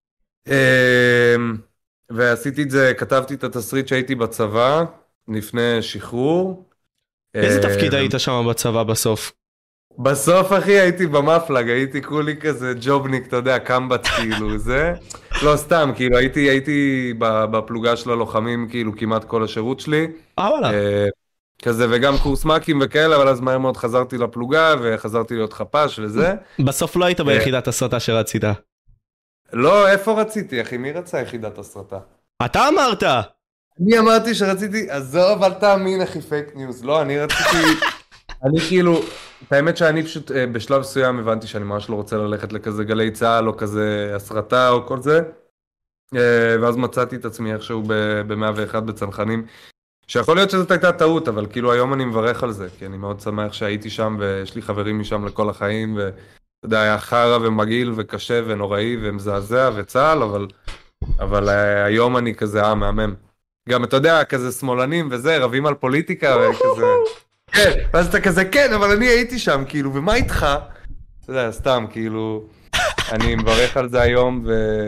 אה, ועשיתי את זה, כתבתי את התסריט שהייתי בצבא, לפני שחרור. איזה אה, תפקיד היית שם בצבא בסוף? בסוף אחי הייתי במפלג, הייתי כולי כזה ג'ובניק, אתה יודע, קמב"ץ כאילו, זה, לא סתם, כאילו הייתי, הייתי בפלוגה של הלוחמים כאילו כמעט כל השירות שלי, אה וואלה. אה, כזה וגם קורס מ"כים וכאלה, אבל אז מהר מאוד חזרתי לפלוגה וחזרתי להיות חפ"ש וזה. בסוף לא היית ביחידת הסרטה שרצית. לא, איפה רציתי אחי, מי רצה יחידת הסרטה? אתה אמרת! אני אמרתי שרציתי, עזוב, אל תאמין אחי פייק ניוז, לא, אני רציתי, אני כאילו, את האמת שאני פשוט אה, בשלב מסוים הבנתי שאני ממש לא רוצה ללכת לכזה גלי צהל או כזה הסרטה או כל זה, אה, ואז מצאתי את עצמי איכשהו ב-מאה ואחת בצנחנים, שיכול להיות שזאת הייתה טעות, אבל כאילו היום אני מברך על זה, כי אני מאוד שמח שהייתי שם ויש לי חברים משם לכל החיים, ואתה יודע, היה חרא ומגעיל וקשה ונוראי ומזעזע וצהל, אבל, אבל אה, היום אני כזה אה מהמם. גם אתה יודע, כזה שמאלנים וזה, רבים על פוליטיקה וכזה, כן, ואז אתה כזה, כן, אבל אני הייתי שם, כאילו, ומה איתך? אתה יודע, סתם, כאילו, אני מברך על זה היום,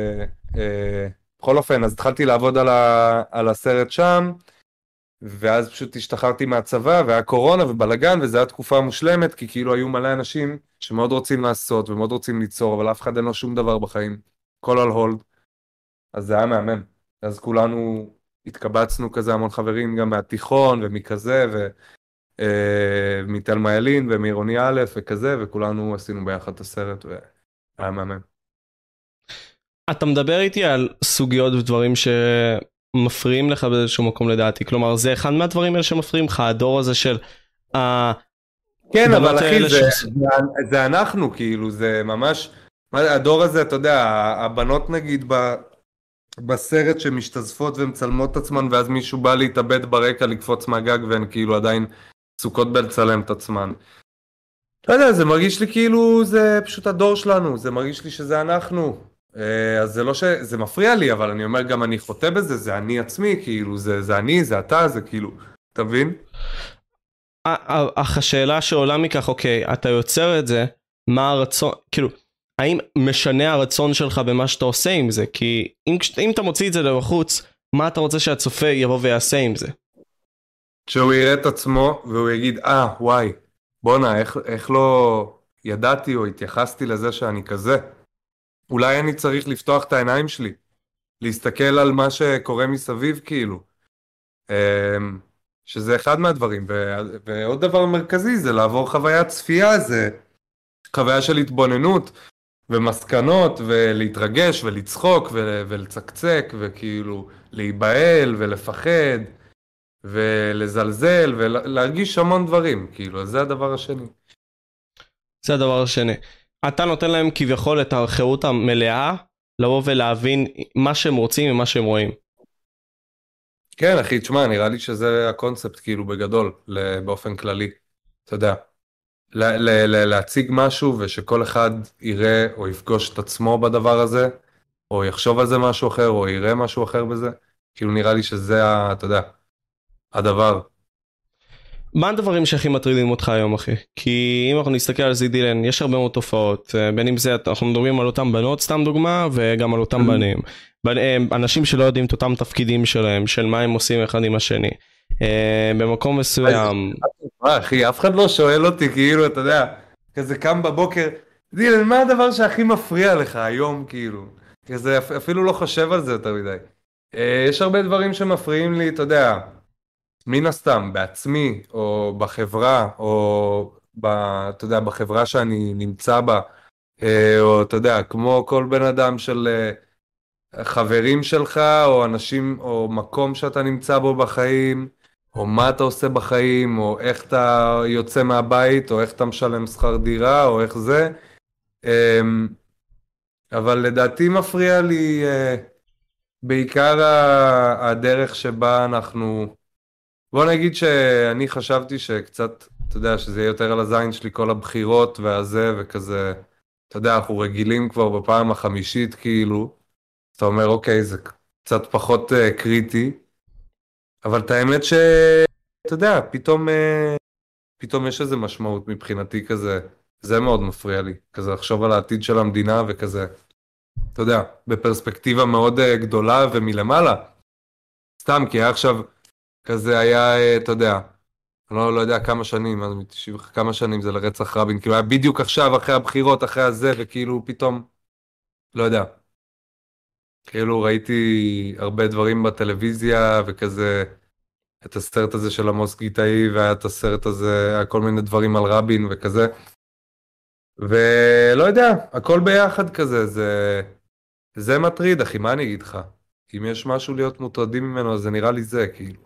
ובכל אופן, אז התחלתי לעבוד על, ה... על הסרט שם, ואז פשוט השתחררתי מהצבא, והיה קורונה ובלגן, וזו הייתה תקופה מושלמת, כי כאילו היו מלא אנשים שמאוד רוצים לעשות, ומאוד רוצים ליצור, אבל אף אחד אין לו שום דבר בחיים, כל על הולד, אז זה היה מהמם. אז כולנו התקבצנו כזה המון חברים, גם מהתיכון ומכזה, ו... מתלמה ילין ומעירוני א' וכזה, וכולנו עשינו ביחד את הסרט, והיה מהמם. אתה מדבר איתי על סוגיות ודברים שמפריעים לך באיזשהו מקום לדעתי, כלומר זה אחד מהדברים האלה שמפריעים לך, הדור הזה של כן, אבל אחי, האלה זה, ש... זה, זה אנחנו, כאילו, זה ממש, הדור הזה, אתה יודע, הבנות נגיד ב, בסרט שמשתזפות ומצלמות את עצמן, ואז מישהו בא להתאבד ברקע, לקפוץ מהגג, והן כאילו עדיין עסוקות בלצלם את עצמן. לא יודע, זה מרגיש לי כאילו זה פשוט הדור שלנו, זה מרגיש לי שזה אנחנו. אז זה לא ש... זה מפריע לי, אבל אני אומר גם אני חוטא בזה, זה אני עצמי, כאילו, זה, זה אני, זה אתה, זה כאילו, אתה מבין? אך השאלה שעולה מכך, אוקיי, אתה יוצר את זה, מה הרצון, כאילו, האם משנה הרצון שלך במה שאתה עושה עם זה? כי אם, אם אתה מוציא את זה לבחוץ, מה אתה רוצה שהצופה יבוא ויעשה עם זה? שהוא יראה את עצמו והוא יגיד, אה, וואי, בונה, איך, איך לא ידעתי או התייחסתי לזה שאני כזה? אולי אני צריך לפתוח את העיניים שלי, להסתכל על מה שקורה מסביב כאילו. שזה אחד מהדברים, ו- ועוד דבר מרכזי זה לעבור חוויית צפייה, זה חוויה של התבוננות ומסקנות ולהתרגש ולצחוק ו- ולצקצק וכאילו להיבהל ולפחד ולזלזל ולהרגיש המון דברים, כאילו, זה הדבר השני. זה הדבר השני. אתה נותן להם כביכול את החירות המלאה, לבוא ולהבין מה שהם רוצים ומה שהם רואים. כן, אחי, תשמע, נראה לי שזה הקונספט, כאילו, בגדול, באופן כללי. אתה יודע, לה, לה, לה, להציג משהו ושכל אחד יראה או יפגוש את עצמו בדבר הזה, או יחשוב על זה משהו אחר, או יראה משהו אחר בזה. כאילו, נראה לי שזה, אתה יודע, הדבר. מה הדברים שהכי מטרידים אותך היום, אחי? כי אם אנחנו נסתכל על זה, דילן, יש הרבה מאוד תופעות, בין אם זה, אנחנו מדברים על אותם בנות, סתם דוגמה, וגם על אותם בנים. אנשים שלא יודעים את אותם תפקידים שלהם, של מה הם עושים אחד עם השני. במקום מסוים. מה, אחי, אף אחד לא שואל אותי, כאילו, אתה יודע, כזה קם בבוקר, דילן, מה הדבר שהכי מפריע לך היום, כאילו? כזה, אפילו לא חושב על זה יותר מדי. יש הרבה דברים שמפריעים לי, אתה יודע, מן הסתם, בעצמי, או בחברה, או ב, אתה יודע, בחברה שאני נמצא בה, או אתה יודע, כמו כל בן אדם של חברים שלך, או אנשים, או מקום שאתה נמצא בו בחיים, או מה אתה עושה בחיים, או איך אתה יוצא מהבית, או איך אתה משלם שכר דירה, או איך זה. אבל לדעתי מפריע לי בעיקר הדרך שבה אנחנו... בוא נגיד שאני חשבתי שקצת, אתה יודע, שזה יהיה יותר על הזין שלי, כל הבחירות והזה וכזה, אתה יודע, אנחנו רגילים כבר בפעם החמישית כאילו, אתה אומר, אוקיי, זה קצת פחות uh, קריטי, אבל את האמת שאתה יודע, פתאום, uh, פתאום יש איזה משמעות מבחינתי כזה, זה מאוד מפריע לי, כזה לחשוב על העתיד של המדינה וכזה, אתה יודע, בפרספקטיבה מאוד uh, גדולה ומלמעלה, סתם, כי עכשיו כזה היה, אתה יודע, אני לא, לא יודע כמה שנים, כמה שנים זה לרצח רבין, כאילו היה בדיוק עכשיו, אחרי הבחירות, אחרי הזה, וכאילו פתאום, לא יודע, כאילו ראיתי הרבה דברים בטלוויזיה, וכזה, את הסרט הזה של עמוס גיטאי, והיה את הסרט הזה, היה כל מיני דברים על רבין וכזה, ולא יודע, הכל ביחד כזה, זה, זה מטריד, אחי, מה אני אגיד לך? אם יש משהו להיות מוטרדים ממנו, אז זה נראה לי זה, כאילו.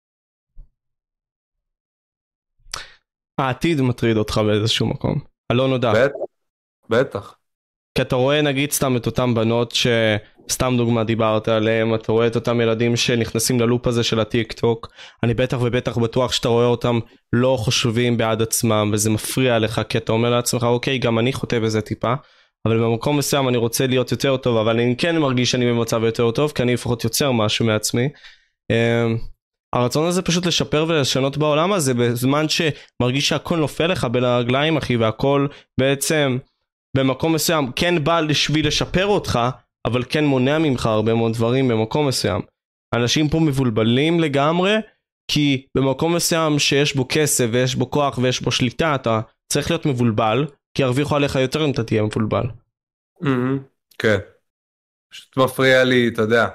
העתיד מטריד אותך באיזשהו מקום. הלא נודע. בטח, בטח. כי אתה רואה נגיד סתם את אותם בנות שסתם דוגמה דיברת עליהם, אתה רואה את אותם ילדים שנכנסים ללופ הזה של הטיק טוק, אני בטח ובטח בטוח שאתה רואה אותם לא חושבים בעד עצמם, וזה מפריע לך, כי אתה אומר לעצמך, אוקיי, גם אני חוטא בזה טיפה, אבל במקום מסוים אני רוצה להיות יותר טוב, אבל אני כן מרגיש שאני במצב יותר טוב, כי אני לפחות יוצר משהו מעצמי. הרצון הזה פשוט לשפר ולשנות בעולם הזה, בזמן שמרגיש שהכל נופל לך בין הרגליים, אחי, והכל בעצם במקום מסוים כן בא לשביל לשפר אותך, אבל כן מונע ממך הרבה מאוד דברים במקום מסוים. אנשים פה מבולבלים לגמרי, כי במקום מסוים שיש בו כסף ויש בו כוח ויש בו שליטה, אתה צריך להיות מבולבל, כי ירוויחו עליך יותר אם אתה תהיה מבולבל. כן. פשוט מפריע לי, אתה יודע.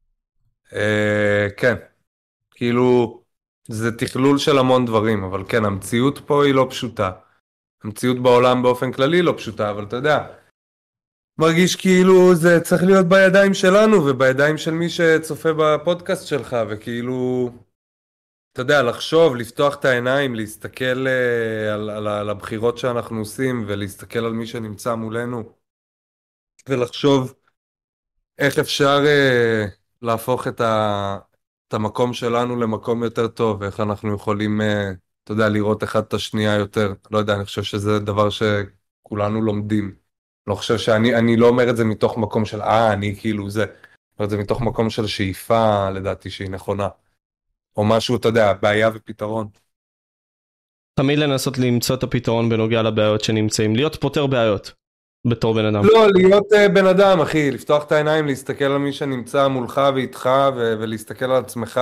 כן. כאילו, זה תכלול של המון דברים, אבל כן, המציאות פה היא לא פשוטה. המציאות בעולם באופן כללי לא פשוטה, אבל אתה יודע, מרגיש כאילו זה צריך להיות בידיים שלנו, ובידיים של מי שצופה בפודקאסט שלך, וכאילו, אתה יודע, לחשוב, לפתוח את העיניים, להסתכל על, על, על הבחירות שאנחנו עושים, ולהסתכל על מי שנמצא מולנו, ולחשוב איך אפשר אה, להפוך את ה... את המקום שלנו למקום יותר טוב, ואיך אנחנו יכולים, אתה יודע, לראות אחד את השנייה יותר. לא יודע, אני חושב שזה דבר שכולנו לומדים. לא חושב שאני, אני לא אומר את זה מתוך מקום של, אה, אני כאילו זה. אומר את זה מתוך מקום של שאיפה, לדעתי, שהיא נכונה. או משהו, אתה יודע, בעיה ופתרון. תמיד לנסות למצוא את הפתרון בנוגע לבעיות שנמצאים. להיות פותר בעיות. בתור בן אדם. לא, להיות uh, בן אדם, אחי, לפתוח את העיניים, להסתכל על מי שנמצא מולך ואיתך, ו- ולהסתכל על עצמך,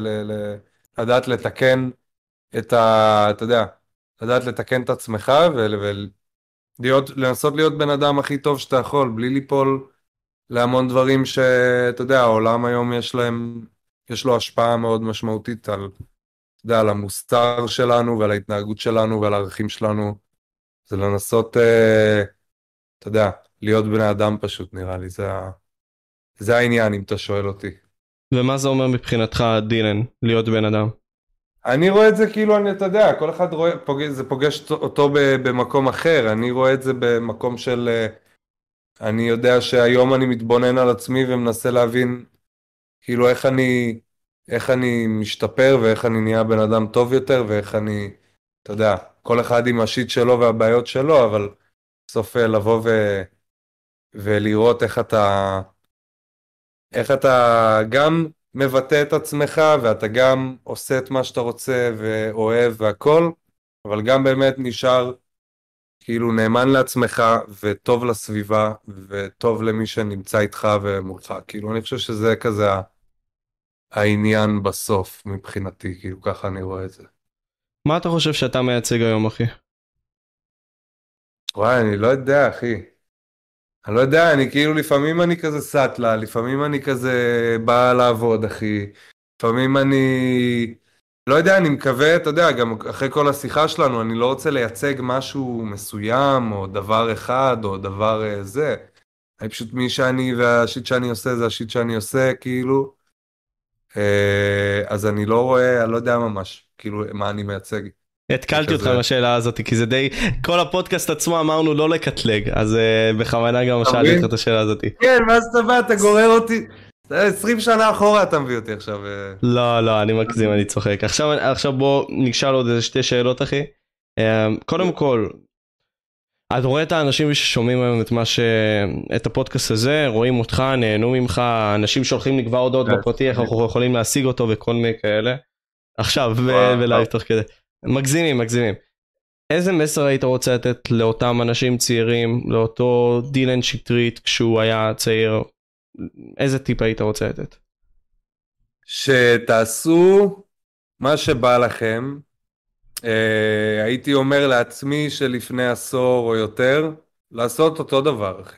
ולדעת לתקן את ה... אתה יודע, לדעת לתקן את עצמך, ולנסות להיות בן אדם הכי טוב שאתה יכול, בלי ליפול להמון דברים שאתה יודע, העולם היום יש להם, יש לו השפעה מאוד משמעותית על, אתה יודע, על המוסר שלנו, ועל ההתנהגות שלנו, ועל הערכים שלנו. זה לנסות... Uh, אתה יודע, להיות בני אדם פשוט נראה לי, זה, זה העניין אם אתה שואל אותי. ומה זה אומר מבחינתך, דילן, להיות בן אדם? אני רואה את זה כאילו, אני, אתה יודע, כל אחד רואה, פוגש, זה פוגש אותו במקום אחר, אני רואה את זה במקום של, אני יודע שהיום אני מתבונן על עצמי ומנסה להבין, כאילו איך אני, איך אני משתפר ואיך אני נהיה בן אדם טוב יותר ואיך אני, אתה יודע, כל אחד עם השיט שלו והבעיות שלו, אבל בסוף לבוא ו... ולראות איך אתה, איך אתה גם מבטא את עצמך, ואתה גם עושה את מה שאתה רוצה ואוהב והכל, אבל גם באמת נשאר כאילו נאמן לעצמך וטוב לסביבה וטוב למי שנמצא איתך ומולך. כאילו אני חושב שזה כזה העניין בסוף מבחינתי, כאילו ככה אני רואה את זה. מה אתה חושב שאתה מייצג היום, אחי? וואי, אני לא יודע, אחי. אני לא יודע, אני כאילו לפעמים אני כזה סטלה, לפעמים אני כזה בא לעבוד, אחי. לפעמים אני... לא יודע, אני מקווה, אתה יודע, גם אחרי כל השיחה שלנו, אני לא רוצה לייצג משהו מסוים, או דבר אחד, או דבר אה, זה. אני פשוט מי שאני, והשיט שאני עושה זה השיט שאני עושה, כאילו. אה, אז אני לא רואה, אני לא יודע ממש, כאילו, מה אני מייצג. התקלתי אותך עם השאלה הזאת, כי זה די, כל הפודקאסט עצמו אמרנו לא לקטלג, אז uh, בכוונה גם שאלתי אותך את השאלה הזאת. כן, ואז אתה בא, אתה גורר אותי, עשרים שנה אחורה אתה מביא אותי עכשיו. לא, לא, אני מגזים, אני צוחק. עכשיו, עכשיו בוא נשאל עוד איזה שתי שאלות, אחי. קודם כל, את רואה את האנשים ששומעים היום את מה ש... את הפודקאסט הזה, רואים אותך, נהנו ממך, אנשים שולחים לי כבר הודעות בפרטי, איך אנחנו יכולים להשיג אותו וכל מיני כאלה. עכשיו, ולייב תוך כדי. מגזימים, מגזימים. איזה מסר היית רוצה לתת לאותם אנשים צעירים, לאותו דילן שטרית כשהוא היה צעיר? איזה טיפ היית רוצה לתת? שתעשו מה שבא לכם. אה, הייתי אומר לעצמי שלפני עשור או יותר, לעשות אותו דבר, אחי.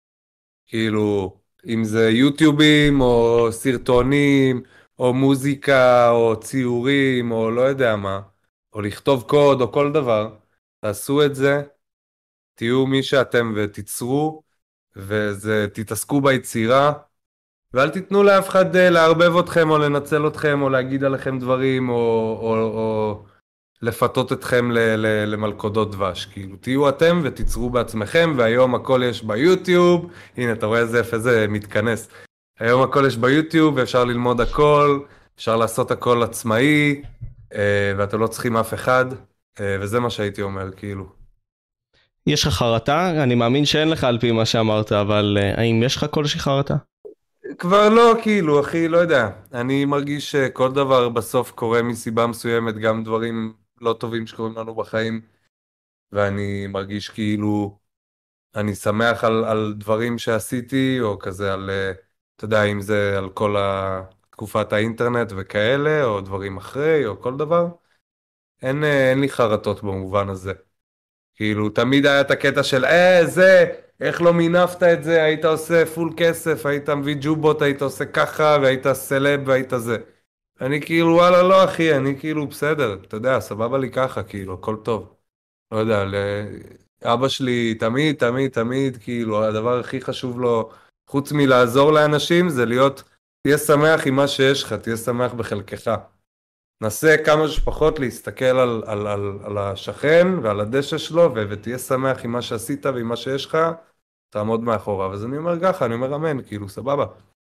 כאילו, אם זה יוטיובים או סרטונים, או מוזיקה, או ציורים, או לא יודע מה, או לכתוב קוד, או כל דבר, תעשו את זה, תהיו מי שאתם ותיצרו, ותתעסקו ביצירה, ואל תיתנו לאף אחד לערבב אתכם, או לנצל אתכם, או להגיד עליכם דברים, או, או, או לפתות אתכם ל, ל, למלכודות דבש. כאילו, תהיו אתם ותיצרו בעצמכם, והיום הכל יש ביוטיוב, הנה, אתה רואה איזה איפה זה מתכנס. היום הכל יש ביוטיוב, ואפשר ללמוד הכל, אפשר לעשות הכל עצמאי, ואתם לא צריכים אף אחד, וזה מה שהייתי אומר, כאילו. יש לך חרטה? אני מאמין שאין לך על פי מה שאמרת, אבל האם יש לך כלשהי חרטה? כבר לא, כאילו, אחי, לא יודע. אני מרגיש שכל דבר בסוף קורה מסיבה מסוימת, גם דברים לא טובים שקורים לנו בחיים, ואני מרגיש כאילו, אני שמח על, על דברים שעשיתי, או כזה על, אתה יודע, אם זה על כל תקופת האינטרנט וכאלה, או דברים אחרי, או כל דבר. אין, אין לי חרטות במובן הזה. כאילו, תמיד היה את הקטע של, אה, זה, איך לא מינפת את זה, היית עושה פול כסף, היית מביא ג'ובות, היית עושה ככה, והיית סלב, והיית זה. אני כאילו, וואלה, לא, אחי, אני כאילו, בסדר, אתה יודע, סבבה לי ככה, כאילו, הכל טוב. לא יודע, לאבא שלי תמיד, תמיד, תמיד, כאילו, הדבר הכי חשוב לו, חוץ מלעזור לאנשים, זה להיות, תהיה שמח עם מה שיש לך, תהיה שמח בחלקך. נסה כמה שפחות להסתכל על, על, על, על השכן ועל הדשא שלו, ו- ותהיה שמח עם מה שעשית ועם מה שיש לך, תעמוד מאחוריו. אז אני אומר ככה, אני אומר אמן, כאילו, סבבה.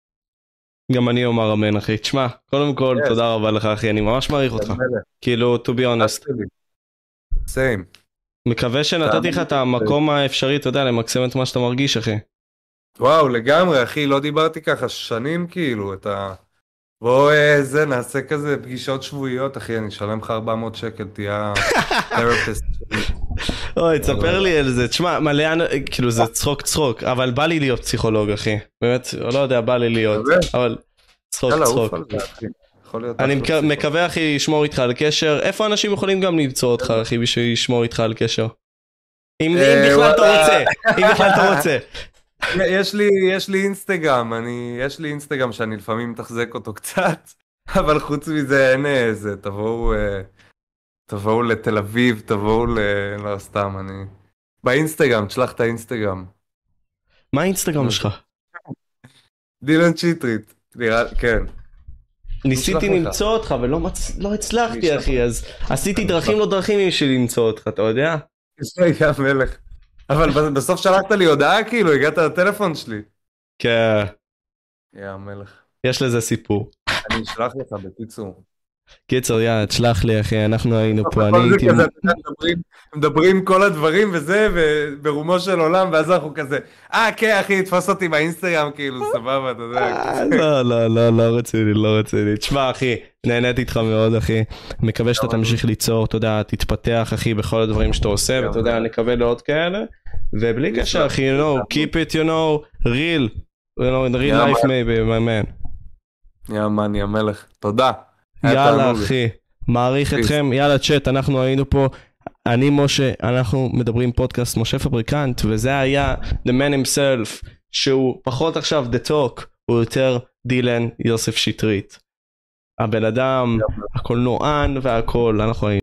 גם אני אומר אמן, אחי. תשמע, קודם כל, yes. תודה רבה לך, אחי, אני ממש מעריך אותך. כאילו, to be honest. same. מקווה שנתתי לך את המקום האפשרי, אתה יודע, למקסם את מה שאתה מרגיש, אחי. וואו, לגמרי, אחי, לא דיברתי ככה שנים, כאילו, את ה... בוא, זה, נעשה כזה פגישות שבועיות, אחי, אני אשלם לך ארבע מאות שקל, תהיה תרפיסט שלי. אוי, תספר לי על זה, תשמע, מלא, כאילו, זה צחוק צחוק, אבל בא לי להיות פסיכולוג, אחי. באמת, לא יודע, בא לי להיות, אבל צחוק צחוק. אני מקווה, אחי, לשמור איתך על קשר. איפה אנשים יכולים גם למצוא אותך, אחי, בשביל לשמור איתך על קשר? אם בכלל אתה רוצה, אם בכלל אתה רוצה. יש לי, יש לי אינסטגרם, אני, יש לי אינסטגרם שאני לפעמים מתחזק אותו קצת, אבל חוץ מזה אין איזה, תבואו, תבואו לתל אביב, תבואו ל... לא, סתם, אני... באינסטגרם, תשלח את האינסטגרם. מה האינסטגרם שלך? דילן שטרית, נראה, כן. ניסיתי למצוא אותך ולא מצ... לא הצלחתי, אחי, אז עשיתי דרכים לא דרכים בשביל למצוא אותך, אתה יודע? יא מלך. אבל בסוף שלחת לי הודעה, כאילו, הגעת לטלפון שלי. כן. יא מלך. יש לזה סיפור. אני אשלח לך בקיצור. קיצר, יאללה, תשלח לי, אחי, אנחנו היינו פה, אני כל זה הייתי... כזה, אתה יודע, מדברים- מדברים כל הדברים וזה, וברומו של עולם, ואז אנחנו כזה, אה, כן, אחי, תפוס אותי באינסטגרם, כאילו, סבבה, אתה יודע. אה, כזה. לא, לא, לא, לא רציני, לא רציני. תשמע, אחי, נהניתי איתך מאוד, אחי. מקווה שאתה תמשיך ליצור, אתה יודע, תתפתח, אחי, בכל הדברים שאתה עושה, ואתה יודע, נקווה לעוד כאלה. ובלי קשר, אחי, you know, keep it, you know, real, you know, in real יאללה, life maybe, my man. יא מאני המלך, תודה. היה יאללה, תענוג. אחי, מעריך Peace. אתכם, יאללה, צ'אט, אנחנו היינו פה, אני משה, אנחנו מדברים פודקאסט משה פבריקנט, וזה היה The Man himself, שהוא פחות עכשיו The Talk, הוא יותר דילן יוסף שטרית. הבן אדם, הקולנוען והכל, אנחנו היינו.